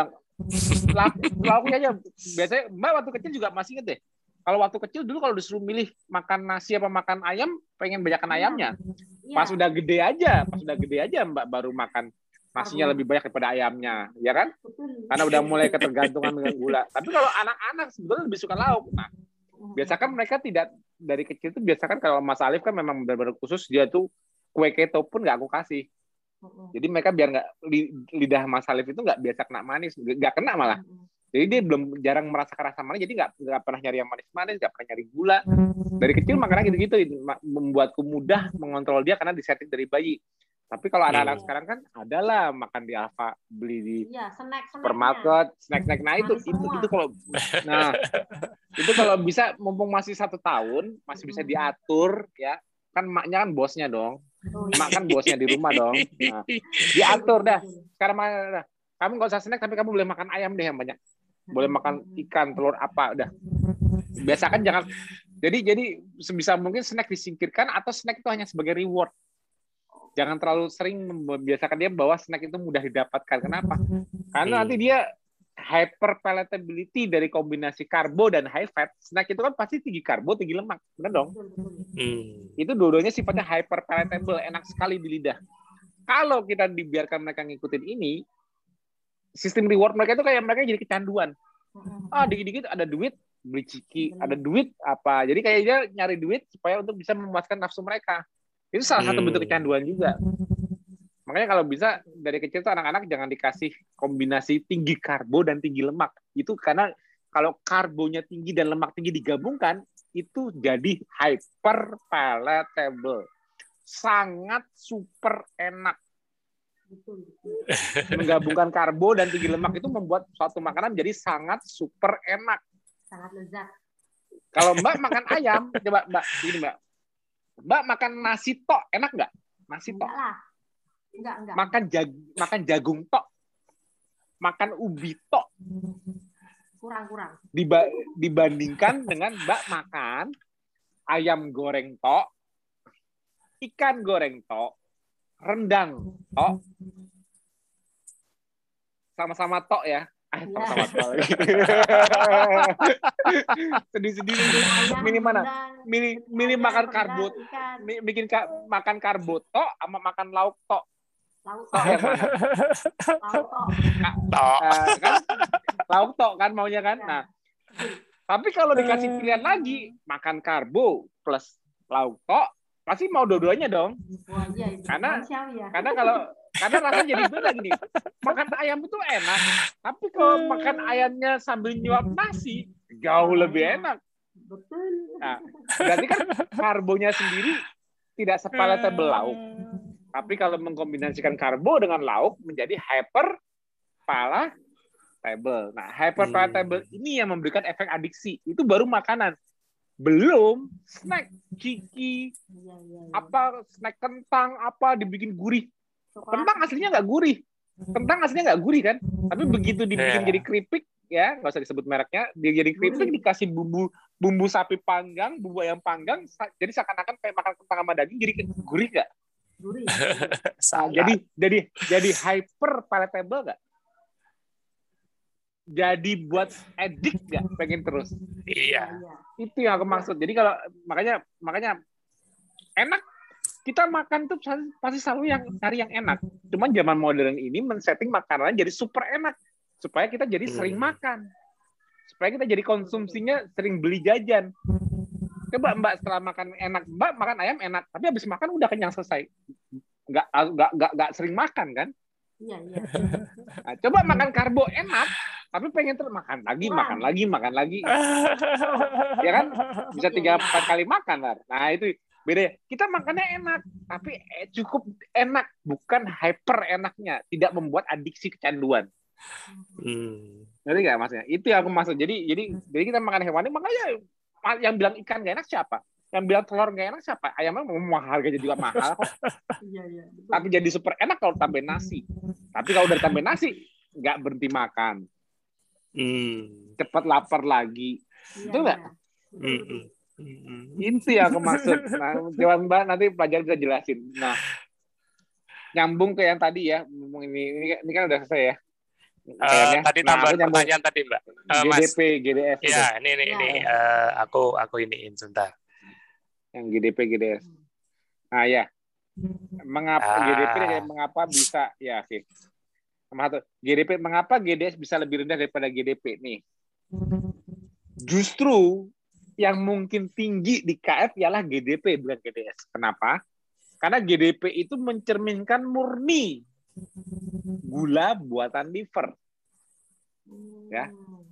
lauknya aja biasanya Mbak waktu kecil juga masih inget deh. Kalau waktu kecil dulu kalau disuruh milih makan nasi apa makan ayam, pengen banyakkan ayamnya. Iya. Pas udah gede aja, pas udah gede aja Mbak baru makan nasinya lebih banyak daripada ayamnya, ya kan? Karena udah mulai ketergantungan dengan gula. Tapi kalau anak-anak sebetulnya lebih suka lauk. Nah, biasakan mereka tidak dari kecil itu biasakan kalau Mas Alif kan memang benar-benar khusus, dia tuh kue keto pun nggak aku kasih. Jadi mereka biar nggak lidah Mas Alif itu nggak biasa kena manis, nggak kena malah. Jadi dia belum jarang merasakan rasa manis, jadi nggak nggak pernah nyari yang manis-manis, nggak pernah nyari gula. Dari kecil makannya gitu-gitu, membuatku mudah mengontrol dia karena disetting dari bayi. Tapi kalau anak-anak sekarang kan adalah makan di Alfa, beli di ya, snack, supermarket, snack-snack. Nah itu itu itu kalau nah itu kalau bisa mumpung masih satu tahun masih bisa diatur ya, kan maknya kan bosnya dong. Oh, Mak kan bosnya di rumah dong. Nah, diatur dah. Sekarang dah. Kamu nggak usah snack, tapi kamu boleh makan ayam deh yang banyak. Boleh makan ikan, telur apa, udah. Biasakan jangan. Jadi jadi sebisa mungkin snack disingkirkan atau snack itu hanya sebagai reward. Jangan terlalu sering membiasakan dia bahwa snack itu mudah didapatkan. Kenapa? Karena nanti dia hyperpalatability dari kombinasi karbo dan high fat. Snack itu kan pasti tinggi karbo, tinggi lemak. Benar dong? Hmm. Itu dua-duanya sifatnya hyperpalatable, enak sekali di lidah. Kalau kita dibiarkan mereka ngikutin ini, sistem reward mereka itu kayak mereka jadi kecanduan. Ah, dikit-dikit ada duit, beli ciki, ada duit apa. Jadi kayaknya nyari duit supaya untuk bisa memuaskan nafsu mereka. Itu salah satu bentuk kecanduan juga. Makanya kalau bisa dari kecil tuh anak-anak jangan dikasih kombinasi tinggi karbo dan tinggi lemak. Itu karena kalau karbonya tinggi dan lemak tinggi digabungkan, itu jadi hyper palatable. Sangat super enak. Menggabungkan karbo dan tinggi lemak itu membuat suatu makanan jadi sangat super enak. Sangat lezat. Kalau Mbak makan ayam, coba Mbak, gini Mbak. Mbak makan nasi tok, enak nggak? Nasi tok. Enggak lah. Enggak, enggak. Makan jag makan jagung tok. Makan ubi tok. Kurang-kurang. Diba dibandingkan dengan Mbak makan ayam goreng tok, ikan goreng tok, rendang tok. Sama-sama tok ya. sama-sama tua lagi. Sedih-sedih itu. Mini mana? Mini mini makan karbo, bikin ka, makan karbo tok sama makan lauk tok. Lauk tok yang mana? Lauk tok. Tok. Uh, kan lauk tok kan maunya kan. Nah, tapi kalau dikasih pilihan lagi makan karbo plus lauk tok, pasti mau dua-duanya dong. Wah, iya, itu. Karena ya. karena kalau karena rasanya jadi beda gini. Makan ayam itu enak, tapi kalau makan ayamnya sambil nyuap nasi jauh lebih enak. Betul. Nah, berarti kan karbonya sendiri tidak sepalatable lauk. Tapi kalau mengkombinasikan karbo dengan lauk menjadi hyper palatable. Nah, hyper palatable ini yang memberikan efek adiksi. Itu baru makanan. Belum snack ciki, Ya, ya, ya. apa snack kentang apa dibikin gurih. Kentang aslinya nggak gurih. Kentang aslinya nggak gurih kan. Tapi begitu dibikin yeah. jadi keripik, ya nggak usah disebut mereknya, dia jadi keripik dikasih bumbu bumbu sapi panggang, bumbu ayam panggang, jadi seakan-akan kayak makan kentang sama daging, jadi gurih nggak? Gurih. Nah, jadi jadi jadi hyper palatable nggak? Jadi buat edik nggak? Pengen terus? Iya. Itu yang aku maksud. Jadi kalau makanya makanya enak. Kita makan tuh pasti selalu yang cari yang enak. Cuman zaman modern ini men-setting makanan jadi super enak supaya kita jadi sering makan. Supaya kita jadi konsumsinya sering beli jajan. Coba Mbak setelah makan enak, Mbak makan ayam enak, tapi habis makan udah kenyang selesai. Nggak nggak nggak nggak sering makan kan? Iya, iya. Nah, coba makan karbo enak, tapi pengen terus makan lagi, makan lagi, makan lagi. Ya kan? Bisa tiga empat kali makan, Lar. Nah, itu beda. Kita makannya enak, tapi cukup enak, bukan hyper enaknya, tidak membuat adiksi kecanduan. Hmm. Ngerti nggak maksudnya? Itu yang aku maksud. Jadi, jadi, jadi kita makan hewani, makanya yang bilang ikan nggak enak siapa? Yang bilang telur nggak enak siapa? Ayamnya mau harganya juga mahal kok. Iya, iya. Tapi jadi super enak kalau tambah nasi. Tapi kalau udah tambah nasi, nggak berhenti makan. Hmm. Cepat lapar lagi. Iya, Betul nggak? iya. Hmm. Hmm. Itu yang aku maksud. Nah, Jawan Mbak nanti pelajaran bisa jelasin. Nah, nyambung ke yang tadi ya. Ini, ini, ini kan udah selesai ya. Uh, tadi nah, tambahan pertanyaan tadi Mbak. Uh, G D P, Mas. G D S. Ya, ini ini ya. ini uh, aku aku iniin sebentar. Yang G D P, G D S. Nah ya. Mengapa ah. G D P mengapa bisa ya sih? Okay. G D P mengapa G D S bisa lebih rendah daripada G D P nih? Justru yang mungkin tinggi di K F ialah G D P bukan G D S. Kenapa? Karena G D P itu mencerminkan murni gula buatan liver. Ya.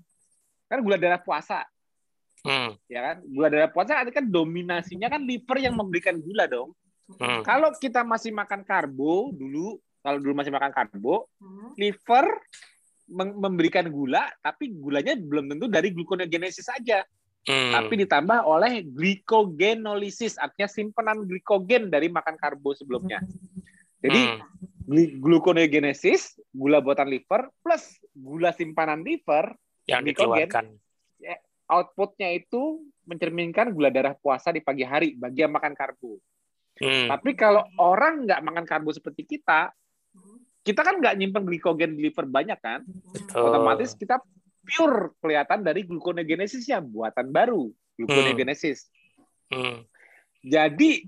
Kan gula darah puasa. Hmm. Ya kan? Gula darah puasa kan dominasinya kan liver yang memberikan gula dong. Hmm. Kalau kita masih makan karbo dulu, kalau dulu masih makan karbo, liver memberikan gula, tapi gulanya belum tentu dari gluconeogenesis saja. Hmm. Tapi ditambah oleh glycogenolisis, artinya simpanan glikogen dari makan karbo sebelumnya. Jadi hmm. gluconeogenesis, gula buatan liver, plus gula simpanan liver, yang dikeluarkan. Outputnya itu mencerminkan gula darah puasa di pagi hari bagi yang makan karbo. Hmm. Tapi kalau orang nggak makan karbo seperti kita, kita kan nggak nyimpen glikogen di liver banyak kan? Betul. Otomatis kita pure kelihatan dari gluconeogenesisnya, buatan baru, gluconeogenesis. Hmm. Jadi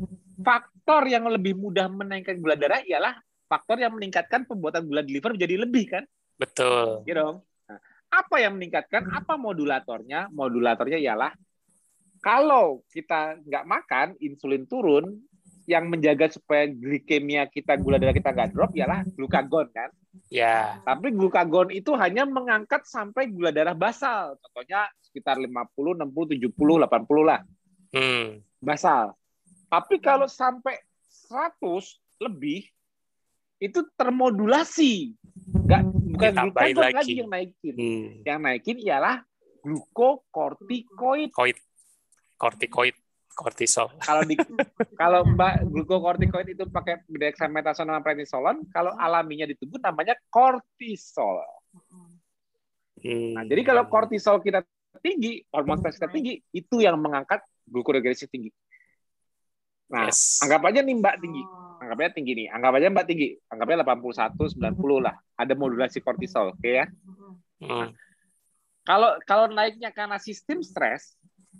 faktor yang lebih mudah menaikkan gula darah ialah faktor yang meningkatkan pembuatan gula di liver menjadi lebih kan? Betul. Gitu dong. Nah, apa yang meningkatkan? Apa modulatornya? Modulatornya ialah kalau kita nggak makan, insulin turun, yang menjaga supaya glikemia kita, gula darah kita nggak drop, ialah glukagon kan? Ya. Tapi glukagon itu hanya mengangkat sampai gula darah basal. Contohnya sekitar lima puluh, enam puluh, tujuh puluh, delapan puluh lah. Hmm. Basal. Tapi kalau sampai seratus lebih, itu termodulasi. Nggak, bukan glukagon lagi. lagi yang naikin. Hmm. Yang naikin ialah glukokortikoid. Koid. Kortikoid, kortisol. Kalau di kalau Mbak glukokortikoid itu pakai dexamethasone sama prednisolon, kalau alaminya di tubuh namanya kortisol. Hmm. Nah, jadi kalau kortisol kita tinggi, hormon stres kita tinggi, itu yang mengangkat gluconeogenesis tinggi. Nah, yes. Anggap aja nih Mbak tinggi. Anggap aja tinggi nih. Anggap aja Mbak tinggi. Anggapnya delapan puluh satu, sembilan puluh lah. Ada modulasi kortisol, oke okay ya? Hmm. Kalau kalau naiknya karena sistem stres,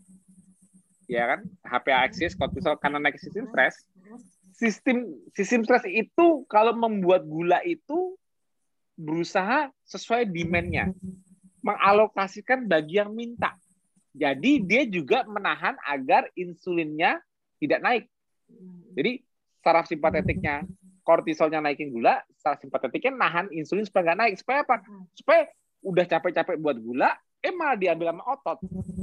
ya kan, H P A axis, kortisol karena naik sistem stres, sistem sistem stres itu kalau membuat gula itu berusaha sesuai demand-nya, mengalokasikan bagi yang minta. Jadi dia juga menahan agar insulinnya tidak naik. Jadi saraf simpatetiknya, kortisolnya naikin gula, saraf simpatetiknya nahan insulin supaya nggak naik. Supaya apa? Supaya udah capek-capek buat gula, eh malah diambil sama otot.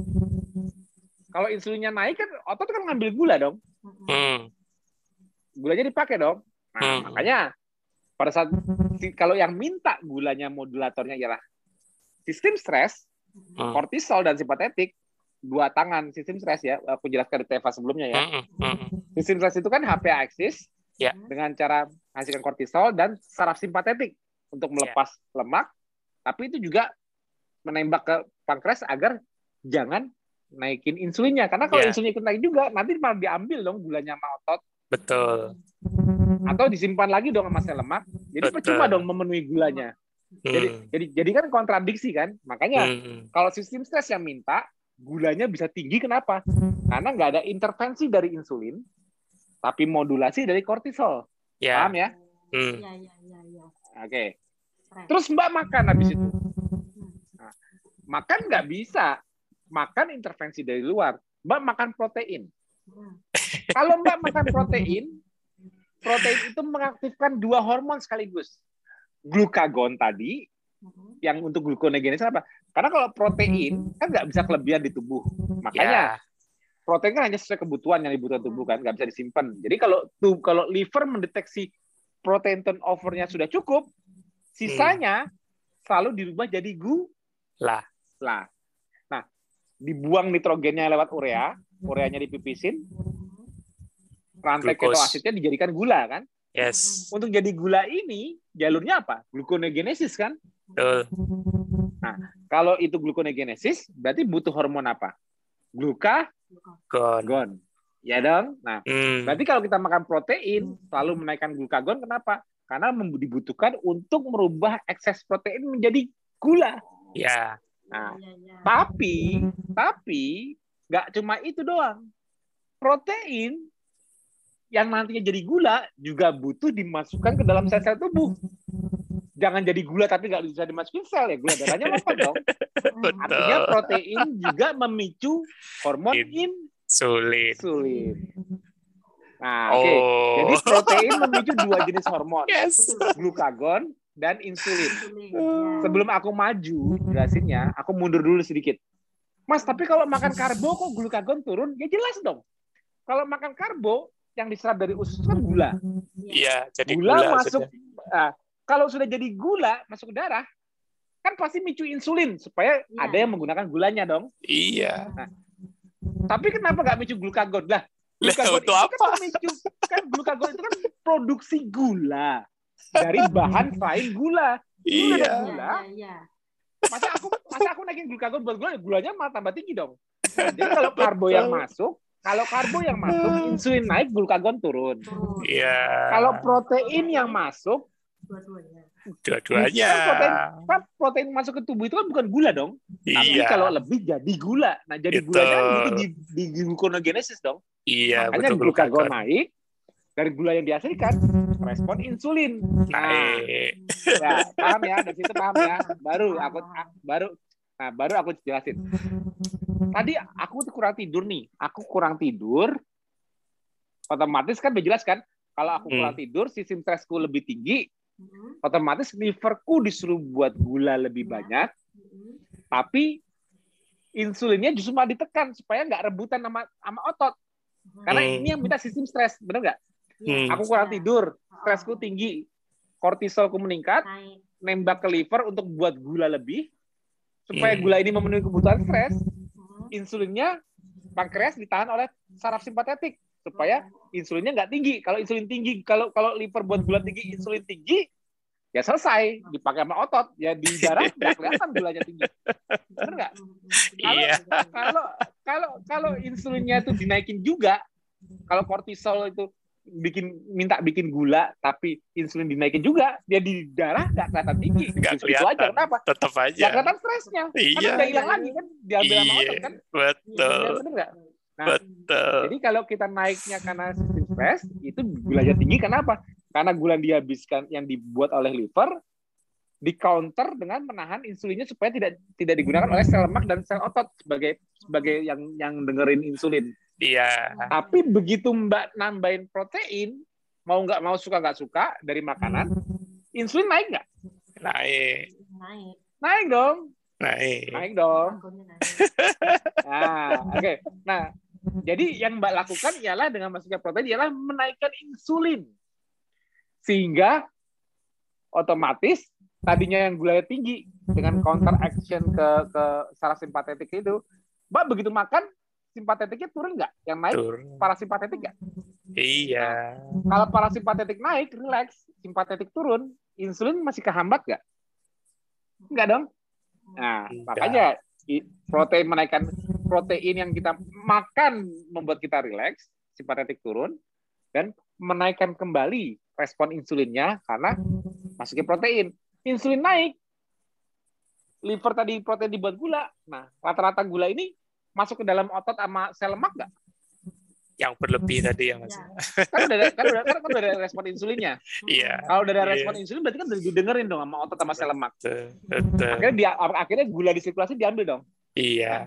Kalau insulinnya naik kan otot kan ngambil gula dong. Hmm. Gulanya dipakai dong. Nah, Hmm. makanya pada saat kalau yang minta gulanya modulatornya ialah sistem stres, Hmm. kortisol dan simpatetik, dua tangan sistem stres ya, aku jelaskan di T E V A sebelumnya ya. Hmm. Hmm. Sistem stres itu kan H P A axis Ya. dengan cara menghasilkan kortisol dan saraf simpatetik untuk melepas lemak, tapi itu juga menembak ke pankreas agar jangan naikin insulinnya. Karena kalau Ya. insulinnya ikut naik juga, nanti malah diambil dong gulanya sama otot. Betul. Atau disimpan lagi dong sama sel lemak. Jadi Betul. percuma dong memenuhi gulanya. Jadi, Hmm. jadi, jadi kan kontradiksi kan. Makanya Hmm. kalau sistem stres yang minta, gulanya bisa tinggi. Kenapa? Karena nggak ada intervensi dari insulin, tapi modulasi dari kortisol. Ya. Paham ya? Hmm. Iya, iya, iya, iya. Oke. Keren. Terus Mbak makan habis itu. Nah, makan nggak bisa. Makan intervensi dari luar. Mbak makan protein. Hmm. Kalau Mbak makan protein, protein itu mengaktifkan dua hormon sekaligus. Glukagon tadi, Hmm. yang untuk gluconeogenesis apa? Karena kalau protein kan nggak bisa kelebihan di tubuh. Makanya Ya. protein kan hanya sesuai kebutuhan yang dibutuhkan tubuh kan, nggak bisa disimpan. Jadi kalau tuh kalau liver mendeteksi protein turnover-nya sudah cukup, sisanya selalu dirubah jadi gula. Lah. Nah, dibuang nitrogennya lewat urea, ureanya dipipisin, rantai Glukos. ketoasidnya dijadikan gula kan. Yes. Untuk jadi gula ini jalurnya apa? Gluconeogenesis kan. Betul. Kalau itu gluconeogenesis berarti butuh hormon apa? Glukagon. Gon. Ya dong. Nah, Hmm. berarti kalau kita makan protein selalu menaikkan glukagon, kenapa? Karena mem- dibutuhkan untuk merubah ekses protein menjadi gula. Ya. Nah, Iya, iya. tapi tapi nggak cuma itu doang. Protein yang nantinya jadi gula juga butuh dimasukkan ke dalam sel-sel tubuh. Jangan jadi gula tapi nggak bisa dimasukin sel ya, gula darahnya lompat dong. Artinya Betul. protein juga memicu hormon Sulit. insulin. Nah, oke. Oh. Jadi protein memicu dua jenis hormon, Yes. glukagon dan insulin. Insulin, ya. Sebelum aku maju jelasinnya, aku mundur dulu sedikit. Mas, tapi kalau makan karbo kok glukagon turun? Ya jelas dong. Kalau makan karbo yang diserap dari usus kan gula. Iya, jadi Gula, gula masuk. sudah. Nah, kalau sudah jadi gula masuk ke darah, kan pasti micu insulin supaya Iya. ada yang menggunakan gulanya dong. Iya. Tapi kenapa nggak micu glukagon? Lah, glukagon Untuk itu apa? kan memicu, kan glukagon itu kan produksi gula dari bahan selain gula. Ini udah ada Iya. gula, Iya, iya. masa aku masa aku naikin glukagon buat gula, gulanya malah tambah tinggi dong. Jadi kalau karbo yang masuk, kalau karbo yang masuk, insulin naik, glukagon turun. Turun. Iya. Kalau protein yang masuk, Dua-duanya. Dua-duanya. kan protein, kan protein masuk ke tubuh itu kan bukan gula dong. Tapi Iya. kalau lebih jadi gula. Nah, jadi Itu. gulanya kan butuh di, di gluconeogenesis dong. Iya, Makanya betul glukagon glukagon. naik, dari gula yang dihasilkan, respon insulin. Nah, Naik. ya, paham ya, dari situ paham ya. Baru aku baru nah baru aku jelasin. Tadi aku tuh kurang tidur nih. Aku kurang tidur. Otomatis kan udah jelas kan? Kalau aku Hmm. kurang tidur, sistem stresku lebih tinggi, Hmm. otomatis liverku disuruh buat gula lebih banyak, Hmm. tapi insulinnya justru malah ditekan supaya nggak rebutan sama sama otot. Karena Hmm. ini yang minta sistem stres, bener nggak? Hmm. Aku kurang Iya. tidur, stresku tinggi, kortisolku meningkat, Naik. nembak ke liver untuk buat gula lebih, supaya Hmm. gula ini memenuhi kebutuhan stres, Hmm. insulinnya pankreas ditahan oleh saraf simpatetik supaya insulinnya nggak tinggi. Kalau insulin tinggi, kalau kalau liver buat gula tinggi, insulin tinggi, ya selesai, dipakai sama otot, ya di darah nggak kelihatan gulanya tinggi, bener nggak? Kalau Iya. kalau kalau kalau insulinnya itu dinaikin juga, kalau kortisol itu bikin minta bikin gula tapi insulin dinaikin juga, dia di darah nggak kelihatan tinggi. Nggak Gitu aja. Kenapa? Tetap aja. Nggak kelihatan stresnya. Iya. Karena udah hilang lagi kan, diambil sama Iya, otot kan. betul. Bener nggak? Nah, Betul. jadi kalau kita naiknya karena sistem stres, itu gulanya tinggi. Kenapa? Karena gula yang dihabiskan yang dibuat oleh liver di counter dengan menahan insulinnya supaya tidak tidak digunakan oleh sel lemak dan sel otot sebagai sebagai yang yang dengerin insulin. Iya. Tapi begitu Mbak nambahin protein, mau nggak mau suka nggak suka dari makanan, insulin naik nggak? Naik. Naik. Naik dong, Naik. naik dong. Akunnya naik. Nah, oke. Okay. Nah, jadi yang Mbak lakukan ialah dengan masuknya protein ialah menaikkan insulin. Sehingga otomatis tadinya yang gulanya tinggi dengan counter action ke ke parasimpatetik itu, Mbak begitu makan simpatetiknya turun nggak? Yang naik Turun. parasimpatetik nggak? Iya. Kalau parasimpatetik naik, relax, simpatetik turun, insulin masih kehambat nggak? Nggak dong. Nah, Tidak. makanya protein menaikkan protein yang kita makan membuat kita relax, simpatetik turun, dan menaikkan kembali respon insulinnya karena masuknya protein. Insulin naik, liver tadi protein dibuat gula. Nah, rata-rata gula ini masuk ke dalam otot sama sel lemak nggak? Yang berlebih tadi yang masih. Kan udah kan udah kan udah ada respon insulinnya. Iya. Kalau udah ada Iya. respon insulin berarti kan udah didengerin dong sama otot sama sel lemak. Betul. Betul. Akhirnya dia akhirnya gula di sirkulasi diambil dong. Iya.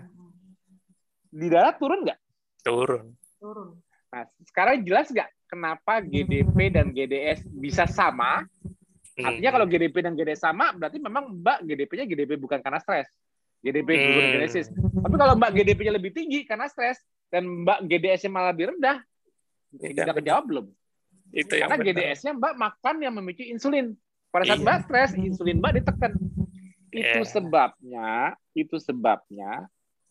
Di darah turun nggak? Turun. Turun. Nah, sekarang jelas nggak kenapa G D P dan G D S bisa sama? Artinya kalau G D P dan G D S sama, berarti memang Mbak G D P-nya G D P bukan karena stres. G D P Hmm. gluconeogenesis. Tapi kalau Mbak G D P-nya lebih tinggi karena stres dan Mbak G D S-nya malah lebih rendah, Itu sudah kejawab belum? Itu yang Karena G D benar. S-nya Mbak makan yang memicu insulin. Pada saat Iya. Mbak stres, insulin Mbak ditekan. Itu Iya. sebabnya, itu sebabnya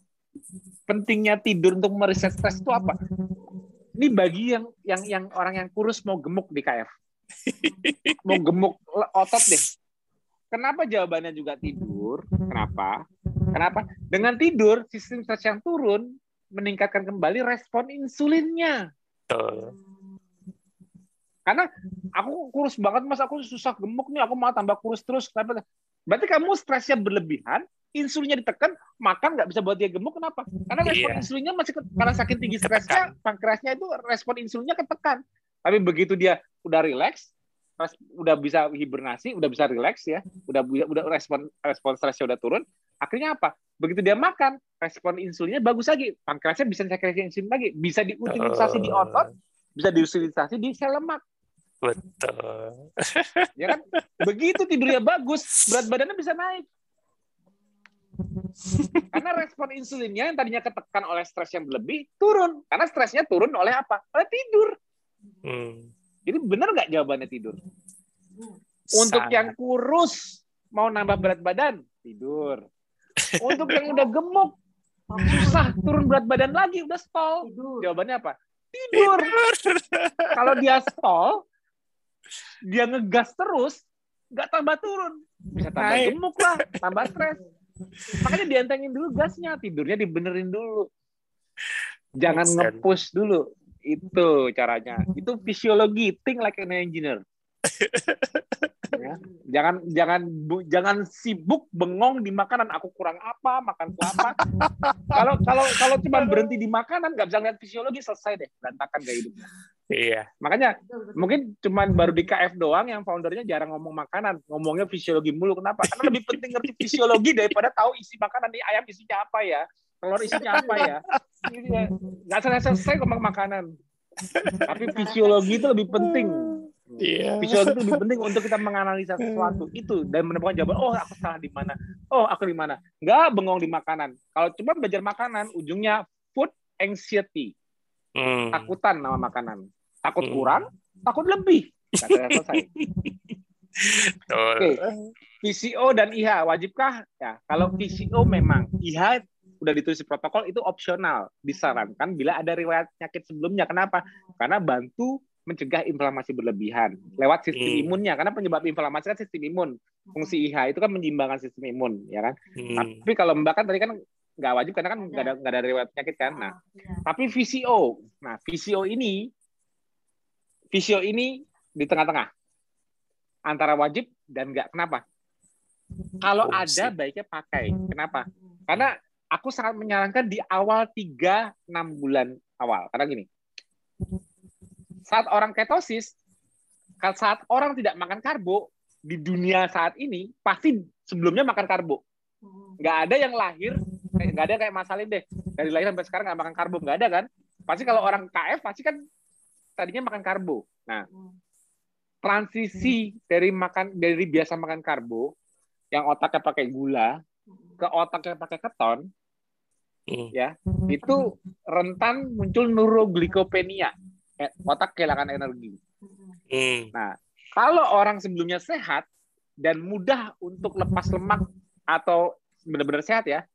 pentingnya tidur untuk mereset stres itu apa? Ini bagi yang yang yang orang yang kurus mau gemuk di K F. Mau gemuk otot deh. Kenapa jawabannya juga tidur? Kenapa? Kenapa? Dengan tidur, sistem stres yang turun meningkatkan kembali respon insulinnya. Betul. Karena aku kurus banget, Mas, aku susah gemuk nih, aku mau tambah kurus terus. Kenapa? Berarti kamu stresnya berlebihan, insulinnya ditekan, makan nggak bisa buat dia gemuk. Kenapa? Karena respon Iya. insulinnya masih ke, karena saking tinggi stresnya, pankreasnya itu respon insulinnya ketekan. Tapi begitu dia udah relax, udah bisa hibernasi, udah bisa relax ya, udah udah respon respon stresnya udah turun. Akhirnya apa? Begitu dia makan, respon insulinnya bagus lagi, pankreasnya bisa sekresi insulin lagi, bisa diutilisasi di otot, bisa diutilisasi di sel lemak. Betul. Ya kan? Begitu tidurnya bagus, berat badannya bisa naik. Karena respon insulinnya yang tadinya ketekan oleh stres yang berlebih, turun. Karena stresnya turun oleh apa? Oleh tidur. Hmm. Jadi benar nggak jawabannya tidur? Untuk Sangat. yang kurus, mau nambah berat badan, tidur. Untuk yang udah gemuk, susah turun berat badan lagi, udah stall. Tidur. Jawabannya apa? Tidur. Kalau dia stall, dia ngegas terus, nggak tambah turun. Bisa tambah Naik. gemuk lah, tambah stres. Makanya dientengin dulu gasnya, tidurnya dibenerin dulu. Jangan Makes sense. nge-push dulu. Itu caranya. Itu fisiologi, think like an engineer. Ya. Jangan jangan bu- jangan sibuk bengong di makanan. Aku kurang apa, makan apa. Kalau kalau kalau cuma berhenti di makanan, nggak bisa ngeliat fisiologi, selesai deh, berantakan gaya hidupnya. Iya. Makanya Betul, betul. mungkin cuman baru di K F doang yang foundernya jarang ngomong makanan, ngomongnya fisiologi mulu. Kenapa? Karena lebih penting ngerti fisiologi daripada tahu isi makanan. Nih ayam isinya apa ya, telur isinya apa ya. Gitu ya. Nggak selesai-selesai ngomong makanan. Tapi fisiologi itu lebih penting. Iya. Fisiologi itu lebih penting untuk kita menganalisa sesuatu itu dan menemukan jawaban. Oh, aku salah di mana? Oh, aku di mana? Nggak bengong di makanan. Kalau cuma belajar makanan, ujungnya food anxiety, Hmm. takutan nama makanan. Takut Hmm. kurang, takut lebih. Kata selesai. Betul. Oke. P C O dan I H wajibkah? Ya, kalau P C O memang, I H udah ditulis di protokol itu opsional, disarankan bila ada riwayat penyakit sebelumnya. Kenapa? Karena bantu mencegah inflamasi berlebihan lewat sistem Hmm. imunnya. Karena penyebab inflamasi kan sistem imun. Fungsi I H itu kan menyeimbangkan sistem imun, ya kan? Hmm. Tapi kalau Mbak kan tadi kan nggak wajib karena kan nggak ada nggak ada riwayat penyakit kan. Nah, Ah, iya. tapi V C O, nah V C O ini Visio ini di tengah-tengah antara wajib dan enggak. Kenapa? Kalau ada baiknya pakai. Kenapa? Karena aku sangat menyarankan di awal tiga enam bulan awal. Karena gini, saat orang ketosis, saat orang tidak makan karbo, di dunia saat ini, pasti sebelumnya makan karbo. Nggak ada yang lahir, nggak ada kayak Mas Salim deh, dari lahir sampai sekarang nggak makan karbo. Nggak ada kan? Pasti kalau orang K F, pasti kan tadinya makan karbo. Nah, transisi dari makan dari biasa makan karbo, yang otaknya pakai gula, ke otaknya pakai keton, hmm. ya itu rentan muncul neuroglikopenia, otak kehilangan energi. Hmm. Nah, kalau orang sebelumnya sehat dan mudah untuk lepas lemak atau benar-benar sehat ya,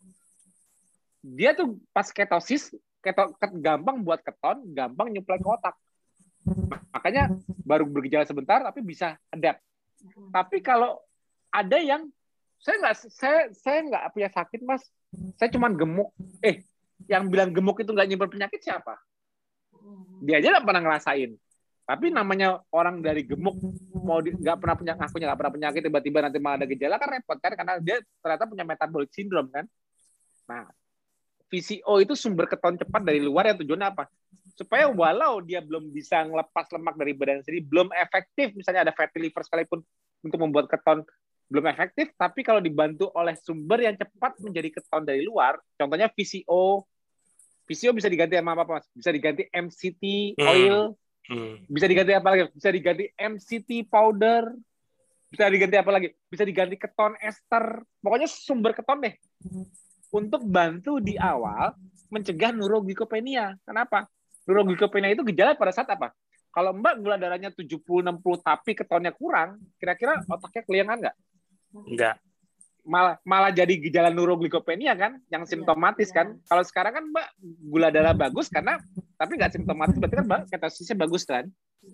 dia tuh pas ketosis, keto, gampang buat keton, gampang nyuplai ke otak. Makanya baru bergejala sebentar tapi bisa adapt. Tapi kalau ada yang saya nggak saya saya nggak punya sakit Mas, saya cuma gemuk. Eh, yang bilang gemuk itu nggak nyimpen penyakit siapa? Dia aja nggak pernah ngerasain. Tapi namanya orang dari gemuk mau nggak pernah punya ngakunya nggak pernah penyakit, tiba-tiba nanti malah ada gejala kan repot kan, karena dia ternyata punya metabolic syndrome kan. Nah, V C O itu sumber keton cepat dari luar yang tujuannya apa? Supaya walau dia belum bisa ngelepas lemak dari badan sendiri, belum efektif, misalnya ada fatty liver sekalipun untuk membuat keton belum efektif, tapi kalau dibantu oleh sumber yang cepat menjadi keton dari luar, contohnya V C O, V C O bisa diganti sama apa Mas? Bisa diganti M C T oil, hmm. bisa diganti apa lagi? Bisa diganti M C T powder, bisa diganti apa lagi? Bisa diganti keton ester, pokoknya sumber keton deh, untuk bantu di awal mencegah neuroglikopenia. Kenapa? Neuroglikopenia itu gejala pada saat apa? Kalau Mbak gula darahnya tujuh puluh enam puluh tapi ketonnya kurang, kira-kira otaknya kelihatan nggak? Enggak. Malah malah jadi gejala neuroglikopenia kan, yang simptomatis kan. Kalau sekarang kan Mbak gula darah bagus karena tapi nggak simptomatis, berarti kan Mbak ketosisnya bagus kan.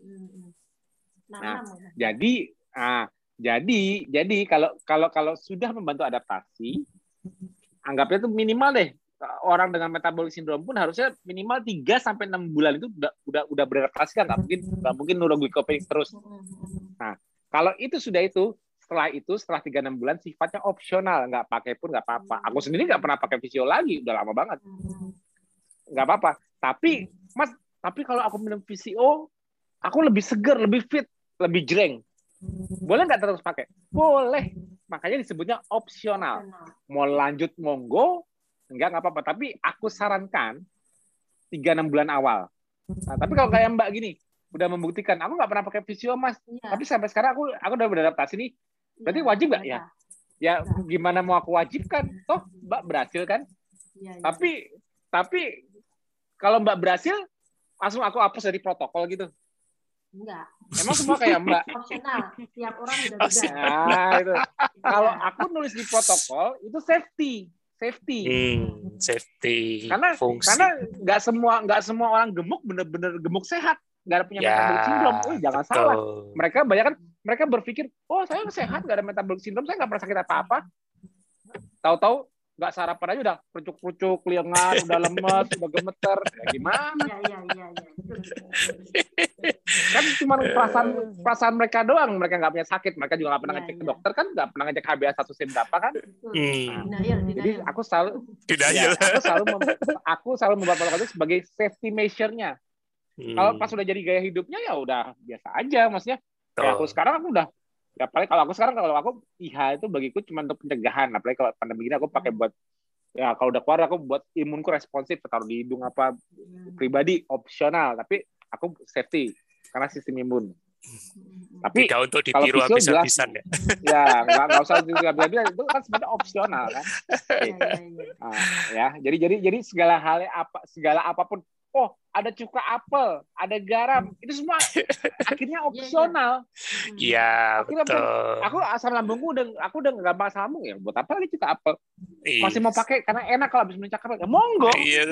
Nah, jadi ah jadi jadi kalau kalau kalau sudah membantu adaptasi, anggapnya itu minimal deh. Orang dengan metabolic syndrome pun harusnya minimal tiga sampai enam bulan itu udah udah udah beradaptasi kan, nggak mungkin nggak mungkin neuroglikopenia terus. Nah, kalau itu sudah itu, setelah itu setelah tiga enam bulan sifatnya opsional, nggak pakai pun nggak apa-apa. Aku sendiri nggak pernah pakai visio lagi, udah lama banget. Nggak apa-apa. Tapi Mas, tapi kalau aku minum visio, aku lebih seger, lebih fit, lebih jreng. Boleh nggak terus pakai? Boleh. Makanya disebutnya opsional. Mau lanjut monggo, enggak nggak apa-apa. Tapi aku sarankan tiga enam bulan awal. Nah, tapi kalau kayak Mbak gini, udah membuktikan, aku nggak pernah pakai visio Mas, ya. Tapi sampai sekarang aku aku udah beradaptasi nih. Berarti wajib nggak ya? Ya gimana mau aku wajibkan? Toh Mbak berhasil kan? Ya, ya. Tapi tapi kalau Mbak berhasil, langsung aku hapus dari protokol gitu. Enggak. Emang semua kayak Mbak? Opsional. Tiap orang beda-beda. Nah, itu. Kalau aku nulis di protokol itu safety. Safety, hmm, safety, karena fungsi. Karena nggak semua nggak semua orang gemuk bener-bener gemuk sehat, nggak ada punya ya, metabolic syndrome. Oh, jangan betul. Salah. Mereka banyak kan, mereka berpikir, oh saya sehat, nggak ada metabolic syndrome, saya nggak pernah sakit apa-apa. Tahu-tahu nggak sarapan aja udah kerucuk-kerucuk, kelingan, udah lemes, udah gemeter. Ya gimana? Ya, ya, ya, ya. Kan cuma perasaan perasaan mereka doang, mereka nggak punya sakit, mereka juga nggak pernah ya, ngecek ya. Ke dokter kan, nggak pernah ngecek H b A satu C berapa kan. Hmm. Nah, jadi aku selalu ya, aku selalu aku selalu membuat protokol itu sebagai safety measure-nya. Hmm. Kalau pas udah jadi gaya hidupnya ya udah biasa aja, maksudnya. Kayak aku sekarang aku udah, ya paling kalau aku sekarang kalau aku I H itu bagiku cuma untuk pencegahan, apalagi kalau pandemi gini aku pakai buat ya kalau udah keluar aku buat imunku responsif, taruh di hidung apa pribadi opsional, tapi aku safety karena sistem imun. Tapi tidak untuk ditiru habis-habisan ya. Ya, nggak nggak usah ditiru habis-habisan, itu kan sebenarnya opsional kan. Nah, ya, jadi jadi jadi segala hal apa segala apapun, oh ada cuka apel, ada garam, itu semua akhirnya opsional. Iya betul. Aku asam lambungku udah aku udah nggak gampang asam lambung ya, buat apa lagi cuka apel? Masih mau pakai karena enak kalau habis minum apel, ya monggo. Iya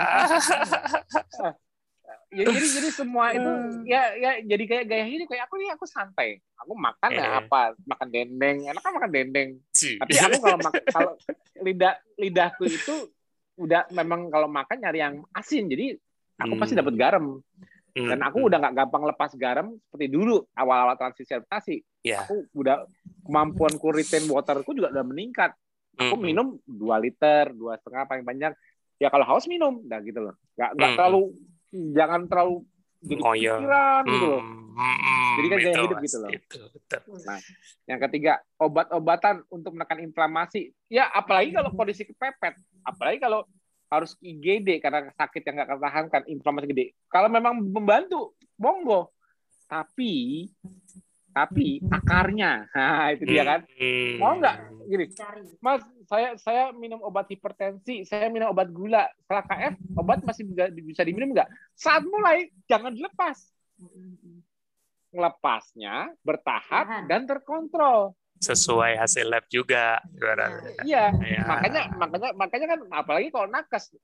Ya, jadi jadi semua itu ya ya jadi kayak gaya hidup kayak aku nih, aku santai, aku makan ya apa makan dendeng, enak kan makan dendeng. Tapi aku kalau kalau lidah lidahku itu udah memang kalau makan nyari yang asin, jadi aku hmm. pasti dapat garam. Dan aku udah nggak gampang lepas garam seperti dulu awal-awal transisi adaptasi. Yeah. Aku udah kemampuanku retain waterku juga udah meningkat. Aku mm-hmm. minum dua liter, dua setengah paling banyak. Ya kalau haus minum, nah gitu loh. Nggak nggak mm-hmm. terlalu, jangan terlalu jadi oh, iya. pikiran gitu loh. Mm-hmm. Jadi kan gaya hidup mas, gitu loh. Itu, betul. Nah, yang ketiga obat-obatan untuk menekan inflamasi. Ya apalagi kalau kondisi kepepet, apalagi kalau harus I G D karena sakit yang nggak tertahankan, inflamasi gede. Kalau memang membantu, monggo. Tapi, tapi akarnya, nah itu dia kan. Mau nggak? Gini, Mas, saya saya minum obat hipertensi, saya minum obat gula, setelah K F, obat masih bisa diminum nggak? Saat mulai, jangan dilepas. Ngelepasnya bertahap dan terkontrol. Sesuai hasil lab juga. Iya, ya. makanya makanya makanya kan apalagi kalau nakes,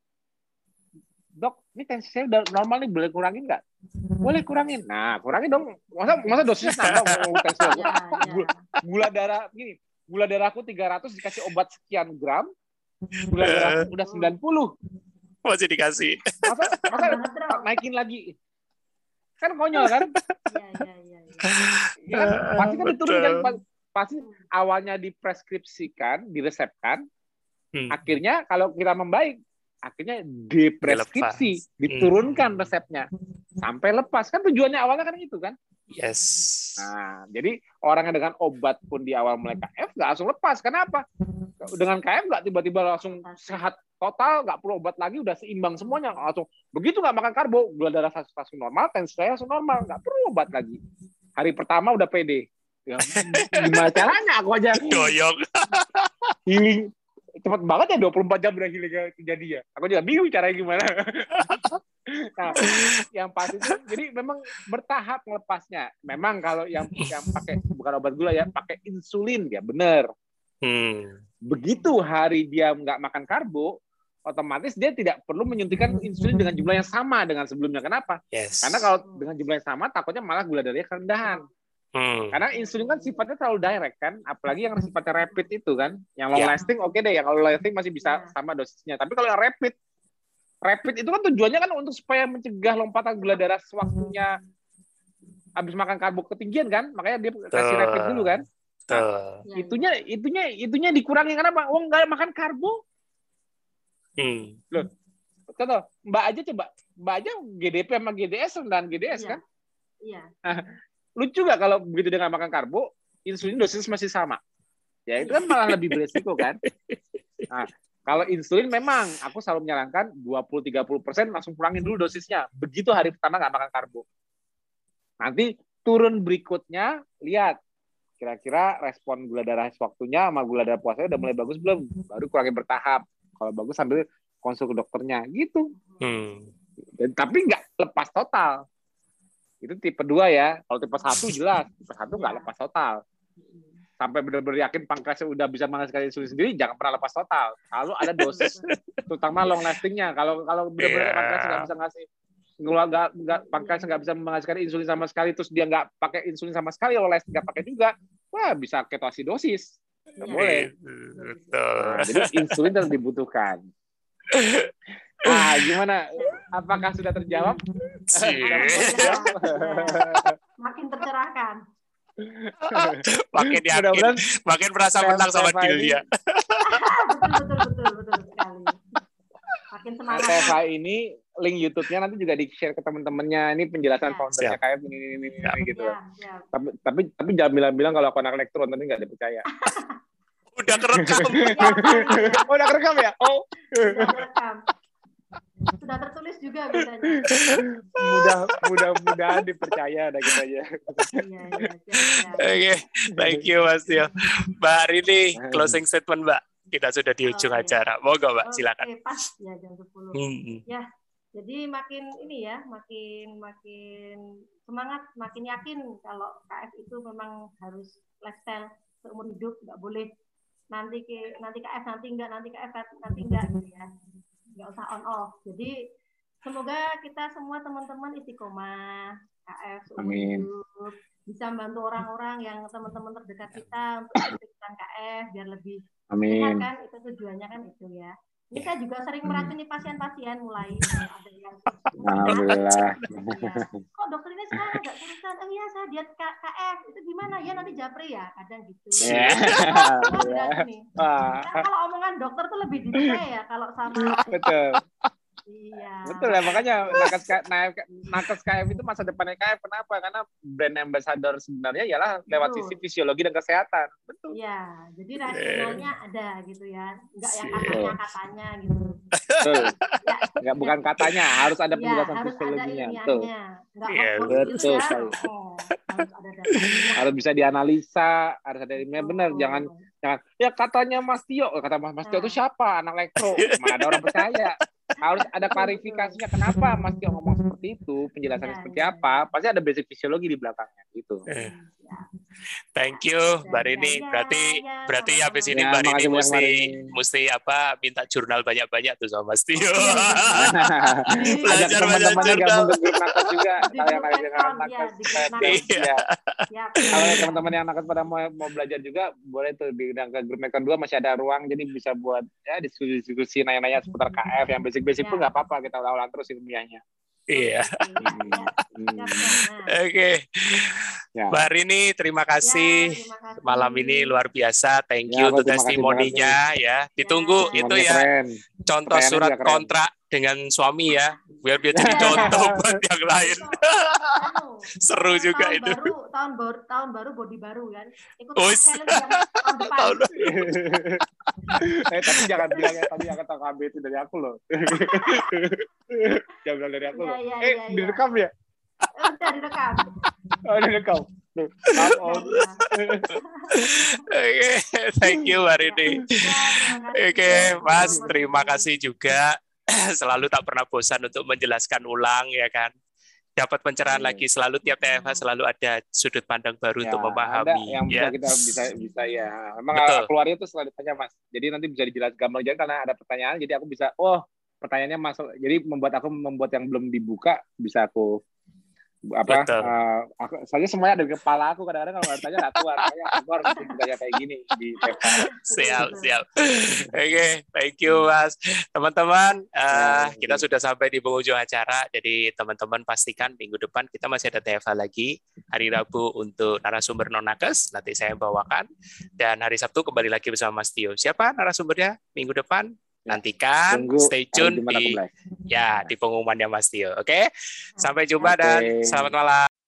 dok, ini tensi saya udah normal nih, boleh kurangin nggak? Boleh kurangin. Nah, kurangin dong. Masa masa dosis nambah mau tensi aku. Gula, gula darah gini, gula darahku tiga ratus dikasih obat sekian gram, gula darahku udah sembilan puluh. Masih dikasih. Masa masa naikin lagi? Kan konyol kan? Iya, iya, iya. Ya, pasti kan diturunkan. Pasti awalnya dipreskripsikan, diresepkan, hmm. akhirnya kalau kita membaik, akhirnya dipreskripsi, dilepas. Diturunkan hmm. resepnya, sampai lepas. Kan tujuannya awalnya kan itu kan? Yes. Nah, jadi orang yang dengan obat pun di awal mulai K F nggak langsung lepas. Kenapa? Dengan K F nggak tiba-tiba langsung sehat total, nggak perlu obat lagi, udah seimbang semuanya. Langsung begitu nggak makan karbo, gula darah langsung normal, tensi saya langsung normal, nggak perlu obat lagi. Hari pertama udah pede. Ya, gimana caranya aku aja doyong healing cepet banget ya, dua puluh empat jam udah healing terjadi ya. Aku juga bingung caranya gimana. Nah, yang pasti itu jadi memang bertahap melepasnya. Memang kalau yang yang pakai bukan obat gula ya, pakai insulin ya benar. Hmm. Begitu hari dia nggak makan karbo, otomatis dia tidak perlu menyuntikkan insulin dengan jumlah yang sama dengan sebelumnya. Kenapa? Yes. Karena kalau dengan jumlah yang sama, takutnya malah gula darahnya kerendahan. Hmm. Karena insulin kan sifatnya terlalu direct kan, apalagi yang sifatnya rapid itu kan, yang long yeah. lasting oke okay deh, yang long lasting masih bisa sama dosisnya. Tapi kalau yang rapid, rapid itu kan tujuannya kan untuk supaya mencegah lompatan gula darah sewaktunya habis makan karbo ketinggian kan, makanya dia kasih uh, rapid dulu kan. Nah, uh. itunya, itunya, itunya dikurangi karena oh nggak makan karbo. Hmm. Loh, contoh Mbak aja coba, Mbak aja G D P sama G D S rendahan G D S yeah. kan? Iya. Yeah. Lucu nggak kalau begitu dia nggak makan karbo, insulin dosis masih sama. Ya itu kan malah lebih beresiko kan. Nah, kalau insulin memang aku selalu menyarankan dua puluh sampai tiga puluh persen langsung kurangin dulu dosisnya. Begitu hari pertama nggak makan karbo. Nanti turun berikutnya, lihat kira-kira respon gula darah waktunya sama gula darah puasanya udah mulai bagus belum? Baru kurangin bertahap. Kalau bagus sambil konsul ke dokternya gitu. Hmm. Dan, tapi nggak lepas total. Itu tipe dua ya. Kalau tipe satu jelas, tipe satu nggak lepas total. Sampai benar-benar yakin pankreasnya udah bisa menghasilkan insulin sendiri, jangan pernah lepas total. Selalu ada dosis, terutama long lastingnya. Kalau kalau benar-benar yeah. pankreas nggak bisa ngasih, nggak nggak pankreas nggak bisa menghasilkan insulin sama sekali, terus dia nggak pakai insulin sama sekali, long lasting nggak pakai juga, wah bisa ketoasidosis. Nggak yeah. boleh. Nah, jadi insulin tetap dibutuhkan. Ah, gimana? Apakah sudah terjawab? Makin tercerahkan. Makin yakin, makin merasa menang sama Dilia. Betul, betul, betul, betul sekali. Makin semangat. Teva ini link YouTube-nya nanti juga di-share ke teman-temannya. Ini penjelasan ya. Foundernya kayak ini, ini, ini, ini gitu. Ya, ya. Tapi, tapi, tapi jangan bilang-bilang kalau aku anak elektron nanti nggak dipercaya. Udah kerekam. Oh, udah kerekam ya? Oh. Udah kerekam. Sudah tertulis juga biasanya. Mudah, mudah-mudahan dipercaya ada gitu aja. Iya, iya, Oke, thank you Mas Tio. Mbak Rini, closing statement Mbak. Kita sudah di ujung oh, acara. Moga Mbak, silakan. Oke, pas ya jam sepuluh. Hmm. Ya, jadi makin ini ya, makin makin semangat, makin yakin kalau K F itu memang harus lifestyle seumur hidup, nggak boleh nanti ke nanti K F nanti enggak, nanti K F nanti enggak gitu ya. Nggak usah on off. Jadi semoga kita semua teman-teman istiqomah K F seumur hidup, bisa membantu orang-orang yang teman-teman terdekat kita untuk ikutkan K F biar lebih Amin. Kan itu tujuannya kan itu ya. Ini saya juga sering meracuni pasien-pasien mulai ada yang Alhamdulillah. ya. Kok dokter ini sekarang nggak tulisan? Oh iya saya diet K F itu gimana ya nanti japri ya kadang gitu. Ya. Oh, diracuni. Wah. Kan kalau omongan dokter tuh lebih detail ya kalau sama. Betul. Iya. Betul ya, makanya nakes K- nakes K F itu masa depannya K F. Kenapa? Karena brand ambassador sebenarnya ialah lewat Betul. sisi fisiologi dan kesehatan. Betul. Iya, jadi rasionalnya ada gitu ya, enggak yang Siap. katanya-katanya gitu. Betul. Ya, Nggak bukan katanya, harus ada ya, penjelasan harus ada fisiologinya. Betul. ilmiahnya, enggak Iya, ngekos betul gitu ya. sekali. Oh, harus ada datanya. Harus bisa dianalisa, harus ada ilmiah. Oh. Benar, jangan jangan ya katanya Mas Tio, kata Mas Mas Tio itu siapa? Anak elektro. Mana ada orang percaya. Harus ada klarifikasinya kenapa Mas Tio ngomong seperti itu, penjelasannya Ya, seperti ya, apa. Pasti ada basic fisiologi di belakangnya gitu. Eh. Ya. Thank you, Mbak Rini. Ya, Berarti ya, berarti sama-sama. habis ini Ya, Mbak Rini makasih banyak, mesti Mbak Rini. mesti apa minta jurnal banyak-banyak tuh sama Mas Tio. Di- Belajar Ajak banyak teman-temannya jurnal. gabung ke grup nakes juga. Di Kalau yang grup nakes yang Ekon, nakes, ya, di grup saya nakes. tips, ya. Siap. Kalau teman-teman yang nakes pada mau mau belajar juga boleh tuh di ke grup Ekon dua masih ada ruang, jadi bisa buat ya diskusi-diskusi nanya-nanya seputar K F yang basic-basic Ya. pun nggak apa-apa, kita ulang-ulang terus ilmiahnya. Iya. Hmm. Siap, siap. Nah, Oke. Ya. Mbak Rini, terima kasih. ya, terima kasih. Malam ini luar biasa. Thank Ya, you aku untuk terima kasih testimoninya ya. Ditunggu Ya. itu Semuanya ya keren. contoh Pertanyaannya surat juga keren. kontrak dengan suami ya. Biar biar jadi Ya. contoh buat yang lain. Anu, Seru eh, juga tahun itu. baru tahun baru tahun baru body baru kan ikut Wis. challenge yang tahun depan. Tahun eh tapi jangan bilang ya tadi yang kata K B itu dari aku loh. Jangan bilang dari aku Iya, loh. iya, eh iya, iya. direkam ya? Eh, udah direkam. Oh direkam. Tuh, maaf, Om. Udah, Oke, thank you Mbak Rini. udah. Ya, terima kasih. Oke, Mas, Terima terima kasih. kasih juga. Selalu tak pernah bosan untuk menjelaskan ulang ya kan. Dapat pencerahan Amin. lagi, selalu tiap T F H selalu ada sudut pandang baru Ya, untuk ada memahami yang bisa ya. kita bisa bisa ya. Emang Betul. keluarnya itu selalu ditanya Mas. Jadi nanti bisa dijelaskan gampang jadi karena ada pertanyaan jadi aku bisa oh pertanyaannya masuk. Jadi membuat aku membuat yang belum dibuka bisa aku apa Betul. uh, aku soalnya semuanya ada di kepala aku kadang-kadang kalau bertanya nggak keluar makanya aku harus bertanya kayak gini di T F H. Siap, siap. Oke, thank you Mas. Teman-teman, uh, Ya, kita ya. sudah sampai di penghujung acara. Jadi teman-teman pastikan minggu depan kita masih ada T F H lagi. Hari Rabu untuk narasumber non-nakes, nanti saya bawakan. Dan hari Sabtu kembali lagi bersama Mas Tio. Siapa narasumbernya minggu depan? Nantikan, Tunggu stay tune hari Jumat aku di live. ya di pengumumannya Mas Tio. Oke, sampai jumpa dan Oke. selamat malam.